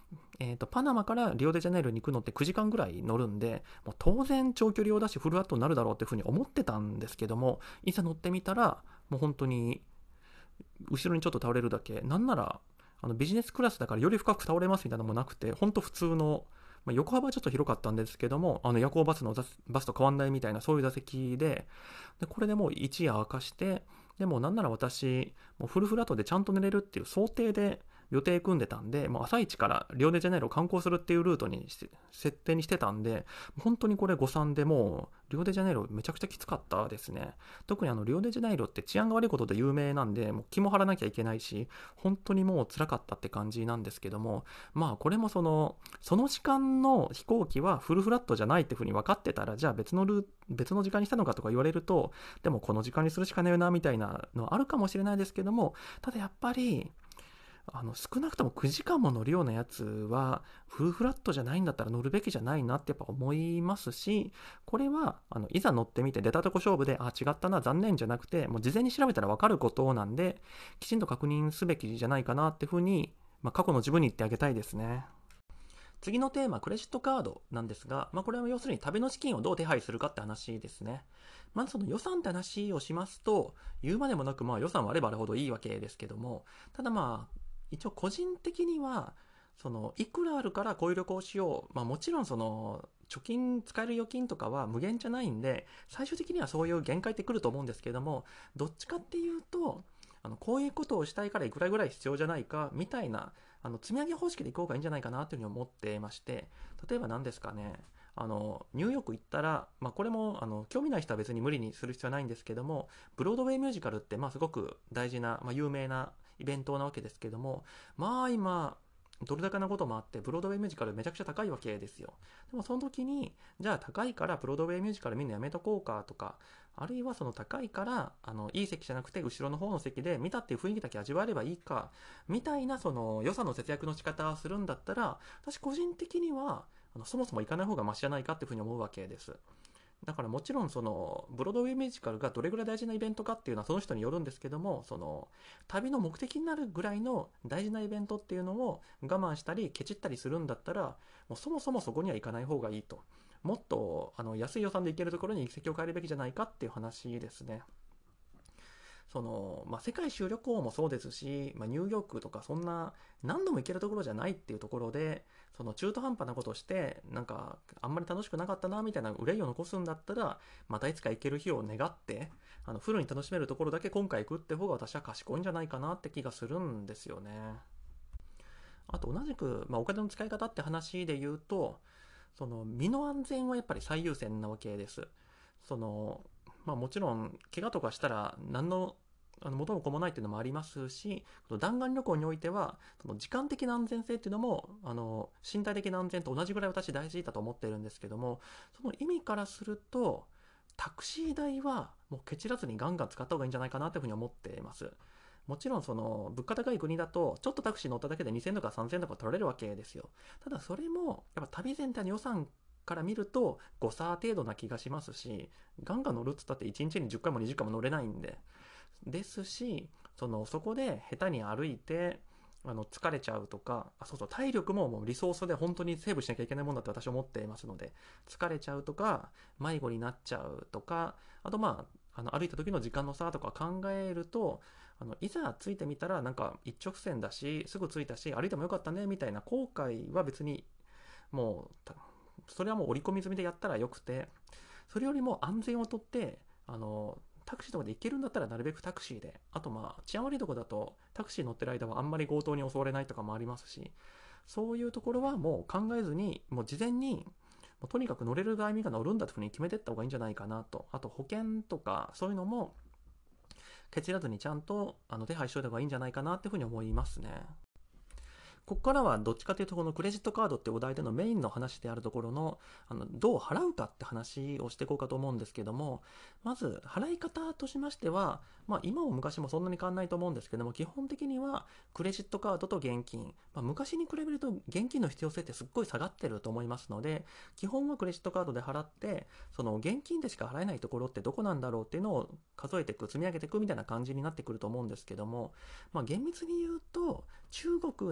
Speaker 1: えーと、パナマからリオデジャネイロに行くのってくじかんぐらい乗るんで、もう当然長距離用だしフルフラットになるだろうっていうふうに思ってたんですけども、いざ乗ってみたらもう本当に後ろにちょっと倒れるだけ、なんならあのビジネスクラスだからより深く倒れますみたいなのもなくて、本当普通の、まあ、横幅はちょっと広かったんですけども、あの夜行バスのバスと変わんないみたいなそういう座席で、でこれでもう一夜明かして、でもなんなら私もうフルフラットでちゃんと寝れるっていう想定で予定組んでたんで、もう朝一からリオデジャネイロを観光するっていうルートにして設定にしてたんで、本当にこれ誤算で、もうリオデジャネイロめちゃくちゃきつかったですね。特にあのリオデジャネイロって治安が悪いことで有名なんで、もう気も張らなきゃいけないし、本当にもう辛かったって感じなんですけども、まあこれもそのその時間の飛行機はフルフラットじゃないってふうに分かってたら、じゃあ別のル別の時間にしたのかとか言われると、でもこの時間にするしかないよなみたいなのあるかもしれないですけども、ただやっぱりあの少なくともくじかんも乗るようなやつはフルフラットじゃないんだったら乗るべきじゃないなってやっぱ思いますし、これはあのいざ乗ってみて出たとこ勝負で、あ違ったな残念じゃなくて、もう事前に調べたら分かることなんで、きちんと確認すべきじゃないかなっていうふうに、まあ、過去の自分に言ってあげたいですね。次のテーマ、クレジットカードなんですが、まあ、これは要するに旅の資金をどう手配するかって話ですね。まずその予算って話をしますと、言うまでもなくまあ予算はあればあるほどいいわけですけども、ただまあ一応個人的にはそのいくらあるからこういう旅行をしよう、まあ、もちろんその貯金使える預金とかは無限じゃないんで、最終的にはそういう限界ってくると思うんですけども、どっちかっていうとあのこういうことをしたいからいくらぐらい必要じゃないかみたいな、あの積み上げ方式でいこうがいいんじゃないかなというふうに思ってまして、例えば何ですかね、あのニューヨーク行ったら、まあ、これもあの興味ない人は別に無理にする必要はないんですけども、ブロードウェイミュージカルってまあすごく大事な、まあ、有名なイベントなわけですけども、まあ今ドル高なこともあってブロードウェイミュージカルめちゃくちゃ高いわけですよ。でもその時にじゃあ高いからブロードウェイミュージカルみんなやめとこうかとか、あるいはその高いからあのいい席じゃなくて後ろの方の席で見たっていう雰囲気だけ味わえればいいかみたいな、その予算の節約の仕方をするんだったら、私個人的にはあのそもそも行かない方がマシじゃないかっていうふうに思うわけです。だからもちろんそのブロードウェイミュージカルがどれぐらい大事なイベントかっていうのはその人によるんですけども、その旅の目的になるぐらいの大事なイベントっていうのを我慢したりケチったりするんだったら、もうそもそもそこには行かない方がいいと、もっとあの安い予算で行けるところに席を変えるべきじゃないかっていう話ですね。その、まあ、世界一周旅行もそうですし、まあ、ニューヨークとかそんな何度も行けるところじゃないっていうところで、その中途半端なことをしてなんかあんまり楽しくなかったなみたいな憂いを残すんだったら、またいつか行ける日を願ってあのフルに楽しめるところだけ今回行くって方が私は賢いんじゃないかなって気がするんですよね。あと同じく、まあ、お金の使い方って話で言うと、その身の安全はやっぱり最優先なわけです。そのまあ、もちろん怪我とかしたら何のあの元も子もないっていうのもありますし、弾丸旅行においてはその時間的な安全性っていうのもあの身体的な安全と同じぐらい私大事だと思ってるんですけども、その意味からするとタクシー代はもうケチらずにガンガン使った方がいいんじゃないかなというふうに思っています。もちろんその物価高い国だとちょっとタクシー乗っただけでにせんえんとかさんぜんえんとか取られるわけですよ。ただそれもやっぱ旅全体の予算から見ると誤差程度な気がしますし、ガンガン乗るっつったっていちにちにじゅっかいもにじゅっかいも乗れないんで、ですし、そのそこで下手に歩いてあの疲れちゃうとか、あそうそう体力ももうリソースで本当にセーブしなきゃいけないもんだって私は思っていますので、疲れちゃうとか迷子になっちゃうとか、あとまああの歩いた時の時間の差とか考えると、あのいざ着いてみたらなんか一直線だしすぐ着いたし歩いてもよかったねみたいな後悔は別にもうそれはもう織り込み済みでやったらよくて、それよりも安全をとってあのタクシーとかで行けるんだったらなるべくタクシーで、あとまあ治安悪いとこだとタクシー乗ってる間はあんまり強盗に襲われないとかもありますし、そういうところはもう考えずにもう事前にもうとにかく乗れるタイミングが乗るんだというふうに決めていった方がいいんじゃないかなと。あと保険とかそういうのもケチらずにちゃんとあの手配しといた方がいいんじゃないかなっていうふうに思いますね。ここからはどっちかというとこのクレジットカードってお題でのメインの話であるところの、あのどう払うかって話をしていこうかと思うんですけども、まず払い方としましては、まあ、今も昔もそんなに変わらないと思うんですけども、基本的にはクレジットカードと現金、まあ、昔に比べると現金の必要性ってすっごい下がってると思いますので、基本はクレジットカードで払って、その現金でしか払えないところってどこなんだろうっていうのを数えていく、積み上げていくみたいな感じになってくると思うんですけども、まあ、厳密に言うと中国なんかだと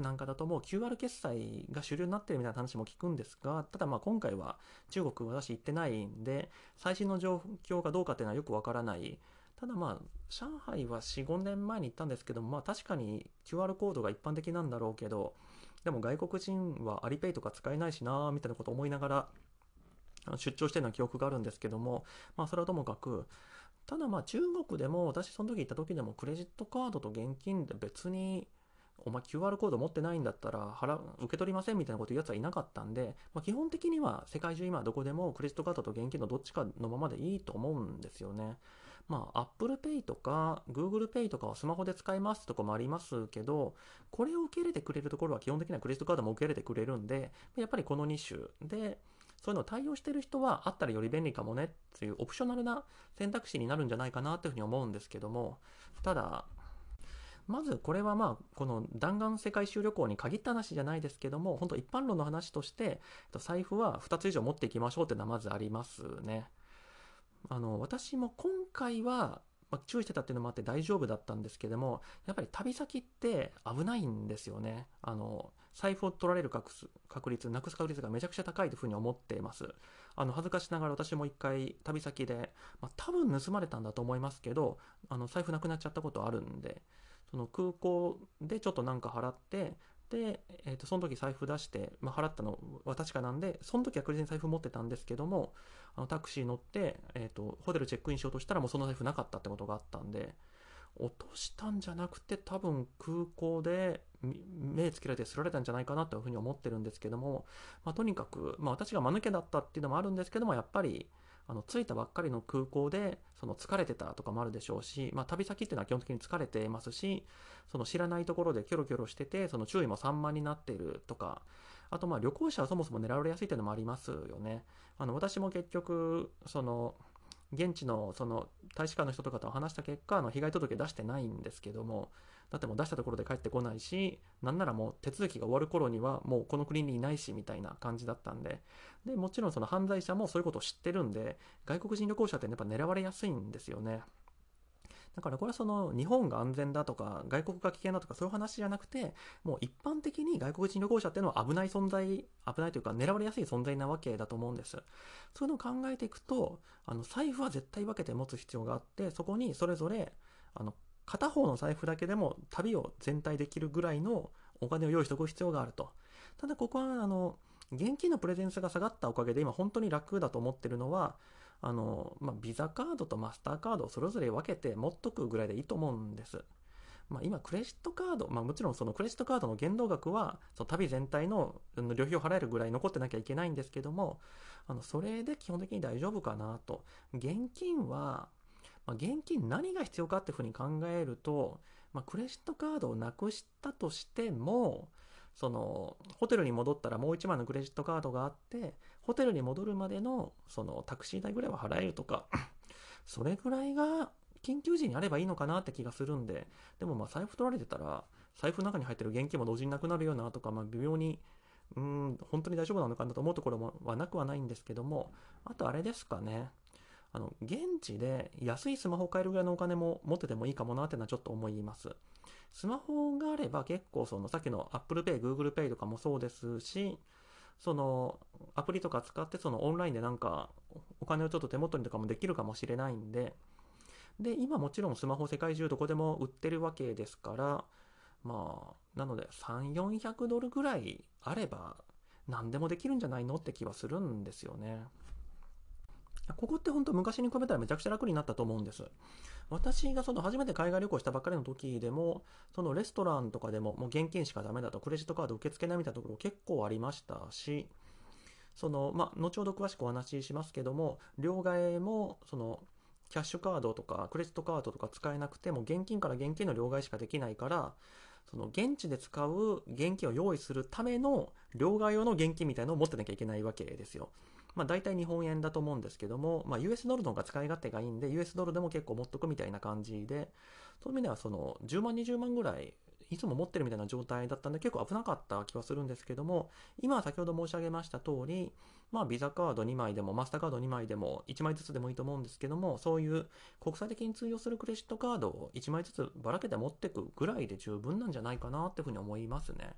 Speaker 1: 後も キューアール 決済が主流になっているみたいな話も聞くんですが、ただまあ今回は中国私行ってないんで、最新の状況がどうかっていうのはよくわからない。ただまあ上海はよん、ごねんまえに行ったんですけども、まあ確かに キューアール コードが一般的なんだろうけど、でも外国人はアリペイとか使えないしなみたいなことを思いながら出張してるような記憶があるんですけども、まあそれはともかく、ただまあ中国でも私その時行った時でもクレジットカードと現金で別にお前 キューアール コード持ってないんだったら払受け取りませんみたいなこと言うやつはいなかったんで、まあ、基本的には世界中今どこでもクレジットカードと現金のどっちかのままでいいと思うんですよね。まあ Apple Pay とか Google Pay とかはスマホで使えますとかもありますけど、これを受け入れてくれるところは基本的にはクレジットカードも受け入れてくれるんで、やっぱりこのに種でそういうのを対応してる人はあったらより便利かもねっていうオプショナルな選択肢になるんじゃないかなというふうに思うんですけども、ただまずこれはまあこの弾丸世界一周旅行に限った話じゃないですけども、本当一般論の話として財布はふたつ以上持っていきましょうっていうのはまずありますね。あの私も今回はまあ注意してたっていうのもあって大丈夫だったんですけども、やっぱり旅先って危ないんですよね。あの財布を取られる確す確率なくす確率がめちゃくちゃ高いというふうに思っています。あの恥ずかしながら私も一回旅先で、まあ、多分盗まれたんだと思いますけど、あの財布なくなっちゃったことあるんで、その空港でちょっとなんか払って、で、えー、とその時財布出して、まあ、払ったのは確かなんで、その時は確実に財布持ってたんですけども、あのタクシー乗って、えー、とホテルチェックインしようとしたらもうその財布なかったってことがあったんで、落としたんじゃなくて多分空港で目つけられてすられたんじゃないかなというふうに思ってるんですけども、まあ、とにかく、まあ、私が間抜けだったっていうのもあるんですけども、やっぱりあの着いたばっかりの空港でその疲れてたとかもあるでしょうし、まあ、旅先っていうのは基本的に疲れてますし、その知らないところでキョロキョロしててその注意も散漫になっているとか、あとまあ旅行者はそもそも狙われやすいというのもありますよね。あの私も結局その現地のその大使館の人とかと話した結果、あの被害届出してないんですけども、だってもう出したところで帰ってこないし、なんならもう手続きが終わる頃にはもうこの国にいないしみたいな感じだったんで、でもちろんその犯罪者もそういうことを知ってるんで、外国人旅行者ってやっぱ狙われやすいんですよね。だからこれはその日本が安全だとか外国が危険だとかそういう話じゃなくて、もう一般的に外国人旅行者っていうのは危ない存在、危ないというか狙われやすい存在なわけだと思うんです。そういうのを考えていくと、あの財布は絶対分けて持つ必要があって、そこにそれぞれあの片方の財布だけでも旅を全体できるぐらいのお金を用意しておく必要があると。ただここはあの現金のプレゼンスが下がったおかげで今本当に楽だと思ってるのは、あの、まあ、ビザカードとマスターカードをそれぞれ分けて持っとくぐらいでいいと思うんです。まあ、今クレジットカード、まあ、もちろんそのクレジットカードの限度額はその旅全体の旅費を払えるぐらい残ってなきゃいけないんですけども、あのそれで基本的に大丈夫かなと。現金は、まあ、現金何が必要かっていうふうに考えると、まあ、クレジットカードをなくしたとしても、そのホテルに戻ったらもういちまいのクレジットカードがあって、ホテルに戻るまでのそのタクシー代ぐらいは払えるとかそれぐらいが緊急時にあればいいのかなって気がするんで、でもまあ財布取られてたら財布の中に入ってる現金も同時になくなるよなとか、まあ微妙にうーん本当に大丈夫なのかなと思うところもはなくはないんですけども、あとあれですかね、あの現地で安いスマホを買えるぐらいのお金も持っててもいいかもなっていうのはちょっと思います。スマホがあれば結構そのさっきの Apple Pay、Google Pay とかもそうですし、そのアプリとか使ってそのオンラインでなんかお金をちょっと手元にとかもできるかもしれないんで、で今もちろんスマホ世界中どこでも売ってるわけですから、まあなのでさん、よんひゃくドルぐらいあれば何でもできるんじゃないのって気はするんですよね。ここって本当昔に比べたらめちゃくちゃ楽になったと思うんです。私がその初めて海外旅行したばっかりの時でも、そのレストランとかでももう現金しかダメだと、クレジットカード受け付けないみたいなところ結構ありましたし、そのまあ後ほど詳しくお話ししますけども、両替もそのキャッシュカードとかクレジットカードとか使えなくても現金から現金の両替しかできないから、その現地で使う現金を用意するための両替用の現金みたいなのを持ってなきゃいけないわけですよ。まあ大体日本円だと思うんですけども、まあ ユーエス ドルの方が使い勝手がいいんで ユーエス ドルでも結構持っとくみたいな感じで、そういう意味ではそのじゅうまんにじゅうまんぐらいいつも持ってるみたいな状態だったんで結構危なかった気はするんですけども、今は先ほど申し上げました通り、まあビザカードにまいでもマスターカードにまいでもいちまいずつでもいいと思うんですけども、そういう国際的に通用するクレジットカードをいちまいずつばらけて持っていくぐらいで十分なんじゃないかなっていうふうに思いますね。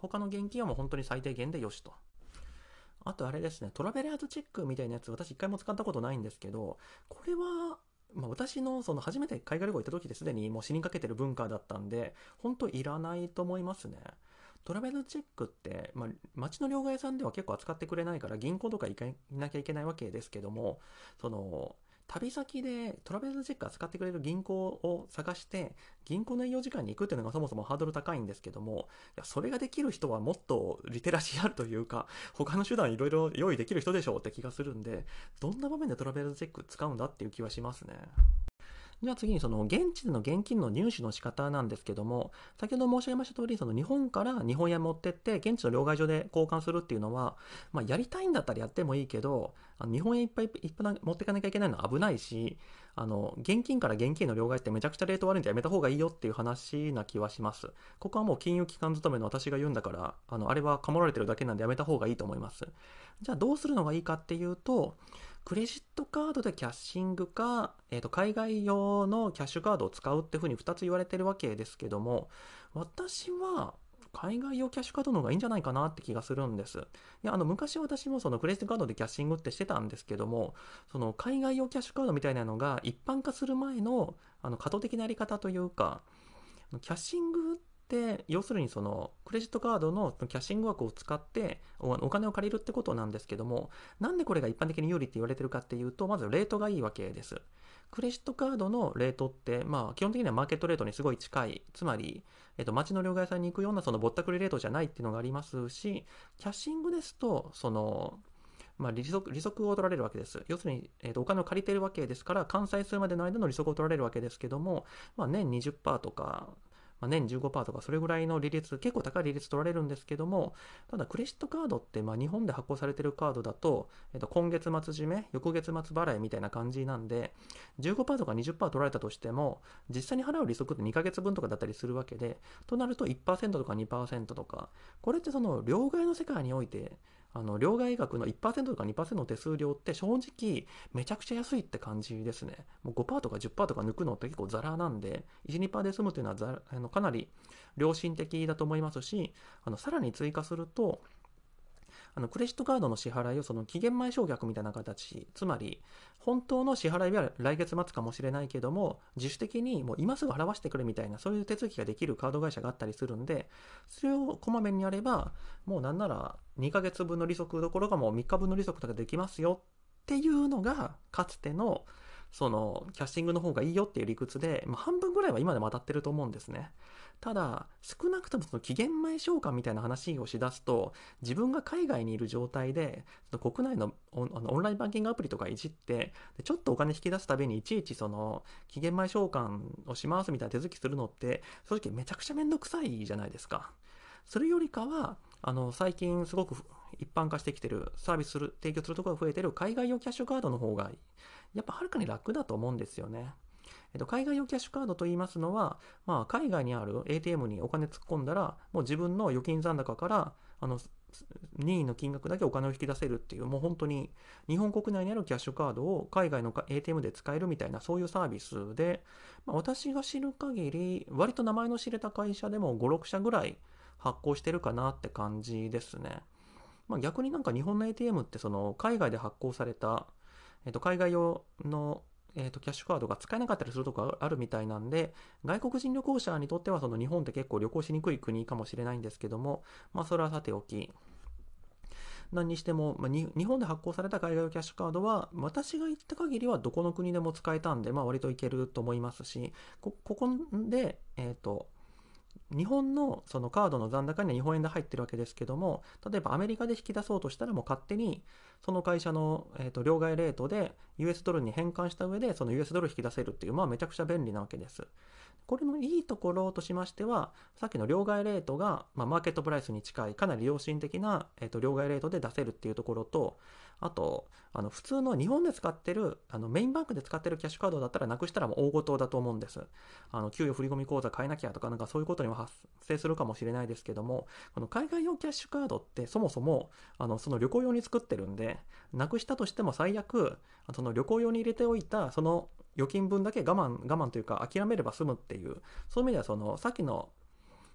Speaker 1: 他の現金はもう本当に最低限でよしと。あとあれですね、トラベラーズチェックみたいなやつ、私一回も使ったことないんですけど、これは、まあ、私のその初めて海外旅行行った時ですでにもう死にかけてる文化だったんで、本当いらないと思いますね。トラベルチェックって、まあ、街の両替屋さんでは結構扱ってくれないから銀行とか行かなきゃいけないわけですけども、その、旅先でトラベルチェック扱ってくれる銀行を探して銀行の営業時間に行くっていうのがそもそもハードル高いんですけども、いやそれができる人はもっとリテラシーあるというか他の手段いろいろ用意できる人でしょうって気がするんで、どんな場面でトラベルチェック使うんだっていう気はしますね。じゃあ次にその現地での現金の入手の仕方なんですけども、先ほど申し上げました通り、その日本から日本屋持ってって現地の両替所で交換するっていうのは、まあ、やりたいんだったらやってもいいけど、あの日本円いっぱいいっぱい持っていかなきゃいけないのは危ないし、あの現金から現金の両替ってめちゃくちゃレート悪いんでやめた方がいいよっていう話な気はします。ここはもう金融機関勤めの私が言うんだから、あのあれはかもられてるだけなんでやめた方がいいと思います。じゃあどうするのがいいかっていうと、クレジットカードでキャッシングか、えーと、海外用のキャッシュカードを使うっていうふうにふたつ言われてるわけですけども、私は海外用キャッシュカードの方がいいんじゃないかなって気がするんです。いや、あの昔私もそのクレジットカードでキャッシングってしてたんですけども、その海外用キャッシュカードみたいなのが一般化する前のあの過渡的なやり方というか、キャッシングで要するにそのクレジットカードのキャッシング枠を使ってお金を借りるってことなんですけども、なんでこれが一般的に有利って言われてるかっていうと、まずレートがいいわけです。クレジットカードのレートって、まあ基本的にはマーケットレートにすごい近い、つまり、えっと、街の両替屋さんに行くようなそのぼったくりレートじゃないっていうのがありますし、キャッシングですと、その、まあ、利息、利息を取られるわけです。要するに、えーと、お金を借りているわけですから、完済するまでの間の利息を取られるわけですけども、まあ、年 にじゅっパーセント とか、まあ、年 じゅうごパーセント とかそれぐらいの利率、結構高い利率取られるんですけども、ただクレジットカードってまあ日本で発行されているカードだと、えっと、今月末締め、翌月末払いみたいな感じなんで、じゅうごパーセント とか にじゅっパーセント 取られたとしても、実際に払う利息ってにかげつぶんとかだったりするわけで、となると いちパーセント とか にパーセント とか、これってその両替の世界において、あの両替額の いちパーセント とか にパーセント の手数料って正直めちゃくちゃ安いって感じですね。もう ごパーセント とか じゅっパーセント とか抜くのって結構ザラなんで、いち、にパーセント で済むというのはザあのかなり良心的だと思いますし、あのさらに追加すると、あのクレジットカードの支払いをその期限前償却みたいな形、つまり本当の支払いは来月末かもしれないけども、自主的にもう今すぐ払わせてくれみたいな、そういう手続きができるカード会社があったりするんで、それをこまめにやれば、もうなんならにかげつぶんの利息どころかもうみっかぶんの利息とかできますよっていうのが、かつてのそのキャッシングの方がいいよっていう理屈で、まあ、半分ぐらいは今でも当たってると思うんですね。ただ少なくともその期限前償還みたいな話をしだすと、自分が海外にいる状態でその国内のオン、あのオンラインバンキングアプリとかいじってでちょっとお金引き出すたびにいちいちその期限前償還をしますみたいな手続きするのって正直めちゃくちゃめんどくさいじゃないですか。それよりかはあの最近すごく一般化してきてるサービスする提供するところが増えてる海外用キャッシュカードの方がやっぱはるかに楽だと思うんですよね。えっと、海外用キャッシュカードといいますのは、まあ、海外にある エーティーエム にお金突っ込んだら、もう自分の預金残高からあの任意の金額だけお金を引き出せるっていう、もう本当に日本国内にあるキャッシュカードを海外の エーティーエム で使えるみたいな、そういうサービスで、まあ、私が知る限り割と名前の知れた会社でもご、ろくしゃぐらい発行してるかなって感じですね。まあ、逆になんか日本の エーティーエム ってその海外で発行された、えっと、海外用のえーと、キャッシュカードが使えなかったりするところがあるみたいなんで、外国人旅行者にとってはその日本って結構旅行しにくい国かもしれないんですけども、まあそれはさておき、何にしても、まあ、に日本で発行された海外キャッシュカードは私が言った限りはどこの国でも使えたんで、まあ割といけると思いますし、こ, ここで、えっと、日本のそのカードの残高には日本円で入ってるわけですけども、例えばアメリカで引き出そうとしたらもう勝手にその会社の、えーと両替レートで ユーエス ドルに変換した上でその ユーエス ドルを引き出せるっていう、まあめちゃくちゃ便利なわけです。これのいいところとしましては、さっきの両替レートが、まあ、マーケットプライスに近いかなり良心的な、えーと両替レートで出せるっていうところと、あとあの普通の日本で使ってるあのメインバンクで使ってるキャッシュカードだったらなくしたらもう大事だと思うんです。あの給与振込口座変えなきゃとかなんかそういうことにも発生するかもしれないですけども、この海外用キャッシュカードってそもそもあのその旅行用に作ってるんで、なくしたとしても最悪その旅行用に入れておいたその預金分だけ我慢我慢というか諦めれば済むっていう、そういう意味ではそのさっきの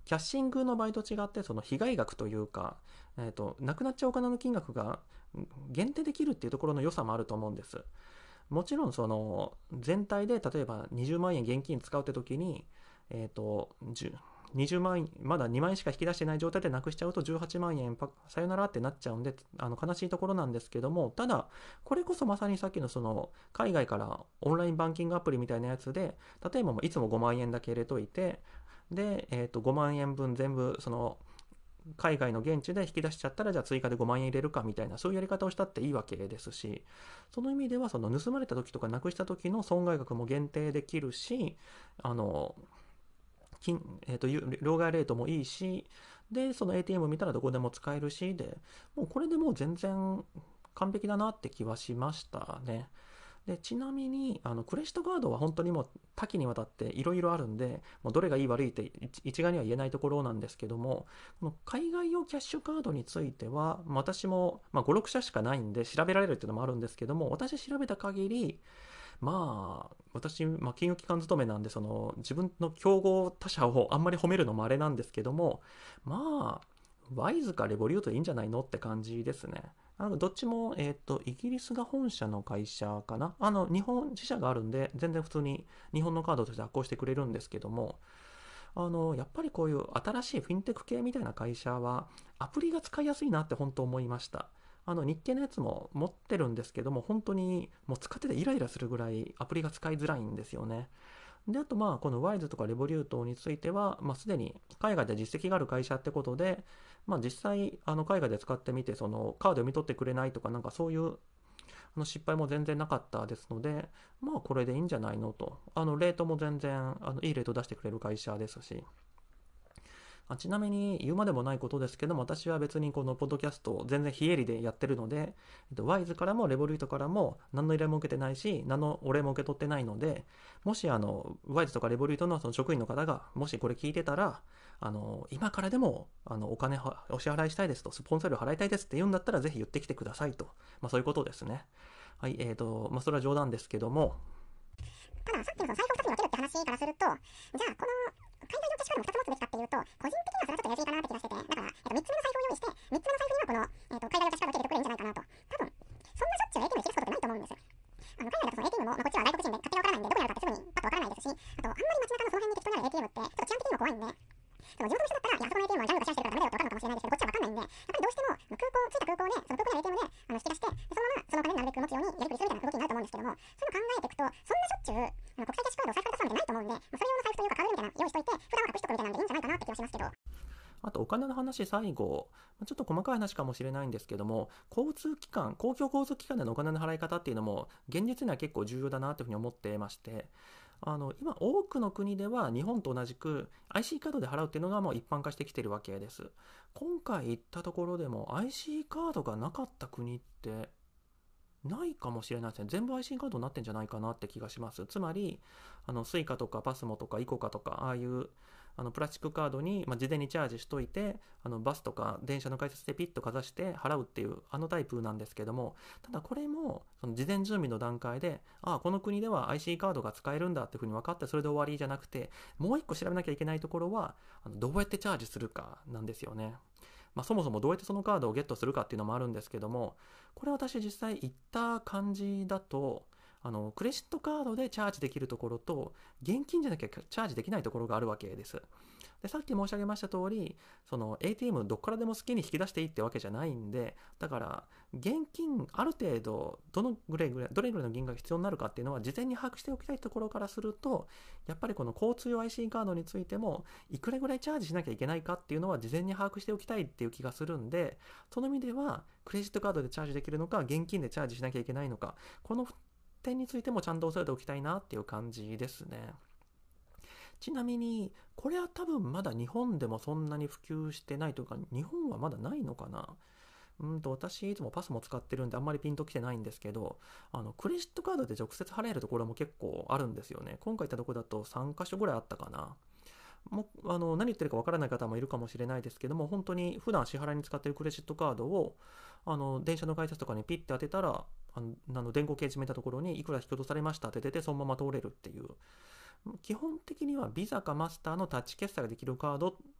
Speaker 1: キャッシングの場合と違って、その被害額というか、えーと、なくなっちゃうお金の金額が限定できるっていうところの良さもあると思うんです。もちろんその全体で例えばにじゅうまんえん現金使うって時に、えっと、にじゅうまんえん、まだにまんえんしか引き出してない状態でなくしちゃうとじゅうはちまんえんさよならってなっちゃうんで、あの悲しいところなんですけども、ただこれこそまさにさっきのその海外からオンラインバンキングアプリみたいなやつで、例えばいつもごまんえんだけ入れといて、で、えっとごまんえんぶん全部その海外の現地で引き出しちゃったら、じゃあ追加でごまんえん入れるかみたいな、そういうやり方をしたっていいわけですし、その意味ではその盗まれた時とかなくした時の損害額も限定できるし、あの金、えーと、両替レートもいいし、でその エーティーエム 見たらどこでも使えるしで、もうこれでもう全然完璧だなって気はしましたね。でちなみにあのクレジットカードは本当にもう多岐にわたっていろいろあるんで、もうどれがいい悪いって一概には言えないところなんですけども、この海外用キャッシュカードについては私も、まあ、ごろくしゃしかないんで調べられるっていうのもあるんですけども、私調べた限り、まあ私、まあ、金融機関勤めなんで、その自分の競合他社をあんまり褒めるのもあれなんですけども、まあワイズかレボリュートでいいんじゃないのって感じですね。あのどっちも、えーと、イギリスが本社の会社かな。あの日本自社があるんで、全然普通に日本のカードとして発行してくれるんですけども、あのやっぱりこういう新しいフィンテック系みたいな会社はアプリが使いやすいなって本当思いました。あの日系のやつも持ってるんですけども、本当にもう使っててイライラするぐらいアプリが使いづらいんですよね。であとまあこのワイズとかレボリュートについては、まあ、すでに海外で実績がある会社ってことで、まあ、実際あの海外で使ってみて、そのカード読み取ってくれないとか、なんかそういうあの失敗も全然なかったですので、まあこれでいいんじゃないのと。あのレートも全然あのいいレート出してくれる会社ですし、あちなみに言うまでもないことですけども、私は別にこのポッドキャストを全然非営利でやってるので、えっと、ワイズからもレボリュートからも何の依頼も受けてないし、何のお礼も受け取ってないので、もしあのワイズとかレボリュートのその職員の方がもしこれ聞いてたら、あの今からでもあのお金はお支払いしたいですと、スポンサー料払いたいですって言うんだったらぜひ言ってきてくださいと、まあ、そういうことですね。はい、えーとまあ、それは冗談ですけども、
Speaker 2: たださっきのその財布をふたつに分けるって話からすると、じゃあこの海外用キャッシュカードもふたつ持つべきかっていうと、個人的にはそれはちょっとやりすぎかなって気がしてて、だから、えっと、みっつめの財布を用意して、みっつめの財布にはこの、えっと、海外用キャッシュカードを入れてくればいいんじゃないかなと。多分、そんなしょっちゅう エーティーエム で引き出すことってないと思うんです。あの海外だとその エーティーエム も、まあ、こっちは外国人で勝手にわからないんで、どこにあるかってすぐにパッとわからないですし、あとあんまり街中のその辺に適当にある エーティーエム ってちょっと治安的にも怖いんで、その地元の人だったら、いや、あそこの エーティーエム はギャングがシェアしてるからダメだよってわかるのかもしれないですけど、こっちはわかんないんで、やっぱりどうしても空港、着いた空港で、その空港にある エーティーエム であの引き出して、でそのままそのお金になるべく持つようにやりくりするみたいな動きになると思うんですけども、そういうの考えていくと、そんなしょっちゅうあの国際キャッシュカードを財布から出すなんてないと思うんで、まあ、それ用の財布というかカードみたいな用意しといて、普段は隠しとくみたいなんでいいんじゃないかなって気はしますけど。
Speaker 1: あとお金の話、最後ちょっと細かい話かもしれないんですけども、交通機関公共交通機関でのお金の払い方っていうのも現実には結構重要だなというふうに思ってまして、あの今多くの国では日本と同じく アイシー カードで払うっていうのがもう一般化してきてるわけです。今回行ったところでも アイシー カードがなかった国ってないかもしれないですね。全部 アイシー カードになってんじゃないかなって気がします。つまりあのスイカとかパスモとかイコカとか、ああいうあのプラスチックカードに、まあ、事前にチャージしといて、あのバスとか電車の改札でピッとかざして払うっていうあのタイプなんですけども、ただこれもその事前準備の段階で、ああこの国では アイシー カードが使えるんだっていうふうに分かってそれで終わりじゃなくて、もう一個調べなきゃいけないところはあのどうやってチャージするかなんですよね。まあ、そもそもどうやってそのカードをゲットするかっていうのもあるんですけども、これ私実際行った感じだと、あのクレジットカードでチャージできるところと現金じゃなきゃチャージできないところがあるわけです。でさっき申し上げました通り、その エーティーエム どっからでも好きに引き出していいってわけじゃないんで、だから現金ある程度どのぐらいぐらいどれぐらいの銀が必要になるかっていうのは事前に把握しておきたいところからすると、やっぱりこの交通用 アイシー カードについてもいくらぐらいチャージしなきゃいけないかっていうのは事前に把握しておきたいっていう気がするんで、その意味ではクレジットカードでチャージできるのか現金でチャージしなきゃいけないのか、この点についてもちゃんと押さえておきたいなっていう感じですね。ちなみにこれは多分まだ日本でもそんなに普及してないというか、日本はまだないのかな。うんと私いつもパスも使ってるんであんまりピンときてないんですけど、あのクレジットカードで直接払えるところも結構あるんですよね。今回行ったところだとさんかしょぐらいあったかな。もあの何言ってるかわからない方もいるかもしれないですけども、本当に普段支払いに使っているクレジットカードをあの電車の改札とかにピッて当てたら、あのあの電光掲示見たところにいくら引き落とされましたって出て、そのまま通れるっていう、基本的にはビザかマスターのタッチ決済ができるカード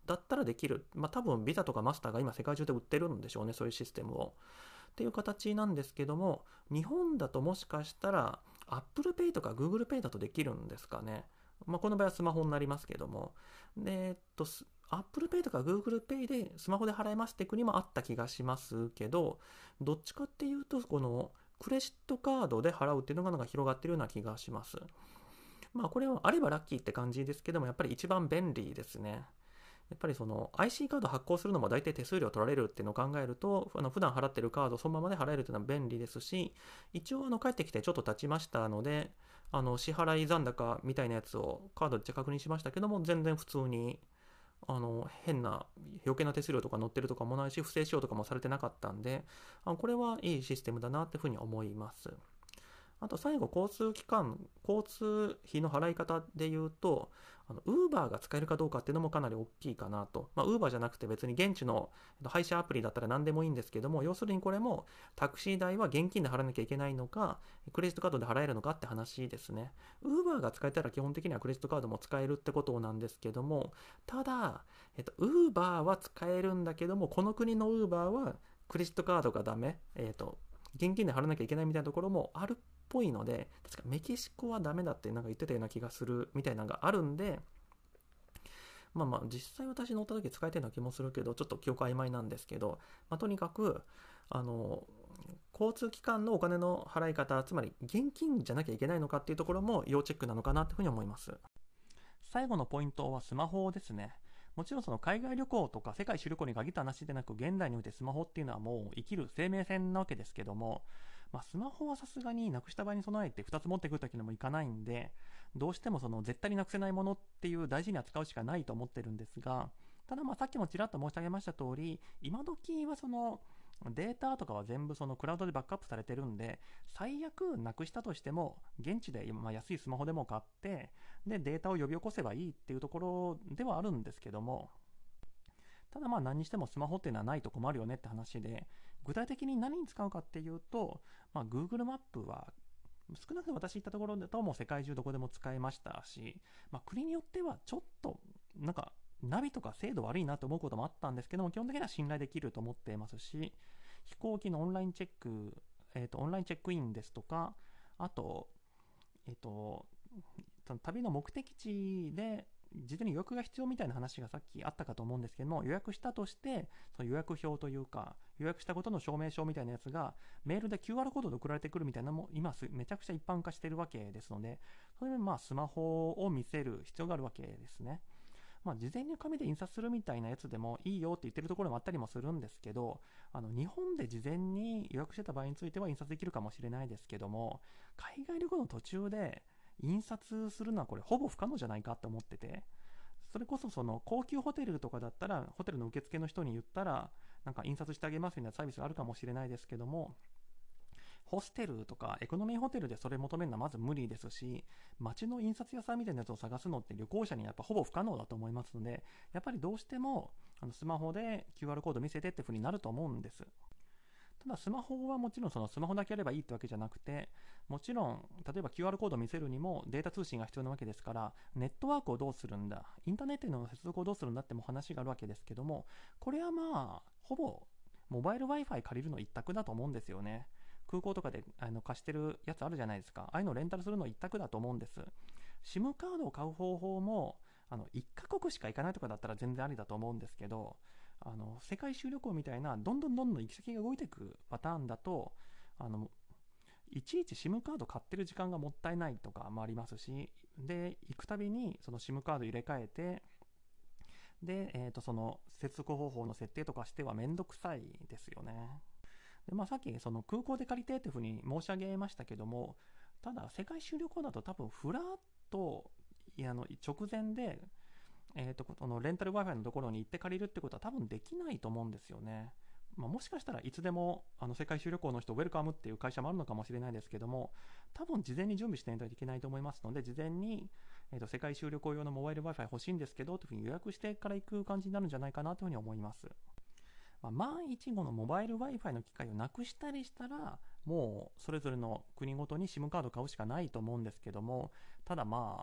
Speaker 1: だったらできる。まあ多分ビザとかマスターが今世界中で売ってるんでしょうね、そういうシステムを。っていう形なんですけども、日本だともしかしたら Apple Pay とか Google Pay だとできるんですかね。まあこの場合はスマホになりますけども。で、えっと、Apple Pay とか Google Pay でスマホで払えますって国もあった気がしますけど、どっちかっていうと、このクレジットカードで払うっていうのがなんか広がってるような気がします。まあこれはあればラッキーって感じですけども、やっぱり一番便利ですね。やっぱりその アイシー カード発行するのも大体手数料取られるっていうのを考えると、あの普段払ってるカードそのままで払えるっていうのは便利ですし、一応あの帰ってきてちょっと経ちましたので、あの支払い残高みたいなやつをカードで確認しましたけども、全然普通にあの変な余計な手数料とか載ってるとかもないし、不正使用とかもされてなかったんで、あこれはいいシステムだなっていうふうに思います。あと最後、交通機関、交通費の払い方で言うと、あの、ウーバーが使えるかどうかっていうのもかなり大きいかなと。まあ、ウーバーじゃなくて別に現地の配車アプリだったら何でもいいんですけども、要するにこれもタクシー代は現金で払わなきゃいけないのか、クレジットカードで払えるのかって話ですね。ウーバーが使えたら基本的にはクレジットカードも使えるってことなんですけども、ただ、えっと、ウーバーは使えるんだけども、この国のウーバーはクレジットカードがダメ、えっと、現金で払わなきゃいけないみたいなところもあるっぽいので、確かメキシコはダメだってなんか言ってたような気がするみたいなのがあるんで、まあまあ実際私乗った時使えてるような気もするけど、ちょっと記憶曖昧なんですけど、まあ、とにかくあの交通機関のお金の払い方、つまり現金じゃなきゃいけないのかっていうところも要チェックなのかなというふうに思います。最後のポイントはスマホですね。もちろんその海外旅行とか世界一周旅行に限った話でなく、現代においてスマホっていうのはもう生きる生命線なわけですけども、まあ、スマホはさすがになくした場合に備えてふたつ持ってくるときにもいかないんで、どうしてもその絶対になくせないものっていう大事に扱うしかないと思ってるんですが、ただまあさっきもちらっと申し上げました通り、今時はそのデータとかは全部そのクラウドでバックアップされてるんで、最悪なくしたとしても現地で今まあ安いスマホでも買ってでデータを呼び起こせばいいっていうところではあるんですけども、ただまあ何にしてもスマホっていうのはないと困るよねって話で、具体的に何に使うかっていうと、まあ、Google マップは少なくとも私行ったところだともう世界中どこでも使えましたし、まあ、国によってはちょっとなんかナビとか精度悪いなと思うこともあったんですけども、基本的には信頼できると思っていますし、飛行機のオンラインチェック、えーと、オンラインチェックインですとか、あと、えっ、ー、と、旅の目的地で事前に予約が必要みたいな話がさっきあったかと思うんですけども、予約したとしてその予約表というか予約したことの証明書みたいなやつがメールで キューアール コードで送られてくるみたいなのも今めちゃくちゃ一般化しているわけですので、それでまあスマホを見せる必要があるわけですね。まあ、事前に紙で印刷するみたいなやつでもいいよって言ってるところもあったりもするんですけど、あの日本で事前に予約してた場合については印刷できるかもしれないですけども、海外旅行の途中で印刷するのはこれほぼ不可能じゃないかと思ってて、それこそその高級ホテルとかだったらホテルの受付の人に言ったらなんか印刷してあげますみたいなサービスがあるかもしれないですけども、ホステルとかエコノミーホテルでそれ求めるのはまず無理ですし、街の印刷屋さんみたいなやつを探すのって旅行者にやっぱほぼ不可能だと思いますので、やっぱりどうしてもあのスマホで キューアール コード見せてって風になると思うんです。ただスマホはもちろんそのスマホだけやればいいってわけじゃなくて、もちろん例えば キューアール コードを見せるにもデータ通信が必要なわけですから、ネットワークをどうするんだ、インターネットへの接続をどうするんだっても話があるわけですけども、これはまあほぼモバイル Wi-Fi 借りるの一択だと思うんですよね。空港とかであの貸してるやつあるじゃないですか。ああいうのをレンタルするの一択だと思うんです。SIM カードを買う方法もあのいっカ国しか行かないとかだったら全然ありだと思うんですけど、あの世界一周旅行みたいなどんどんどんどん行き先が動いていくパターンだと、あのいちいち SIM カード買ってる時間がもったいないとかもありますし、で行くたびにその SIM カード入れ替えて、で、えーと、その接続方法の設定とかしてはめんどくさいですよね。で、まあ、さっきその空港で借りてっていうふうに申し上げましたけども、ただ世界一周旅行だと多分フラッといやあの直前でえーと、このレンタル Wi-Fi のところに行って借りるってことは多分できないと思うんですよね。まあ、もしかしたらいつでもあの世界一周旅行の人ウェルカムっていう会社もあるのかもしれないですけども、多分事前に準備してないといけないと思いますので、事前に、えーと、世界一周旅行用のモバイル Wi-Fi 欲しいんですけどというふうに予約してから行く感じになるんじゃないかなというふうに思います。まあ、万一後のモバイル Wi-Fi の機械をなくしたりしたら、もうそれぞれの国ごとに SIM カード買うしかないと思うんですけども、ただまあ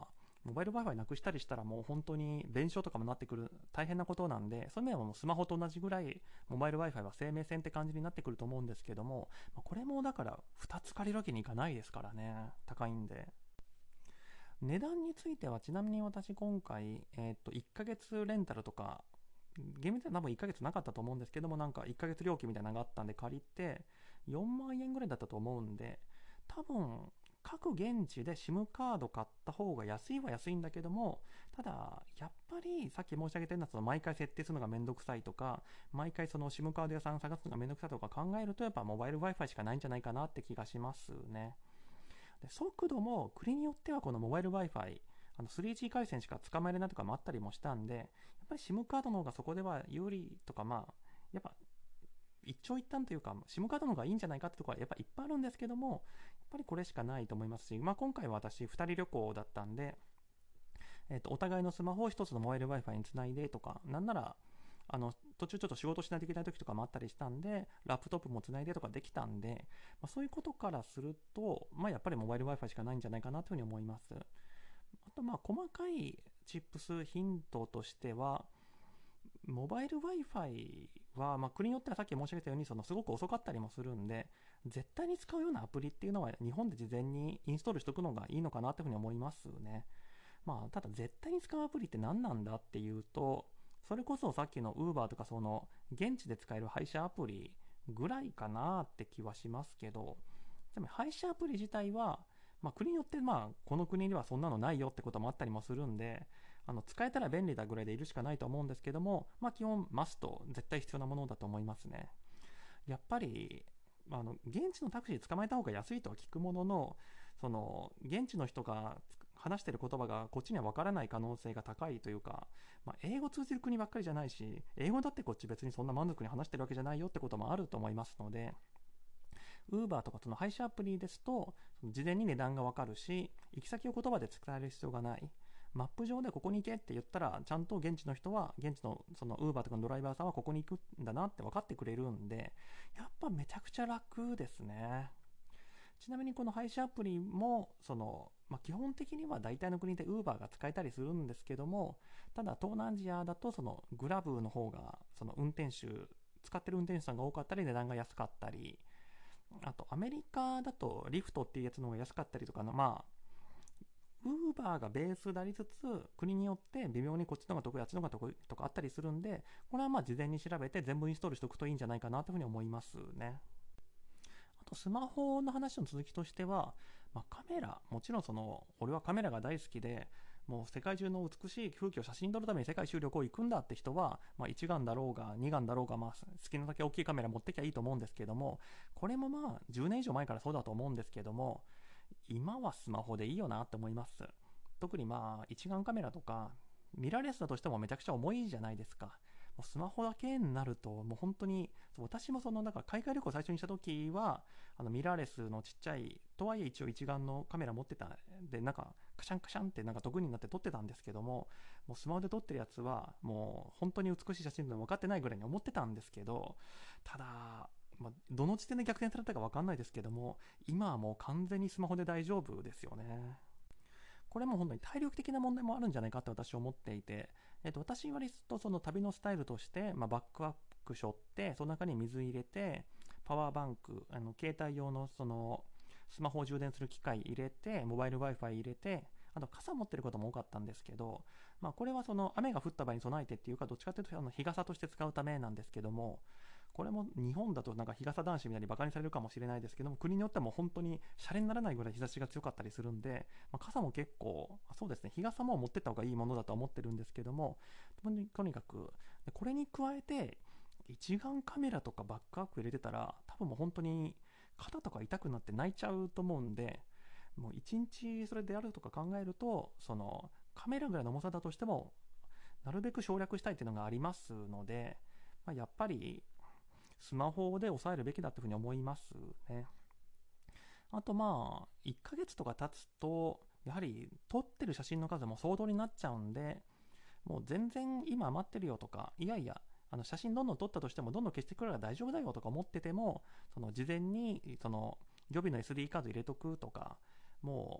Speaker 1: モバイル Wi-Fi なくしたりしたらもう本当に弁償とかもなってくる大変なことなんで、そういう意味ではもうスマホと同じぐらいモバイル Wi-Fi は生命線って感じになってくると思うんですけども、これもだからふたつ借りるわけにいかないですからね、高いんで。値段についてはちなみに私今回、えー、といっかげつレンタルとか、厳密には多分いっかげつなかったと思うんですけども、なんかいっかげつ料金みたいなのがあったんで借りてよんまんえんぐらいだったと思うんで、多分各現地で SIM カード買った方が安いは安いんだけども、ただやっぱりさっき申し上げたようなその毎回設定するのがめんどくさいとか、毎回その SIM カード屋さん探すのがめんどくさいとか考えると、やっぱモバイル Wi-Fi しかないんじゃないかなって気がしますね。で速度も国によってはこのモバイル Wi-Fi、あの スリージー 回線しか捕まえれないとかもあったりもしたんで、やっぱり SIM カードの方がそこでは有利とか、まあやっぱ一長一短というか SIM カードの方がいいんじゃないかってところはやっぱいっぱいあるんですけども、やっぱりこれしかないと思いますし、まあ、今回は私ふたり旅行だったんで、えー、とお互いのスマホを一つのモバイル Wi-Fi につないでとか、なんならあの途中ちょっと仕事しないといけない時とかもあったりしたんで、ラップトップもつないでとかできたんで、まあ、そういうことからすると、まあ、やっぱりモバイル Wi-Fi しかないんじゃないかなというふうに思います。あとまあ細かいチップスヒントとしては、モバイル Wi-Fi は、まあ、国によってはさっき申し上げたようにそのすごく遅かったりもするんで、絶対に使うようなアプリっていうのは日本で事前にインストールしておくのがいいのかなというふうに思いますね。まあ、ただ絶対に使うアプリって何なんだっていうと、それこそさっきの Uber とかその現地で使える配車アプリぐらいかなって気はしますけど、でも配車アプリ自体は、まあ、国によってまあこの国にはそんなのないよってこともあったりもするんで、あの使えたら便利だぐらいでいるしかないと思うんですけども、まあ、基本マスト絶対必要なものだと思いますね。やっぱりあの現地のタクシー捕まえた方が安いとは聞くものの、その現地の人が話している言葉がこっちには分からない可能性が高いというか、まあ、英語通じる国ばっかりじゃないし、英語だってこっち別にそんな満足に話してるわけじゃないよってこともあると思いますので、Uber とかその配車アプリですと事前に値段が分かるし、行き先を言葉で伝える必要がない。マップ上でここに行けって言ったら、ちゃんと現地の人は、現地のその Uber とかのドライバーさんはここに行くんだなって分かってくれるんで、やっぱめちゃくちゃ楽ですね。ちなみにこの配車アプリもその、まあ、基本的には大体の国で Uber が使えたりするんですけども、ただ東南アジアだとそのグラブの方がその運転手使ってる運転手さんが多かったり値段が安かったり、あとアメリカだとリフトっていうやつの方が安かったりとかの、まあウーバーがベースでありつつ国によって微妙にこっちの方が得意あっちの方が得意とかあったりするんで、これはまあ事前に調べて全部インストールしておくといいんじゃないかなというふうに思いますね。あとスマホの話の続きとしては、まあ、カメラもちろんその俺はカメラが大好きで、もう世界中の美しい風景を写真撮るために世界中旅行行くんだって人は、まあ、一眼だろうが二眼だろうが、まあ、好きなだけ大きいカメラ持ってきゃいいと思うんですけども、これもまあじゅうねん以上前からそうだと思うんですけども、今はスマホでいいよなって思います。特にまあ一眼カメラとかミラーレスだとしてもめちゃくちゃ重いじゃないですか。もうスマホだけになるともう本当に、私もそのだから海外旅行最初にした時はあのミラーレスのちっちゃいとはいえ一応一眼のカメラ持ってたで、なんかカシャンカシャンってなんか得意になって撮ってたんですけども、もうスマホで撮ってるやつはもう本当に美しい写真でも分かってないぐらいに思ってたんですけど、ただまあ、どの時点で逆転されたか分かんないですけども、今はもう完全にスマホで大丈夫ですよね。これも本当に体力的な問題もあるんじゃないかって私は思っていて、えっと、私割とその旅のスタイルとして、まあ、バックアップ背負ってその中に水入れてパワーバンク、あの携帯用のそのスマホを充電する機械入れて、モバイル Wi-Fi 入れて、あと傘持ってることも多かったんですけど、まあ、これはその雨が降った場合に備えてっていうか、どっちかというとあの日傘として使うためなんですけども、これも日本だとなんか日傘男子みたいにバカにされるかもしれないですけども、国によってはもう本当にシャレにならないぐらい日差しが強かったりするんで、まあ、傘も結構そうですね、日傘も持ってった方がいいものだと思ってるんですけども、とにとにかくこれに加えて一眼カメラとかバックアップ入れてたら多分もう本当に肩とか痛くなって泣いちゃうと思うんで、もう一日それでやるとか考えると、そのカメラぐらいの重さだとしてもなるべく省略したいっていうのがありますので、まあ、やっぱりスマホで抑えるべきだというふうに思いますね。あとまあいっかげつとか経つとやはり撮ってる写真の数も相当になっちゃうんで、もう全然今余ってるよとか、いやいやあの写真どんどん撮ったとしてもどんどん消してくれば大丈夫だよとか思ってても、その事前にその予備の エスディー カード入れとくとか、もう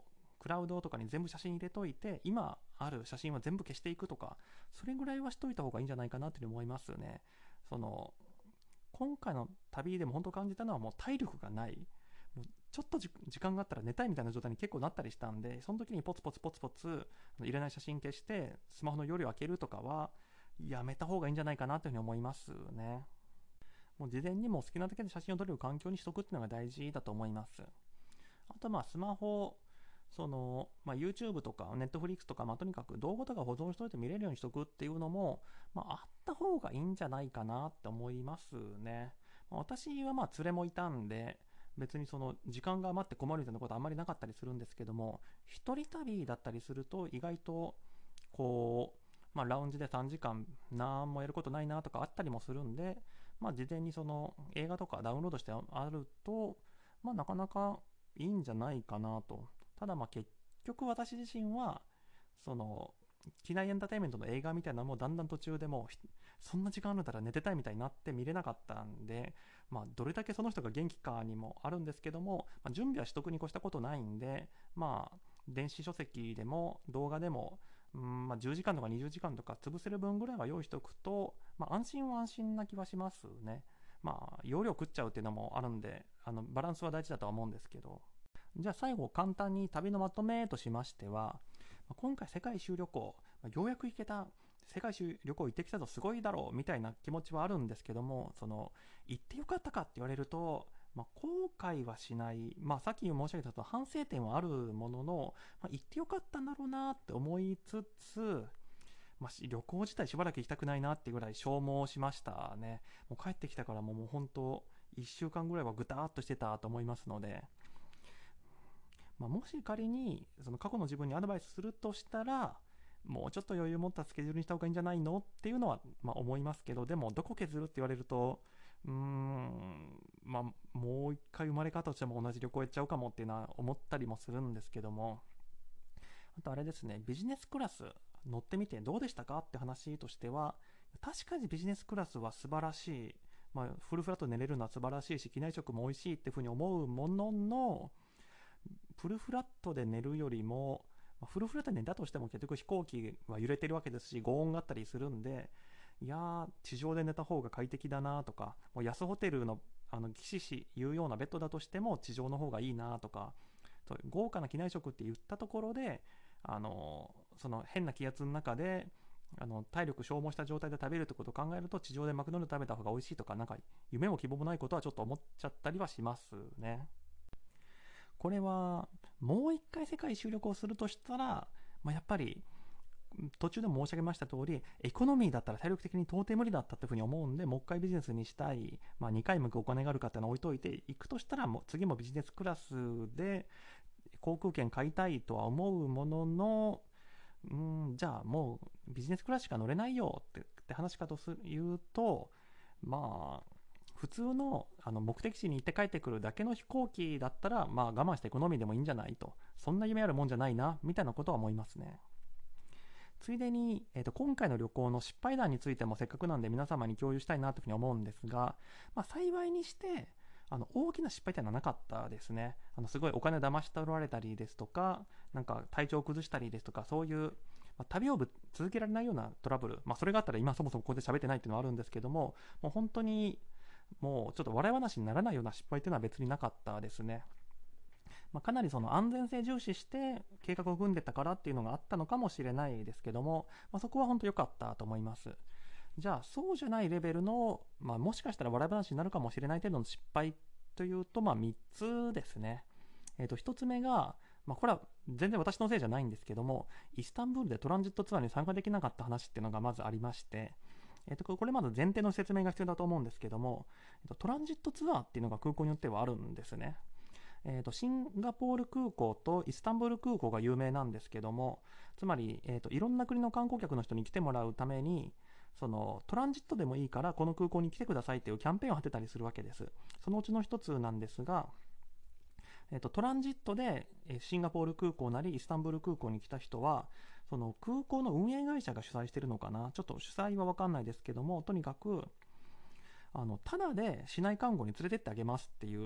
Speaker 1: クラウドとかに全部写真入れといて、今ある写真は全部消していくとか、それぐらいはしといた方がいいんじゃないかなというふうに思いますね。その今回の旅でも本当感じたのは、もう体力がない、もうちょっと時間があったら寝たいみたいな状態に結構なったりしたんで、その時にポツポツポツポツ入れない写真消してスマホの容量を開けるとかはやめた方がいいんじゃないかなというふうに思いますね。もう事前にも好きなだけで写真を撮れる環境にしとくっていうのが大事だと思います。あとまあスマホ、その、まあ、YouTube とか Netflix とか、まあ、とにかく動画とか保存しといて見れるようにしとくっていうのも、まあ、あった方がいいんじゃないかなって思いますね。まあ、私はまあ連れもいたんで、別にその時間が余って困るみたいなことはあんまりなかったりするんですけども、一人旅だったりすると意外とこう、まあ、ラウンジでさんじかん何もやることないなとかあったりもするんで、まあ、事前にその映画とかダウンロードしてあると、まあ、なかなかいいんじゃないかなと。ただまあ結局私自身はその機内エンターテインメントの映画みたいなのもだんだん途中でもうそんな時間あるんだら寝てたいみたいになって見れなかったんで、まあ、どれだけその人が元気かにもあるんですけども、まあ、準備はしとくに越したことないんで、まあ電子書籍でも動画でもうんまあじゅうじかんとかにじゅうじかんとか潰せる分ぐらいは用意しておくと、まあ、安心は安心な気はしますね。まあ容量食っちゃうっていうのもあるんで、あのバランスは大事だとは思うんですけど。じゃあ最後簡単に旅のまとめとしましては、今回世界一周旅行、ようやく行けた、世界一周旅行行ってきたぞすごいだろうみたいな気持ちはあるんですけども、その行ってよかったかって言われると、まあ、後悔はしない、まあ、さっき申し上げたと反省点はあるものの、まあ、行ってよかったんだろうなって思いつつ、まあ、旅行自体しばらく行きたくないなっていうぐらい消耗しましたね。もう帰ってきたからもうもう本当いっしゅうかんぐらいはぐたーっとしてたと思いますので、まあ、もし仮にその過去の自分にアドバイスするとしたら、もうちょっと余裕持ったスケジュールにした方がいいんじゃないのっていうのはまあ思いますけど、でもどこ削るって言われると、うーんまあもう一回生まれ変わったとしても同じ旅行行っちゃうかもっていうのは思ったりもするんですけども、あとあれですね、ビジネスクラス乗ってみてどうでしたかって話としては、確かにビジネスクラスは素晴らしい、まあ、フルフラット寝れるのは素晴らしいし機内食も美味しいっていうふうに思うものの、フルフラットで寝るよりも、フルフラットで寝たとしても結局飛行機は揺れてるわけですし、轟音があったりするんで、いやー地上で寝た方が快適だなとか、もう安ホテルのあの岸しいうようなベッドだとしても地上の方がいいなとか、豪華な機内食って言ったところで、あのその変な気圧の中であの体力消耗した状態で食べるってことを考えると、地上でマクドナルド食べた方が美味しいとか、なんか夢も希望もないことはちょっと思っちゃったりはしますね。これはもう一回世界一周旅行するとしたら、まあ、やっぱり途中でも申し上げました通り、エコノミーだったら体力的に到底無理だったっていうふうに思うんで、もう一回ビジネスにしたい、まあ、にかい向くお金があるかっていうのを置いといて、行くとしたらもう次もビジネスクラスで航空券買いたいとは思うものの、うん、じゃあもうビジネスクラスしか乗れないよってって話かというと、まあ普通のあの目的地に行って帰ってくるだけの飛行機だったら、まあ我慢してエコノミーでもいいんじゃないと、そんな夢あるもんじゃないなみたいなことは思いますね。ついでに、えーと、今回の旅行の失敗談についてもせっかくなんで皆様に共有したいなというふうに思うんですが、まあ、幸いにしてあの大きな失敗っていうのはなかったですね。あのすごいお金騙し取られたりですとか、なんか体調を崩したりですとか、そういう、まあ、旅を続けられないようなトラブル、まあ、それがあったら今そもそもここで喋ってないっていうのはあるんですけども、もう本当にもうちょっと笑い話にならないような失敗っていうのは別になかったですね。まあ、かなりその安全性重視して計画を組んでたからっていうのがあったのかもしれないですけども、まあ、そこは本当良かったと思います。じゃあそうじゃないレベルの、まあ、もしかしたら笑い話になるかもしれない程度の失敗というと、まあ、みっつですね。えー、とひとつめが、まあ、これは全然私のせいじゃないんですけども、イスタンブールでトランジットツアーに参加できなかった話っていうのがまずありまして、えー、とこれまず前提の説明が必要だと思うんですけども、えー、とトランジットツアーっていうのが空港によってはあるんですね。えー、とシンガポール空港とイスタンブール空港が有名なんですけども、つまり、えー、といろんな国の観光客の人に来てもらうために、そのトランジットでもいいからこの空港に来てくださいっていうキャンペーンを張ってたりするわけです。そのうちの一つなんですが、えー、とトランジットでシンガポール空港なりイスタンブール空港に来た人は、その空港の運営会社が主催してるのかな、ちょっと主催は分かんないですけども、とにかくあのタダで市内看護に連れてってあげますっていう、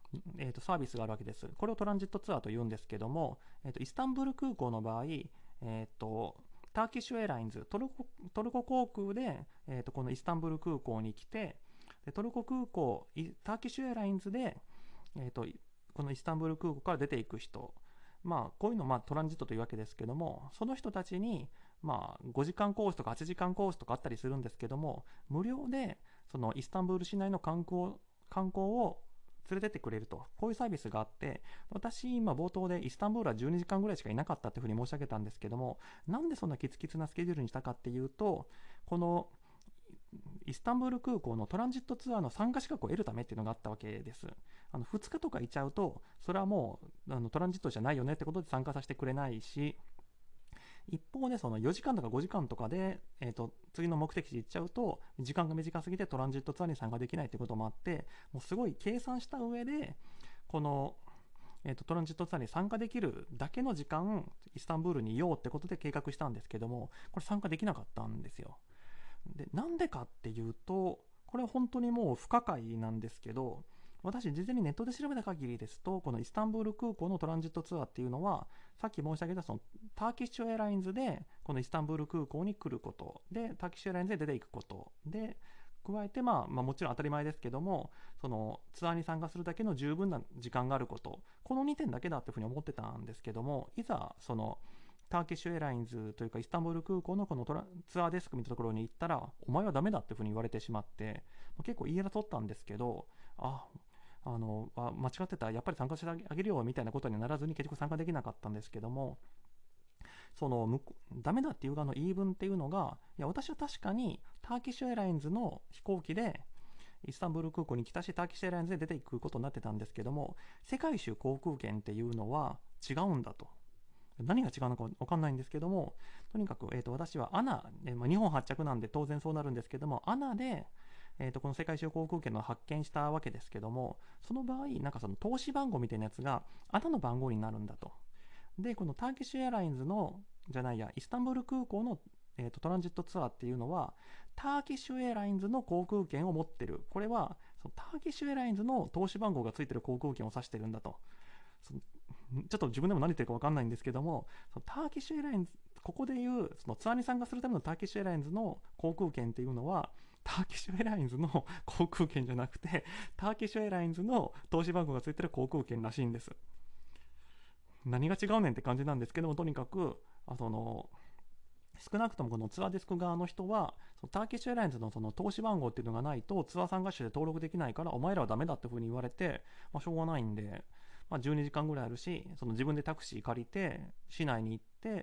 Speaker 1: えー、とサービスがあるわけです。これをトランジットツアーと言うんですけども、えー、とイスタンブール空港の場合、えー、とターキッシュエアラインズ、トルコ、トルコ航空で、えー、とこのイスタンブール空港に来て、でトルコ空港、ターキッシュエアラインズで、えー、とこのイスタンブール空港から出ていく人、まあ、こういうのをまあトランジットというわけですけども、その人たちに、まあ、ごじかんコースとかはちじかんコースとかあったりするんですけども、無料でそのイスタンブール市内の観光、観光を連れてってくれると、こういうサービスがあって、私今冒頭でイスタンブールはじゅうにじかんぐらいしかいなかったっていうふうに申し上げたんですけども、なんでそんなキツキツなスケジュールにしたかっていうと、このイスタンブール空港のトランジットツアーの参加資格を得るためっていうのがあったわけです。あのふつかとかいちゃうと、それはもうあのトランジットじゃないよねってことで参加させてくれないし、一方でそのよじかんとかごじかんとかで、えー、と次の目的地行っちゃうと時間が短すぎてトランジットツアーに参加できないということもあって、もうすごい計算した上でこの、えー、とトランジットツアーに参加できるだけの時間イスタンブールにいようってことで計画したんですけども、これ参加できなかったんですよ。でなんでかっていうと、これ本当にもう不可解なんですけど、私事前にネットで調べた限りですと、このイスタンブール空港のトランジットツアーっていうのは、さっき申し上げたそのターキッシュエアラインズでこのイスタンブール空港に来ることで、ターキッシュエアラインズで出ていくことで、加えて、まあ、まあもちろん当たり前ですけども、そのツアーに参加するだけの十分な時間があること、このにてんだけだっていうふうに思ってたんですけども、いざそのターキッシュエアラインズというかイスタンブール空港のこのトラツアーデスクみたいなところに行ったら、お前はダメだっていうふうに言われてしまって、結構言い争ったんですけど、ああのあ間違ってた、やっぱり参加してあげるよみたいなことにならずに結局参加できなかったんですけども、そのダメだっていう側の言い分っていうのが、いや私は確かにターキッシュエアラインズの飛行機でイスタンブール空港に来たし、ターキッシュエアラインズで出ていくことになってたんですけども、世界一周航空券っていうのは違うんだと。何が違うのか分かんないんですけども、とにかく、えー、と私はアナ、えーまあ、日本発着なんで当然そうなるんですけども、アナで、えー、とこの世界一周航空券の発見したわけですけども、その場合なんかその投資番号みたいなやつがアナの番号になるんだと。でこのターキッシュエアラインズのじゃないやイスタンブール空港の、えー、とトランジットツアーっていうのは、ターキッシュエアラインズの航空券を持ってる、これはそのターキッシュエアラインズの投資番号がついてる航空券を指してるんだと。そのちょっと自分でも何言ってるか分かんないんですけども、そのターキッシュエアラインズ、ここでいうそのツアーに参加するためのターキッシュエアラインズの航空券っていうのは、ターキッシュエアラインズの航空券じゃなくて、ターキッシュエアラインズの投資番号がついてる航空券らしいんです。何が違うねんって感じなんですけども、とにかくあその少なくともこのツアーデスク側の人は、そのターキッシュエアラインズのその投資番号っていうのがないとツアー参加者で登録できないから、お前らはダメだっていうふうに言われて、まあ、しょうがないんで、まあ、じゅうにじかんぐらいあるし、その自分でタクシー借りて市内に行って、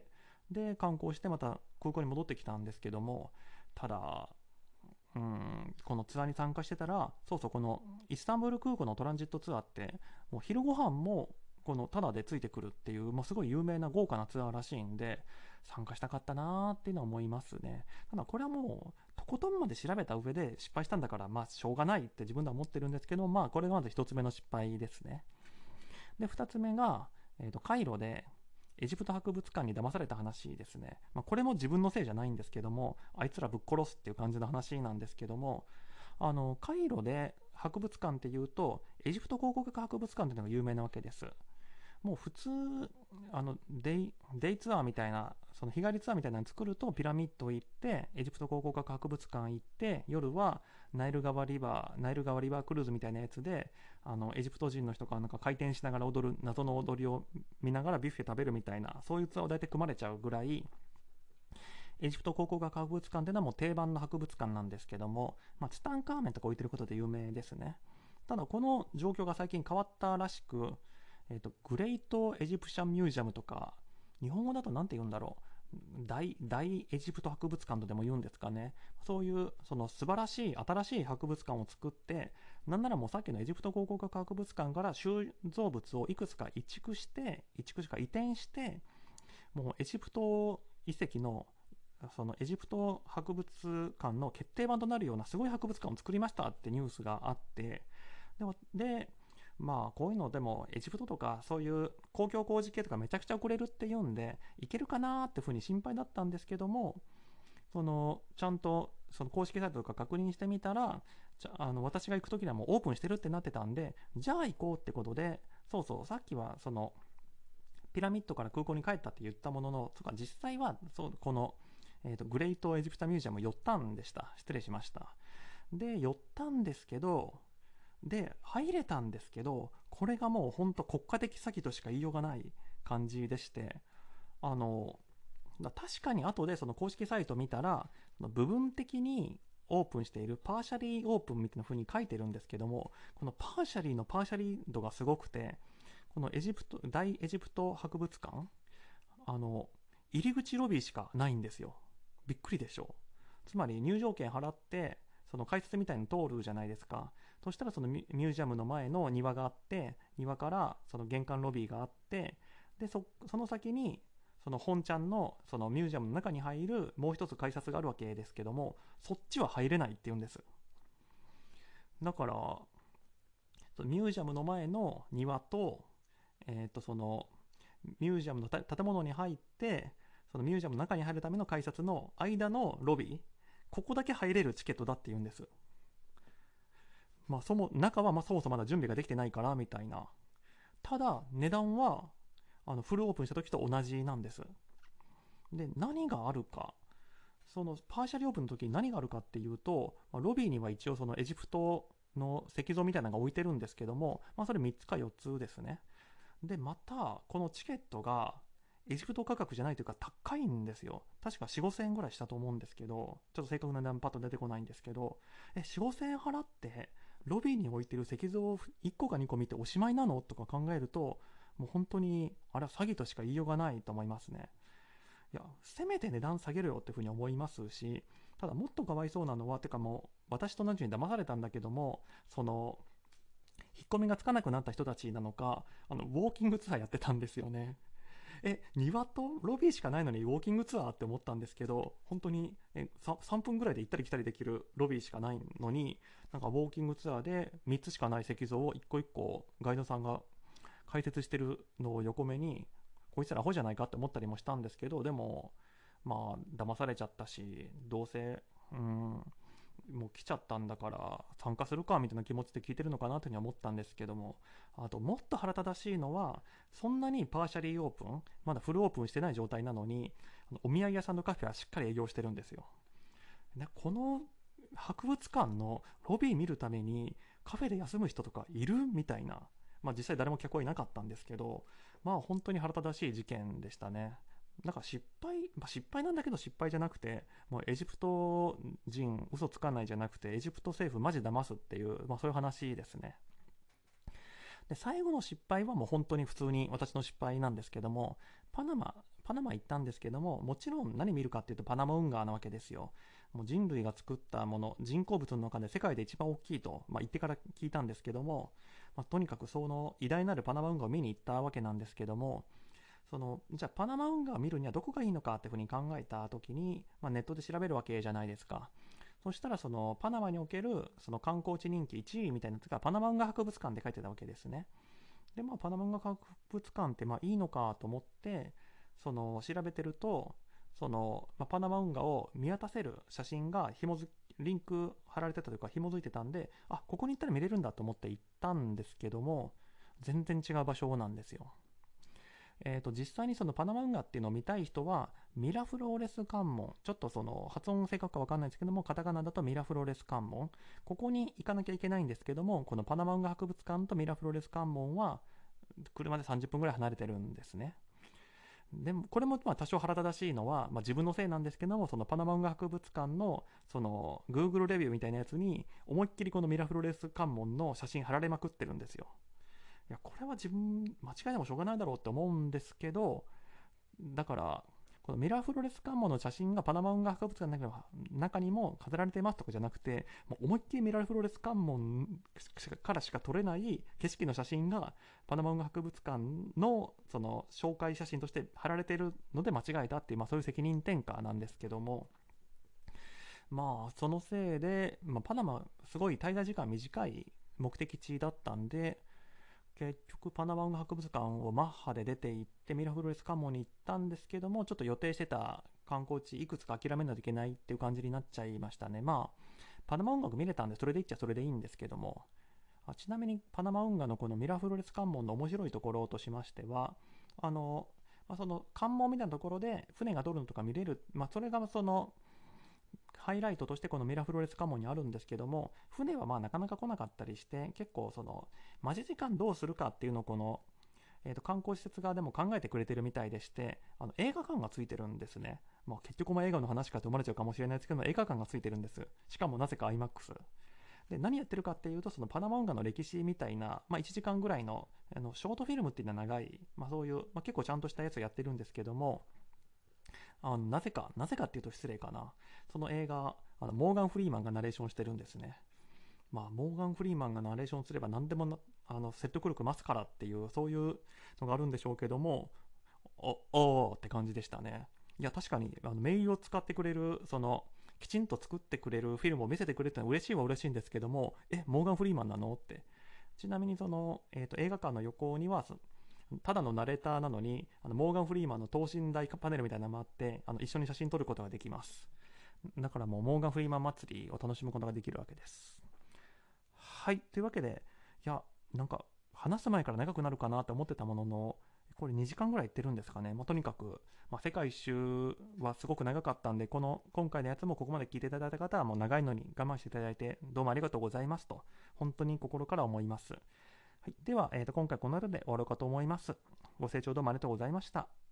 Speaker 1: で観光してまた空港に戻ってきたんですけども、ただうーんこのツアーに参加してたら、そうそうこのイスタンブール空港のトランジットツアーってもう昼ご飯もこのタダでついてくるっていう、もうすごい有名な豪華なツアーらしいんで、参加したかったなーっていうのは思いますね。ただこれはもうとことんまで調べた上で失敗したんだから、まあしょうがないって自分では思ってるんですけど、まあこれがまず一つ目の失敗ですね。でふたつめが、えーと、カイロでエジプト博物館に騙された話ですね。まあ、これも自分のせいじゃないんですけども、あいつらぶっ殺すっていう感じの話なんですけども、あのカイロで博物館っていうとエジプト考古学博物館っていうのが有名なわけです。もう普通あのデイ、デイツアーみたいな、その日帰りツアーみたいなの作ると、ピラミッド行ってエジプト考古学博物館行って、夜はナイル川リバーナイル川リバークルーズみたいなやつで、あのエジプト人の人がなんか回転しながら踊る謎の踊りを見ながらビュッフェ食べるみたいな、そういうツアーを大体組まれちゃうぐらい、エジプト考古学博物館っていうのはもう定番の博物館なんですけども、まあ、ツタンカーメンとか置いてることで有名ですね。ただこの状況が最近変わったらしく、えーと、グレートエジプシャンミュージアムとか、日本語だと何て言うんだろう、大、大エジプト博物館とでも言うんですかね。そういうその素晴らしい新しい博物館を作って、なんならもうさっきのエジプト考古学博物館から収蔵物をいくつか移築して移築しか移転して、もうエジプト遺跡のそのエジプト博物館の決定版となるようなすごい博物館を作りましたってニュースがあって、でもでまあこういうのでもエジプトとかそういう公共工事系とかめちゃくちゃ遅れるっていうんでいけるかなってふうに心配だったんですけども、そのちゃんとその公式サイトとか確認してみたら、じゃあの私が行く時にはもうオープンしてるってなってたんで、じゃあ行こうってことで、そうそう、さっきはそのピラミッドから空港に帰ったって言ったものの、とか実際はそうこの、えーと、グレートエジプトミュージアム寄ったんでした。失礼しました。で寄ったんですけど、で入れたんですけど、これがもう本当国家的詐欺としか言いようがない感じでして、あの確かに後でその公式サイト見たら、部分的にオープンしているパーシャリーオープンみたいな風に書いてるんですけども、このパーシャリーのパーシャリー度がすごくて、このエジプト大エジプト博物館、あの入り口ロビーしかないんですよ。びっくりでしょ。つまり入場券払ってその改札みたいに通るじゃないですか。そしたらそのミュージアムの前の庭があって、庭からその玄関ロビーがあって、で そ, その先にその本ちゃんのそのミュージアムの中に入るもう一つ改札があるわけですけども、そっちは入れないって言うんです。だからミュージアムの前の庭と、えー、とそのミュージアムの建物に入って、そのミュージアムの中に入るための改札の間のロビー、ここだけ入れるチケットだって言うんです。まあそも中はまあそもそもまだ準備ができてないからみたいな。ただ値段はあのフルオープンした時と同じなんです。で何があるか、そのパーシャルオープンの時に何があるかっていうと、ロビーには一応そのエジプトの石像みたいなのが置いてるんですけども、まあ、それみっつかよっつですね。でまたこのチケットがエジプト価格じゃないというか高いんですよ。確かよん、ごせんえんぐらいしたと思うんですけど、ちょっと正確な値段パッと出てこないんですけど、えよん、ごせんえん払ってロビーに置いてる石像をいっこかにこ見ておしまいなのとか考えると、もう本当にあれは詐欺としか言いようがないと思いますね。いやせめて値段下げるよっていうふうに思いますし、ただもっとかわいそうなのは、てかもう私と同じように騙されたんだけども、その引っ込みがつかなくなった人たちなのか、あのウォーキングツアーやってたんですよね。え庭とロビーしかないのにウォーキングツアーって思ったんですけど、本当にえ 3, さんぷんぐらいで行ったり来たりできるロビーしかないのに、なんかウォーキングツアーでみっつしかない石像を一個一個ガイドさんが解説してるのを横目に、こいつらアホじゃないかって思ったりもしたんですけど、でもまあ騙されちゃったし、どうせうんもう来ちゃったんだから参加するかみたいな気持ちで聞いてるのかなというふうに思ったんですけども、あともっと腹立たしいのは、そんなにパーシャリーオープン、まだフルオープンしてない状態なのに、お土産屋さんのカフェはしっかり営業してるんですよ。でこの博物館のロビー見るためにカフェで休む人とかいるみたいな、まあ実際誰も客はいなかったんですけど、まあ本当に腹立たしい事件でしたね。なんか失敗、まあ、失敗なんだけど失敗じゃなくて、もうエジプト人嘘つかないじゃなくて、エジプト政府マジ騙すっていう、まあ、そういう話ですね。で最後の失敗はもう本当に普通に私の失敗なんですけども、パナマパナマ行ったんですけども、もちろん何見るかっていうとパナマ運河なわけですよ。もう人類が作ったもの、人工物の中で世界で一番大きいと、まあ、言ってから聞いたんですけども、まあ、とにかくその偉大なるパナマ運河を見に行ったわけなんですけども、そのじゃあパナマ運河を見るにはどこがいいのかっていうふうに考えた時に、まあ、ネットで調べるわけじゃないですか。そしたらそのパナマにおけるその観光地人気いちいみたいなやつがパナマ運河博物館って書いてたわけですね。でまあパナマ運河博物館ってまあいいのかと思ってその調べてると、その、まあ、パナマ運河を見渡せる写真が紐づリンク貼られてたというか紐づいてたんで、あここに行ったら見れるんだと思って行ったんですけども、全然違う場所なんですよ。えー、と実際にそのパナマ運河っていうのを見たい人はミラフローレス関門、ちょっとその発音正確か分かんないですけども、カタカナだとミラフローレス関門、ここに行かなきゃいけないんですけども、このパナマ運河博物館とミラフローレス関門は車でさんじゅっぷんぐらい離れてるんですね。でもこれもまあ多少腹立たしいのは、まあ、自分のせいなんですけども、そのパナマ運河博物館のその Google レビューみたいなやつに思いっきりこのミラフローレス関門の写真貼られまくってるんですよ。いやこれは自分間違いでもしょうがないだろうって思うんですけど、だからこのミラーフロレス関門の写真がパナマ運河博物館の中にも飾られてますとかじゃなくて、もう思いっきりミラーフロレス関門からしか撮れない景色の写真がパナマ運河博物館のその紹介写真として貼られているので間違えたっていう、まあ、そういう責任転嫁なんですけども、まあそのせいで、まあ、パナマすごい滞在時間短い目的地だったんで、結局パナマ運河博物館をマッハで出て行ってミラフロレス関門に行ったんですけども、ちょっと予定してた観光地いくつか諦めないといけないっていう感じになっちゃいましたね。まあパナマ運河見れたんでそれでいいっちゃそれでいいんですけども、あちなみにパナマ運河のこのミラフロレス関門の面白いところとしましては、あの、まあ、その関門みたいなところで船が通るのとか見れる、まあ、それがそのハイライトとしてこのミラフロレス関門にあるんですけども、船はまあなかなか来なかったりして、結構その待ち時間どうするかっていうのをこの、えー、と観光施設側でも考えてくれてるみたいでして、あの映画館がついてるんですね。まあ、結局も映画の話かと思われちゃうかもしれないですけど、映画館がついてるんです。しかもなぜか アイマックス で、何やってるかっていうと、そのパナマ運河の歴史みたいな、まあ、いちじかんぐらいのあのショートフィルムっていうのは長い、まあ、そういう、まあ、結構ちゃんとしたやつをやってるんですけども、あのなぜかなぜかっていうと失礼かな、その映画、あのモーガン・フリーマンがナレーションしてるんですね。まあ、モーガン・フリーマンがナレーションすれば何でもなあの説得力増すからっていう、そういうのがあるんでしょうけども、おおーって感じでしたね。いや確かにあのメイルを使ってくれる、そのきちんと作ってくれるフィルムを見せてくれるってのは嬉しいは嬉しいんですけども、えモーガン・フリーマンなのって。ちなみにその、えー、と映画館の横にはただのナレーターなのに、あのモーガン・フリーマンの等身大パネルみたいなのもあって、あの一緒に写真撮ることができます。だからもうモーガン・フリーマン祭りを楽しむことができるわけです。はい、というわけで、いやなんか話す前から長くなるかなと思ってたものの、これにじかんぐらいいってるんですかね。まあ、とにかく、まあ、世界一周はすごく長かったんで、この今回のやつもここまで聞いていただいた方はもう長いのに我慢していただいてどうもありがとうございますと本当に心から思います。はい、では、えーと今回この辺で終わろうかと思います。ご清聴どうもありがとうございました。